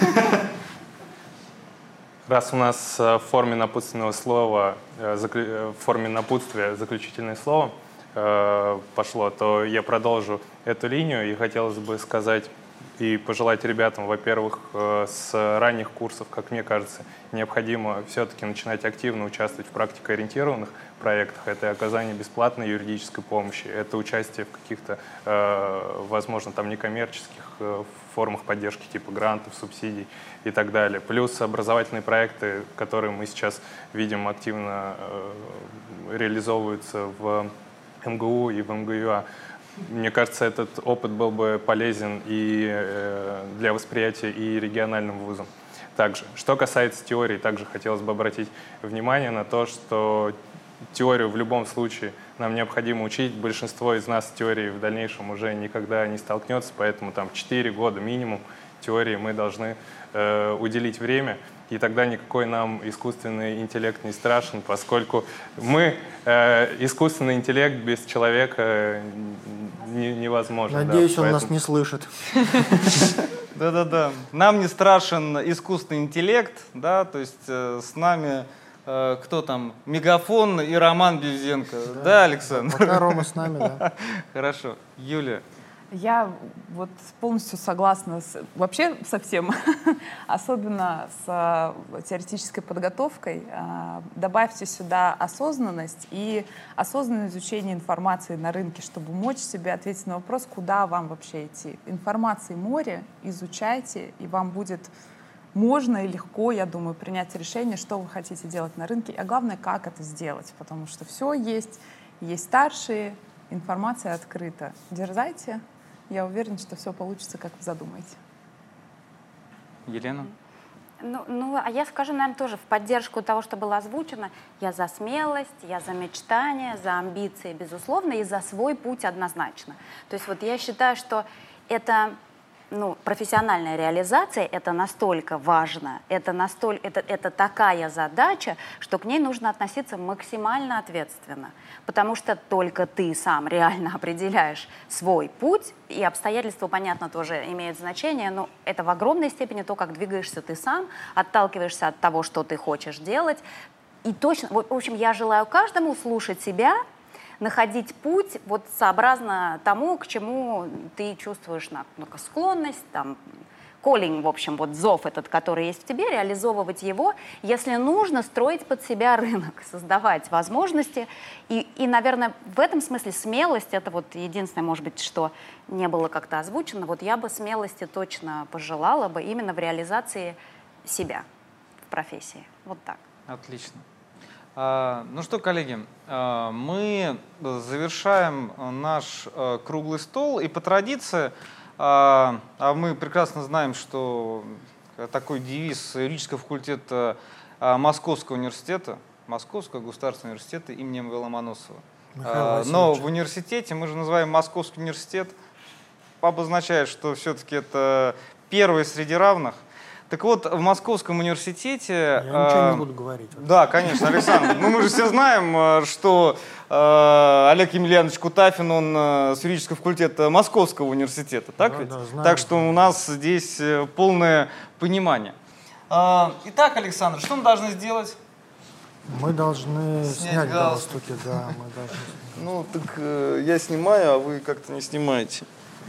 Раз у нас в форме напутственного слова, в форме напутствия заключительное слово пошло, то я продолжу эту линию и хотелось бы сказать и пожелать ребятам, во-первых, с ранних курсов, как мне кажется, необходимо все-таки начинать активно участвовать в практикоориентированных проектах. Это оказание бесплатной юридической помощи, это участие в каких-то, возможно, там некоммерческих формах поддержки типа грантов, субсидий и так далее. Плюс образовательные проекты, которые мы сейчас видим активно реализовываются в эм гэ у и в эм гэ ю а. Мне кажется, этот опыт был бы полезен и для восприятия и региональным вузам. Также, что касается теории, также хотелось бы обратить внимание на то, что теорию в любом случае нам необходимо учить. Большинство из нас с теорией в дальнейшем уже никогда не столкнется, поэтому там четыре года минимум теории мы должны э, уделить время. И тогда никакой нам искусственный интеллект не страшен, поскольку мы, э, искусственный интеллект без человека не, невозможно. Надеюсь, да, он поэтому... нас не слышит. Да-да-да. Нам не страшен искусственный интеллект, да, то есть э, с нами э, кто там? Мегафон и Роман Бельзенко. Да, да, Александр? Пока Рома с нами, да. Хорошо. Юлия. Я вот полностью согласна с, вообще со всем, особенно с теоретической подготовкой. Добавьте сюда осознанность и осознанное изучение информации на рынке, чтобы помочь себе ответить на вопрос, куда вам вообще идти. Информации море, изучайте, и вам будет можно и легко, я думаю, принять решение, что вы хотите делать на рынке, а главное, как это сделать, потому что все есть, есть старшие, информация открыта. Дерзайте. Я уверена, что все получится, как вы задумаете. Елена? Ну, ну, а я скажу, наверное, тоже в поддержку того, что было озвучено. Я за смелость, я за мечтание, за амбиции, безусловно, и за свой путь однозначно. То есть вот я считаю, что это... Ну, профессиональная реализация — это настолько важно, это, настоль, это, это такая задача, что к ней нужно относиться максимально ответственно, потому что только ты сам реально определяешь свой путь, и обстоятельства, понятно, тоже имеют значение, но это в огромной степени то, как двигаешься ты сам, отталкиваешься от того, что ты хочешь делать. И точно, в общем, я желаю каждому слушать себя, находить путь вот сообразно тому, к чему ты чувствуешь ну, склонность, там, calling, в общем, вот зов этот, который есть в тебе, реализовывать его, если нужно, строить под себя рынок, создавать возможности. И, и, наверное, в этом смысле смелость — это вот единственное, может быть, что не было как-то озвучено. Вот я бы смелости точно пожелала бы именно в реализации себя в профессии. Вот так. Отлично. Ну что, коллеги, мы завершаем наш круглый стол, и по традиции, а мы прекрасно знаем, что такой девиз юридического факультета Московского университета, Московского государственного университета имени М В Ломоносова. Но в университете мы же называем Московский университет, обозначает, что все-таки это первый среди равных. Так вот, в Московском университете... Я ничего не буду говорить. Да, конечно, Александр. Ну, мы же все знаем, что э, Олег Емельянович Кутафин, он э, с юридического факультета Московского университета, так да, ведь? Да, знаю, так что знаю. у нас здесь полное понимание. Э, итак, Александр, что мы должны сделать? Мы должны снять, снять галстуки, да. Мы должны... Ну, так э, я снимаю, а вы как-то не снимаете.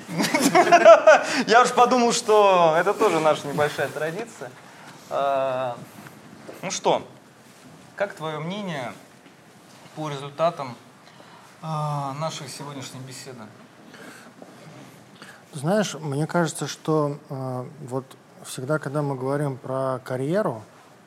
Я уж подумал, что это тоже наша небольшая традиция. Ну что, как твое мнение по результатам нашей сегодняшней беседы? Знаешь, мне кажется, что вот всегда, когда мы говорим про карьеру,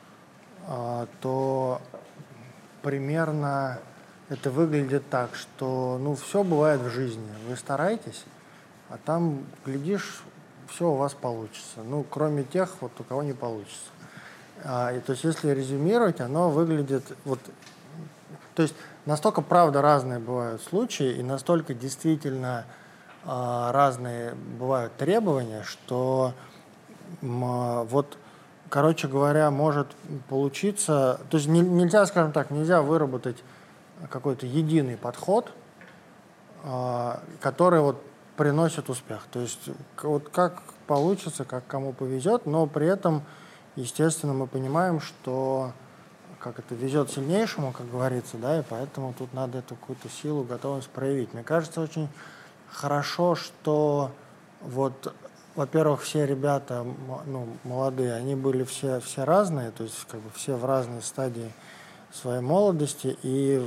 то примерно это выглядит так, что ну, все бывает в жизни. Вы стараетесь, а там, глядишь, все у вас получится. Ну, кроме тех, вот у кого не получится. А, и, то есть, если резюмировать, оно выглядит... Вот, то есть, настолько, правда, разные бывают случаи, и настолько действительно а, разные бывают требования, что м, вот, короче говоря, может получиться... То есть, не, нельзя, скажем так, нельзя выработать какой-то единый подход, а, который вот приносит успех. То есть вот как получится, как кому повезет, но при этом, естественно, мы понимаем, что как это везет сильнейшему, как говорится, да, и поэтому тут надо эту какую-то силу, готовность проявить. Мне кажется, очень хорошо, что вот во-первых, все ребята, ну, молодые, они были все, все разные, то есть как бы все в разной стадии своей молодости, и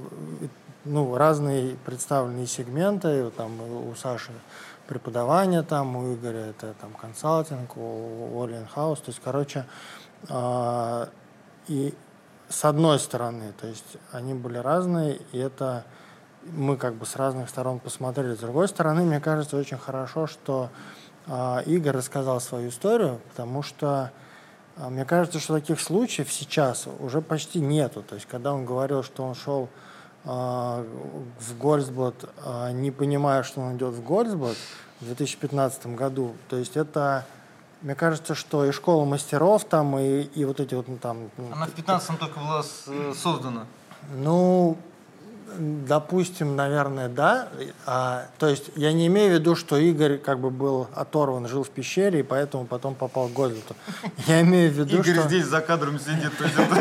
ну, разные представленные сегменты, там у Саши преподавание, там у Игоря это там консалтинг, у Оли инхаус, то есть, короче, э, и с одной стороны, то есть они были разные, и это мы как бы с разных сторон посмотрели. С другой стороны, мне кажется, очень хорошо, что э, Игорь рассказал свою историю, потому что э, мне кажется, что таких случаев сейчас уже почти нету. То есть, когда он говорил, что он шел э, в Гольцблат, э, не понимая, что он идет в Гольцблат в две тысячи пятнадцатом году, то есть это, мне кажется, что и школа мастеров там, и, и вот эти вот ну, там... Она в пятнадцатом только была создана. Ну... Допустим, наверное, да. А, то есть я не имею в виду, что Игорь как бы был оторван, жил в пещере, и поэтому потом попал к Гольцблату. Я имею в виду, Игорь что... здесь за кадром сидит.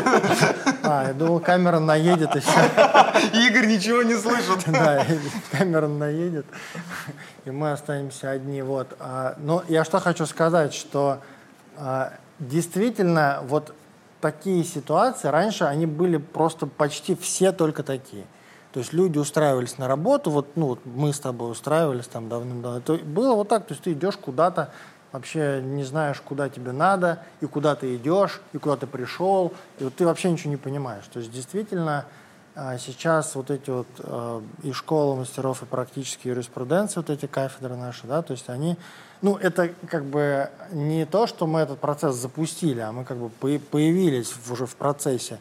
А, я думал, камера наедет и все. Игорь ничего не слышит. Да, камера наедет, и мы останемся одни. Вот. А, но я что хочу сказать, что а, действительно вот такие ситуации, раньше они были просто почти все только такие. То есть люди устраивались на работу, вот, ну, вот мы с тобой устраивались там давным-давно. Это было вот так, то есть ты идешь куда-то, вообще не знаешь, куда тебе надо, и куда ты идешь, и куда ты пришел, и вот ты вообще ничего не понимаешь. То есть действительно сейчас вот эти вот и школа мастеров, и практические юриспруденции, вот эти кафедры наши, да, то есть они, ну, это как бы не то, что мы этот процесс запустили, а мы как бы появились уже в процессе.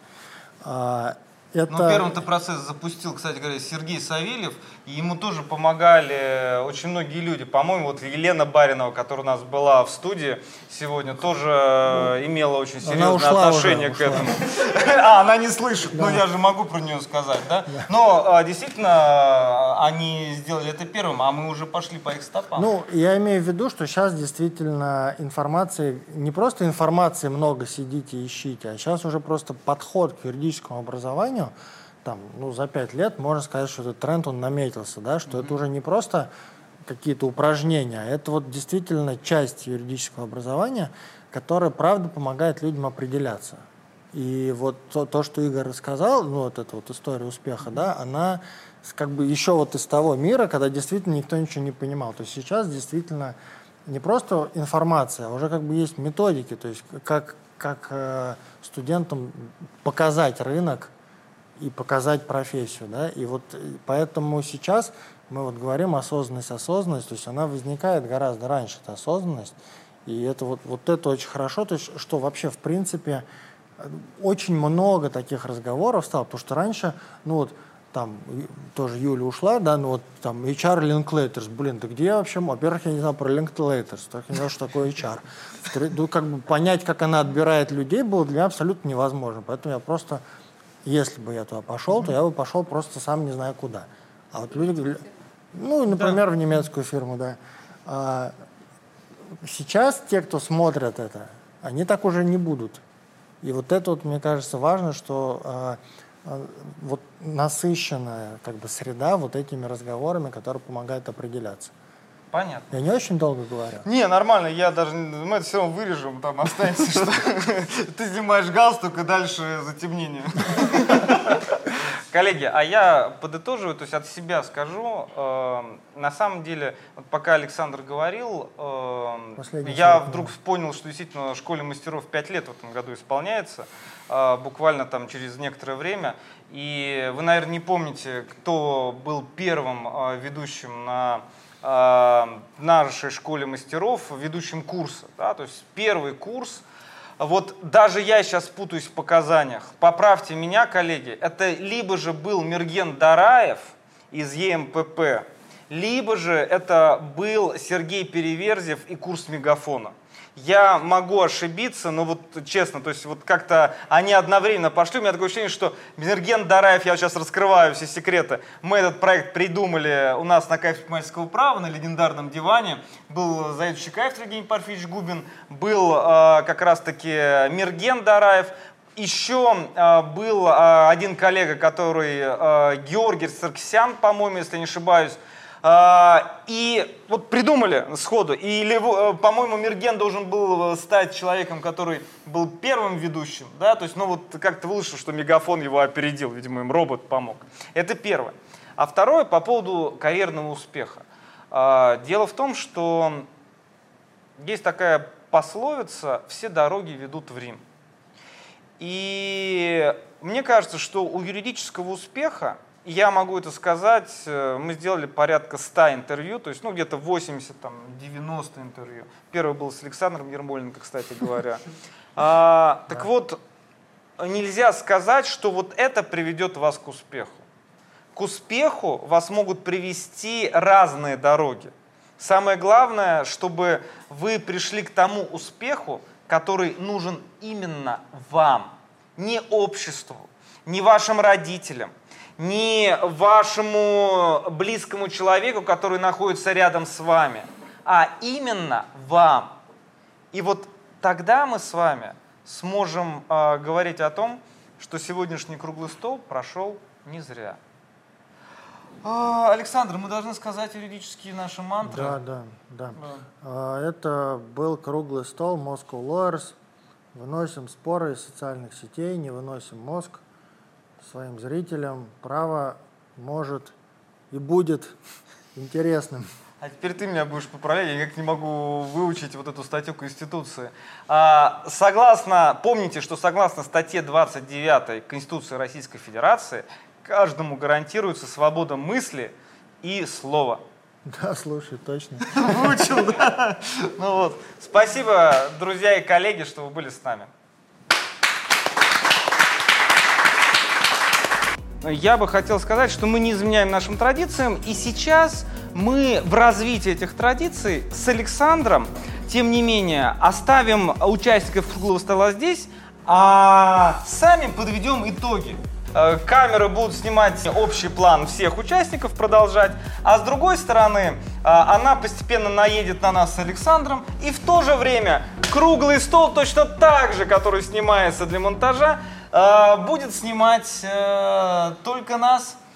Это... Ну, первым-то процесс запустил, кстати говоря, Сергей Савельев, и ему тоже помогали очень многие люди. По-моему, вот Елена Баринова, которая у нас была в студии сегодня, тоже ну, имела очень серьезное отношение уже, к этому. А, она не слышит, да. Но я же могу про нее сказать, да? да. Но действительно, они сделали это первым, а мы уже пошли по их стопам. Ну, я имею в виду, что сейчас действительно информации, не просто информации много сидите, ищите, а сейчас уже просто подход к юридическому образованию. Там, ну, за пять лет можно сказать, что этот тренд, он наметился, да, что mm-hmm. это уже не просто какие-то упражнения, а это вот действительно часть юридического образования, которая, правда, помогает людям определяться. И вот то, то что Игорь рассказал, ну, вот эта вот история успеха, mm-hmm. да, она как бы еще вот из того мира, когда действительно никто ничего не понимал. То есть сейчас действительно не просто информация, а уже как бы есть методики, то есть как, как э, студентам показать рынок, и показать профессию, да, и вот поэтому сейчас мы вот говорим осознанность, осознанность, то есть она возникает гораздо раньше, эта осознанность, и это вот, вот это очень хорошо, то есть что вообще, в принципе, очень много таких разговоров стало, потому что раньше, ну вот, там, тоже Юля ушла, да, ну вот, там, эйч ар Linklaters, блин, да где я вообще, во-первых, я не знал про Linklaters, так я не знал, что такое эйч ар, ну, как бы понять, как она отбирает людей, было для меня абсолютно невозможно, поэтому я просто... Если бы я туда пошел, mm-hmm. то я бы пошел просто сам не знаю куда. А вот люди, ну, например, да. в немецкую фирму, да. А сейчас те, кто смотрят это, они так уже не будут. И вот это вот, мне кажется, важно, что а, а, вот насыщенная как бы среда вот этими разговорами, которые помогают определяться. Понятно. Я не очень долго говорю. Не, нормально, я даже, мы это все равно вырежем, там останется, что ты снимаешь галстук и дальше затемнение. Коллеги, а я подытоживаю, то есть от себя скажу, на самом деле, вот пока Александр говорил, я вдруг понял, что действительно школе мастеров пять лет в этом году исполняется, буквально там через некоторое время, и вы, наверное, не помните, кто был первым ведущим на в нашей школе мастеров, ведущим курса, да, то есть первый курс, вот даже я сейчас путаюсь в показаниях, поправьте меня, коллеги, это либо же был Мерген Дараев из е эм пэ пэ, либо же это был Сергей Переверзев и курс Мегафона. Я могу ошибиться, но вот честно, то есть вот как-то они одновременно пошли. У меня такое ощущение, что Мерген Дараев, я сейчас раскрываю все секреты, мы этот проект придумали у нас на кафедре предпринимательского права, на легендарном диване. Был заведующий кафедрой Евгений Парфич Губин, был э, как раз-таки Мерген Дараев. Еще э, был э, один коллега, который, э, Георгий Саркисян, по-моему, если не ошибаюсь. И вот придумали сходу. И, по-моему, Мерген должен был стать человеком, который был первым ведущим. Да? То есть, ну вот как-то вышло, что Мегафон его опередил. Видимо, им робот помог. Это первое. А второе по поводу карьерного успеха. Дело в том, что есть такая пословица «все дороги ведут в Рим». И мне кажется, что у юридического успеха, я могу это сказать, мы сделали порядка ста интервью, то есть ну, где-то восемьдесят-девяносто интервью. Первое было с Александром Ермоленко, кстати говоря. А, так вот, нельзя сказать, что вот это приведет вас к успеху. К успеху вас могут привести разные дороги. Самое главное, чтобы вы пришли к тому успеху, который нужен именно вам, не обществу, не вашим родителям, не вашему близкому человеку, который находится рядом с вами, а именно вам. И вот тогда мы с вами сможем э, говорить о том, что сегодняшний круглый стол прошел не зря. Александр, мы должны сказать юридические наши мантры. Да, да, да. да. Это был круглый стол Moscow Lawyers. Выносим споры из социальных сетей, не выносим мозг своим зрителям. Право может и будет интересным. А теперь ты меня будешь поправлять, я никак не могу выучить вот эту статью Конституции. А, согласно, помните, что согласно статье двадцать девятой Конституции Российской Федерации каждому гарантируется свобода мысли и слова. Да, слушай, точно. Выучил, да. Ну вот. Спасибо, друзья и коллеги, что вы были с нами. Я бы хотел сказать, что мы не изменяем нашим традициям, и сейчас мы в развитии этих традиций с Александром, тем не менее, оставим участников круглого стола здесь, а сами подведем итоги. Камеры будут снимать общий план всех участников, продолжать, а с другой стороны, она постепенно наедет на нас с Александром, и в то же время круглый стол точно так же, который снимается для монтажа, будет снимать только нас.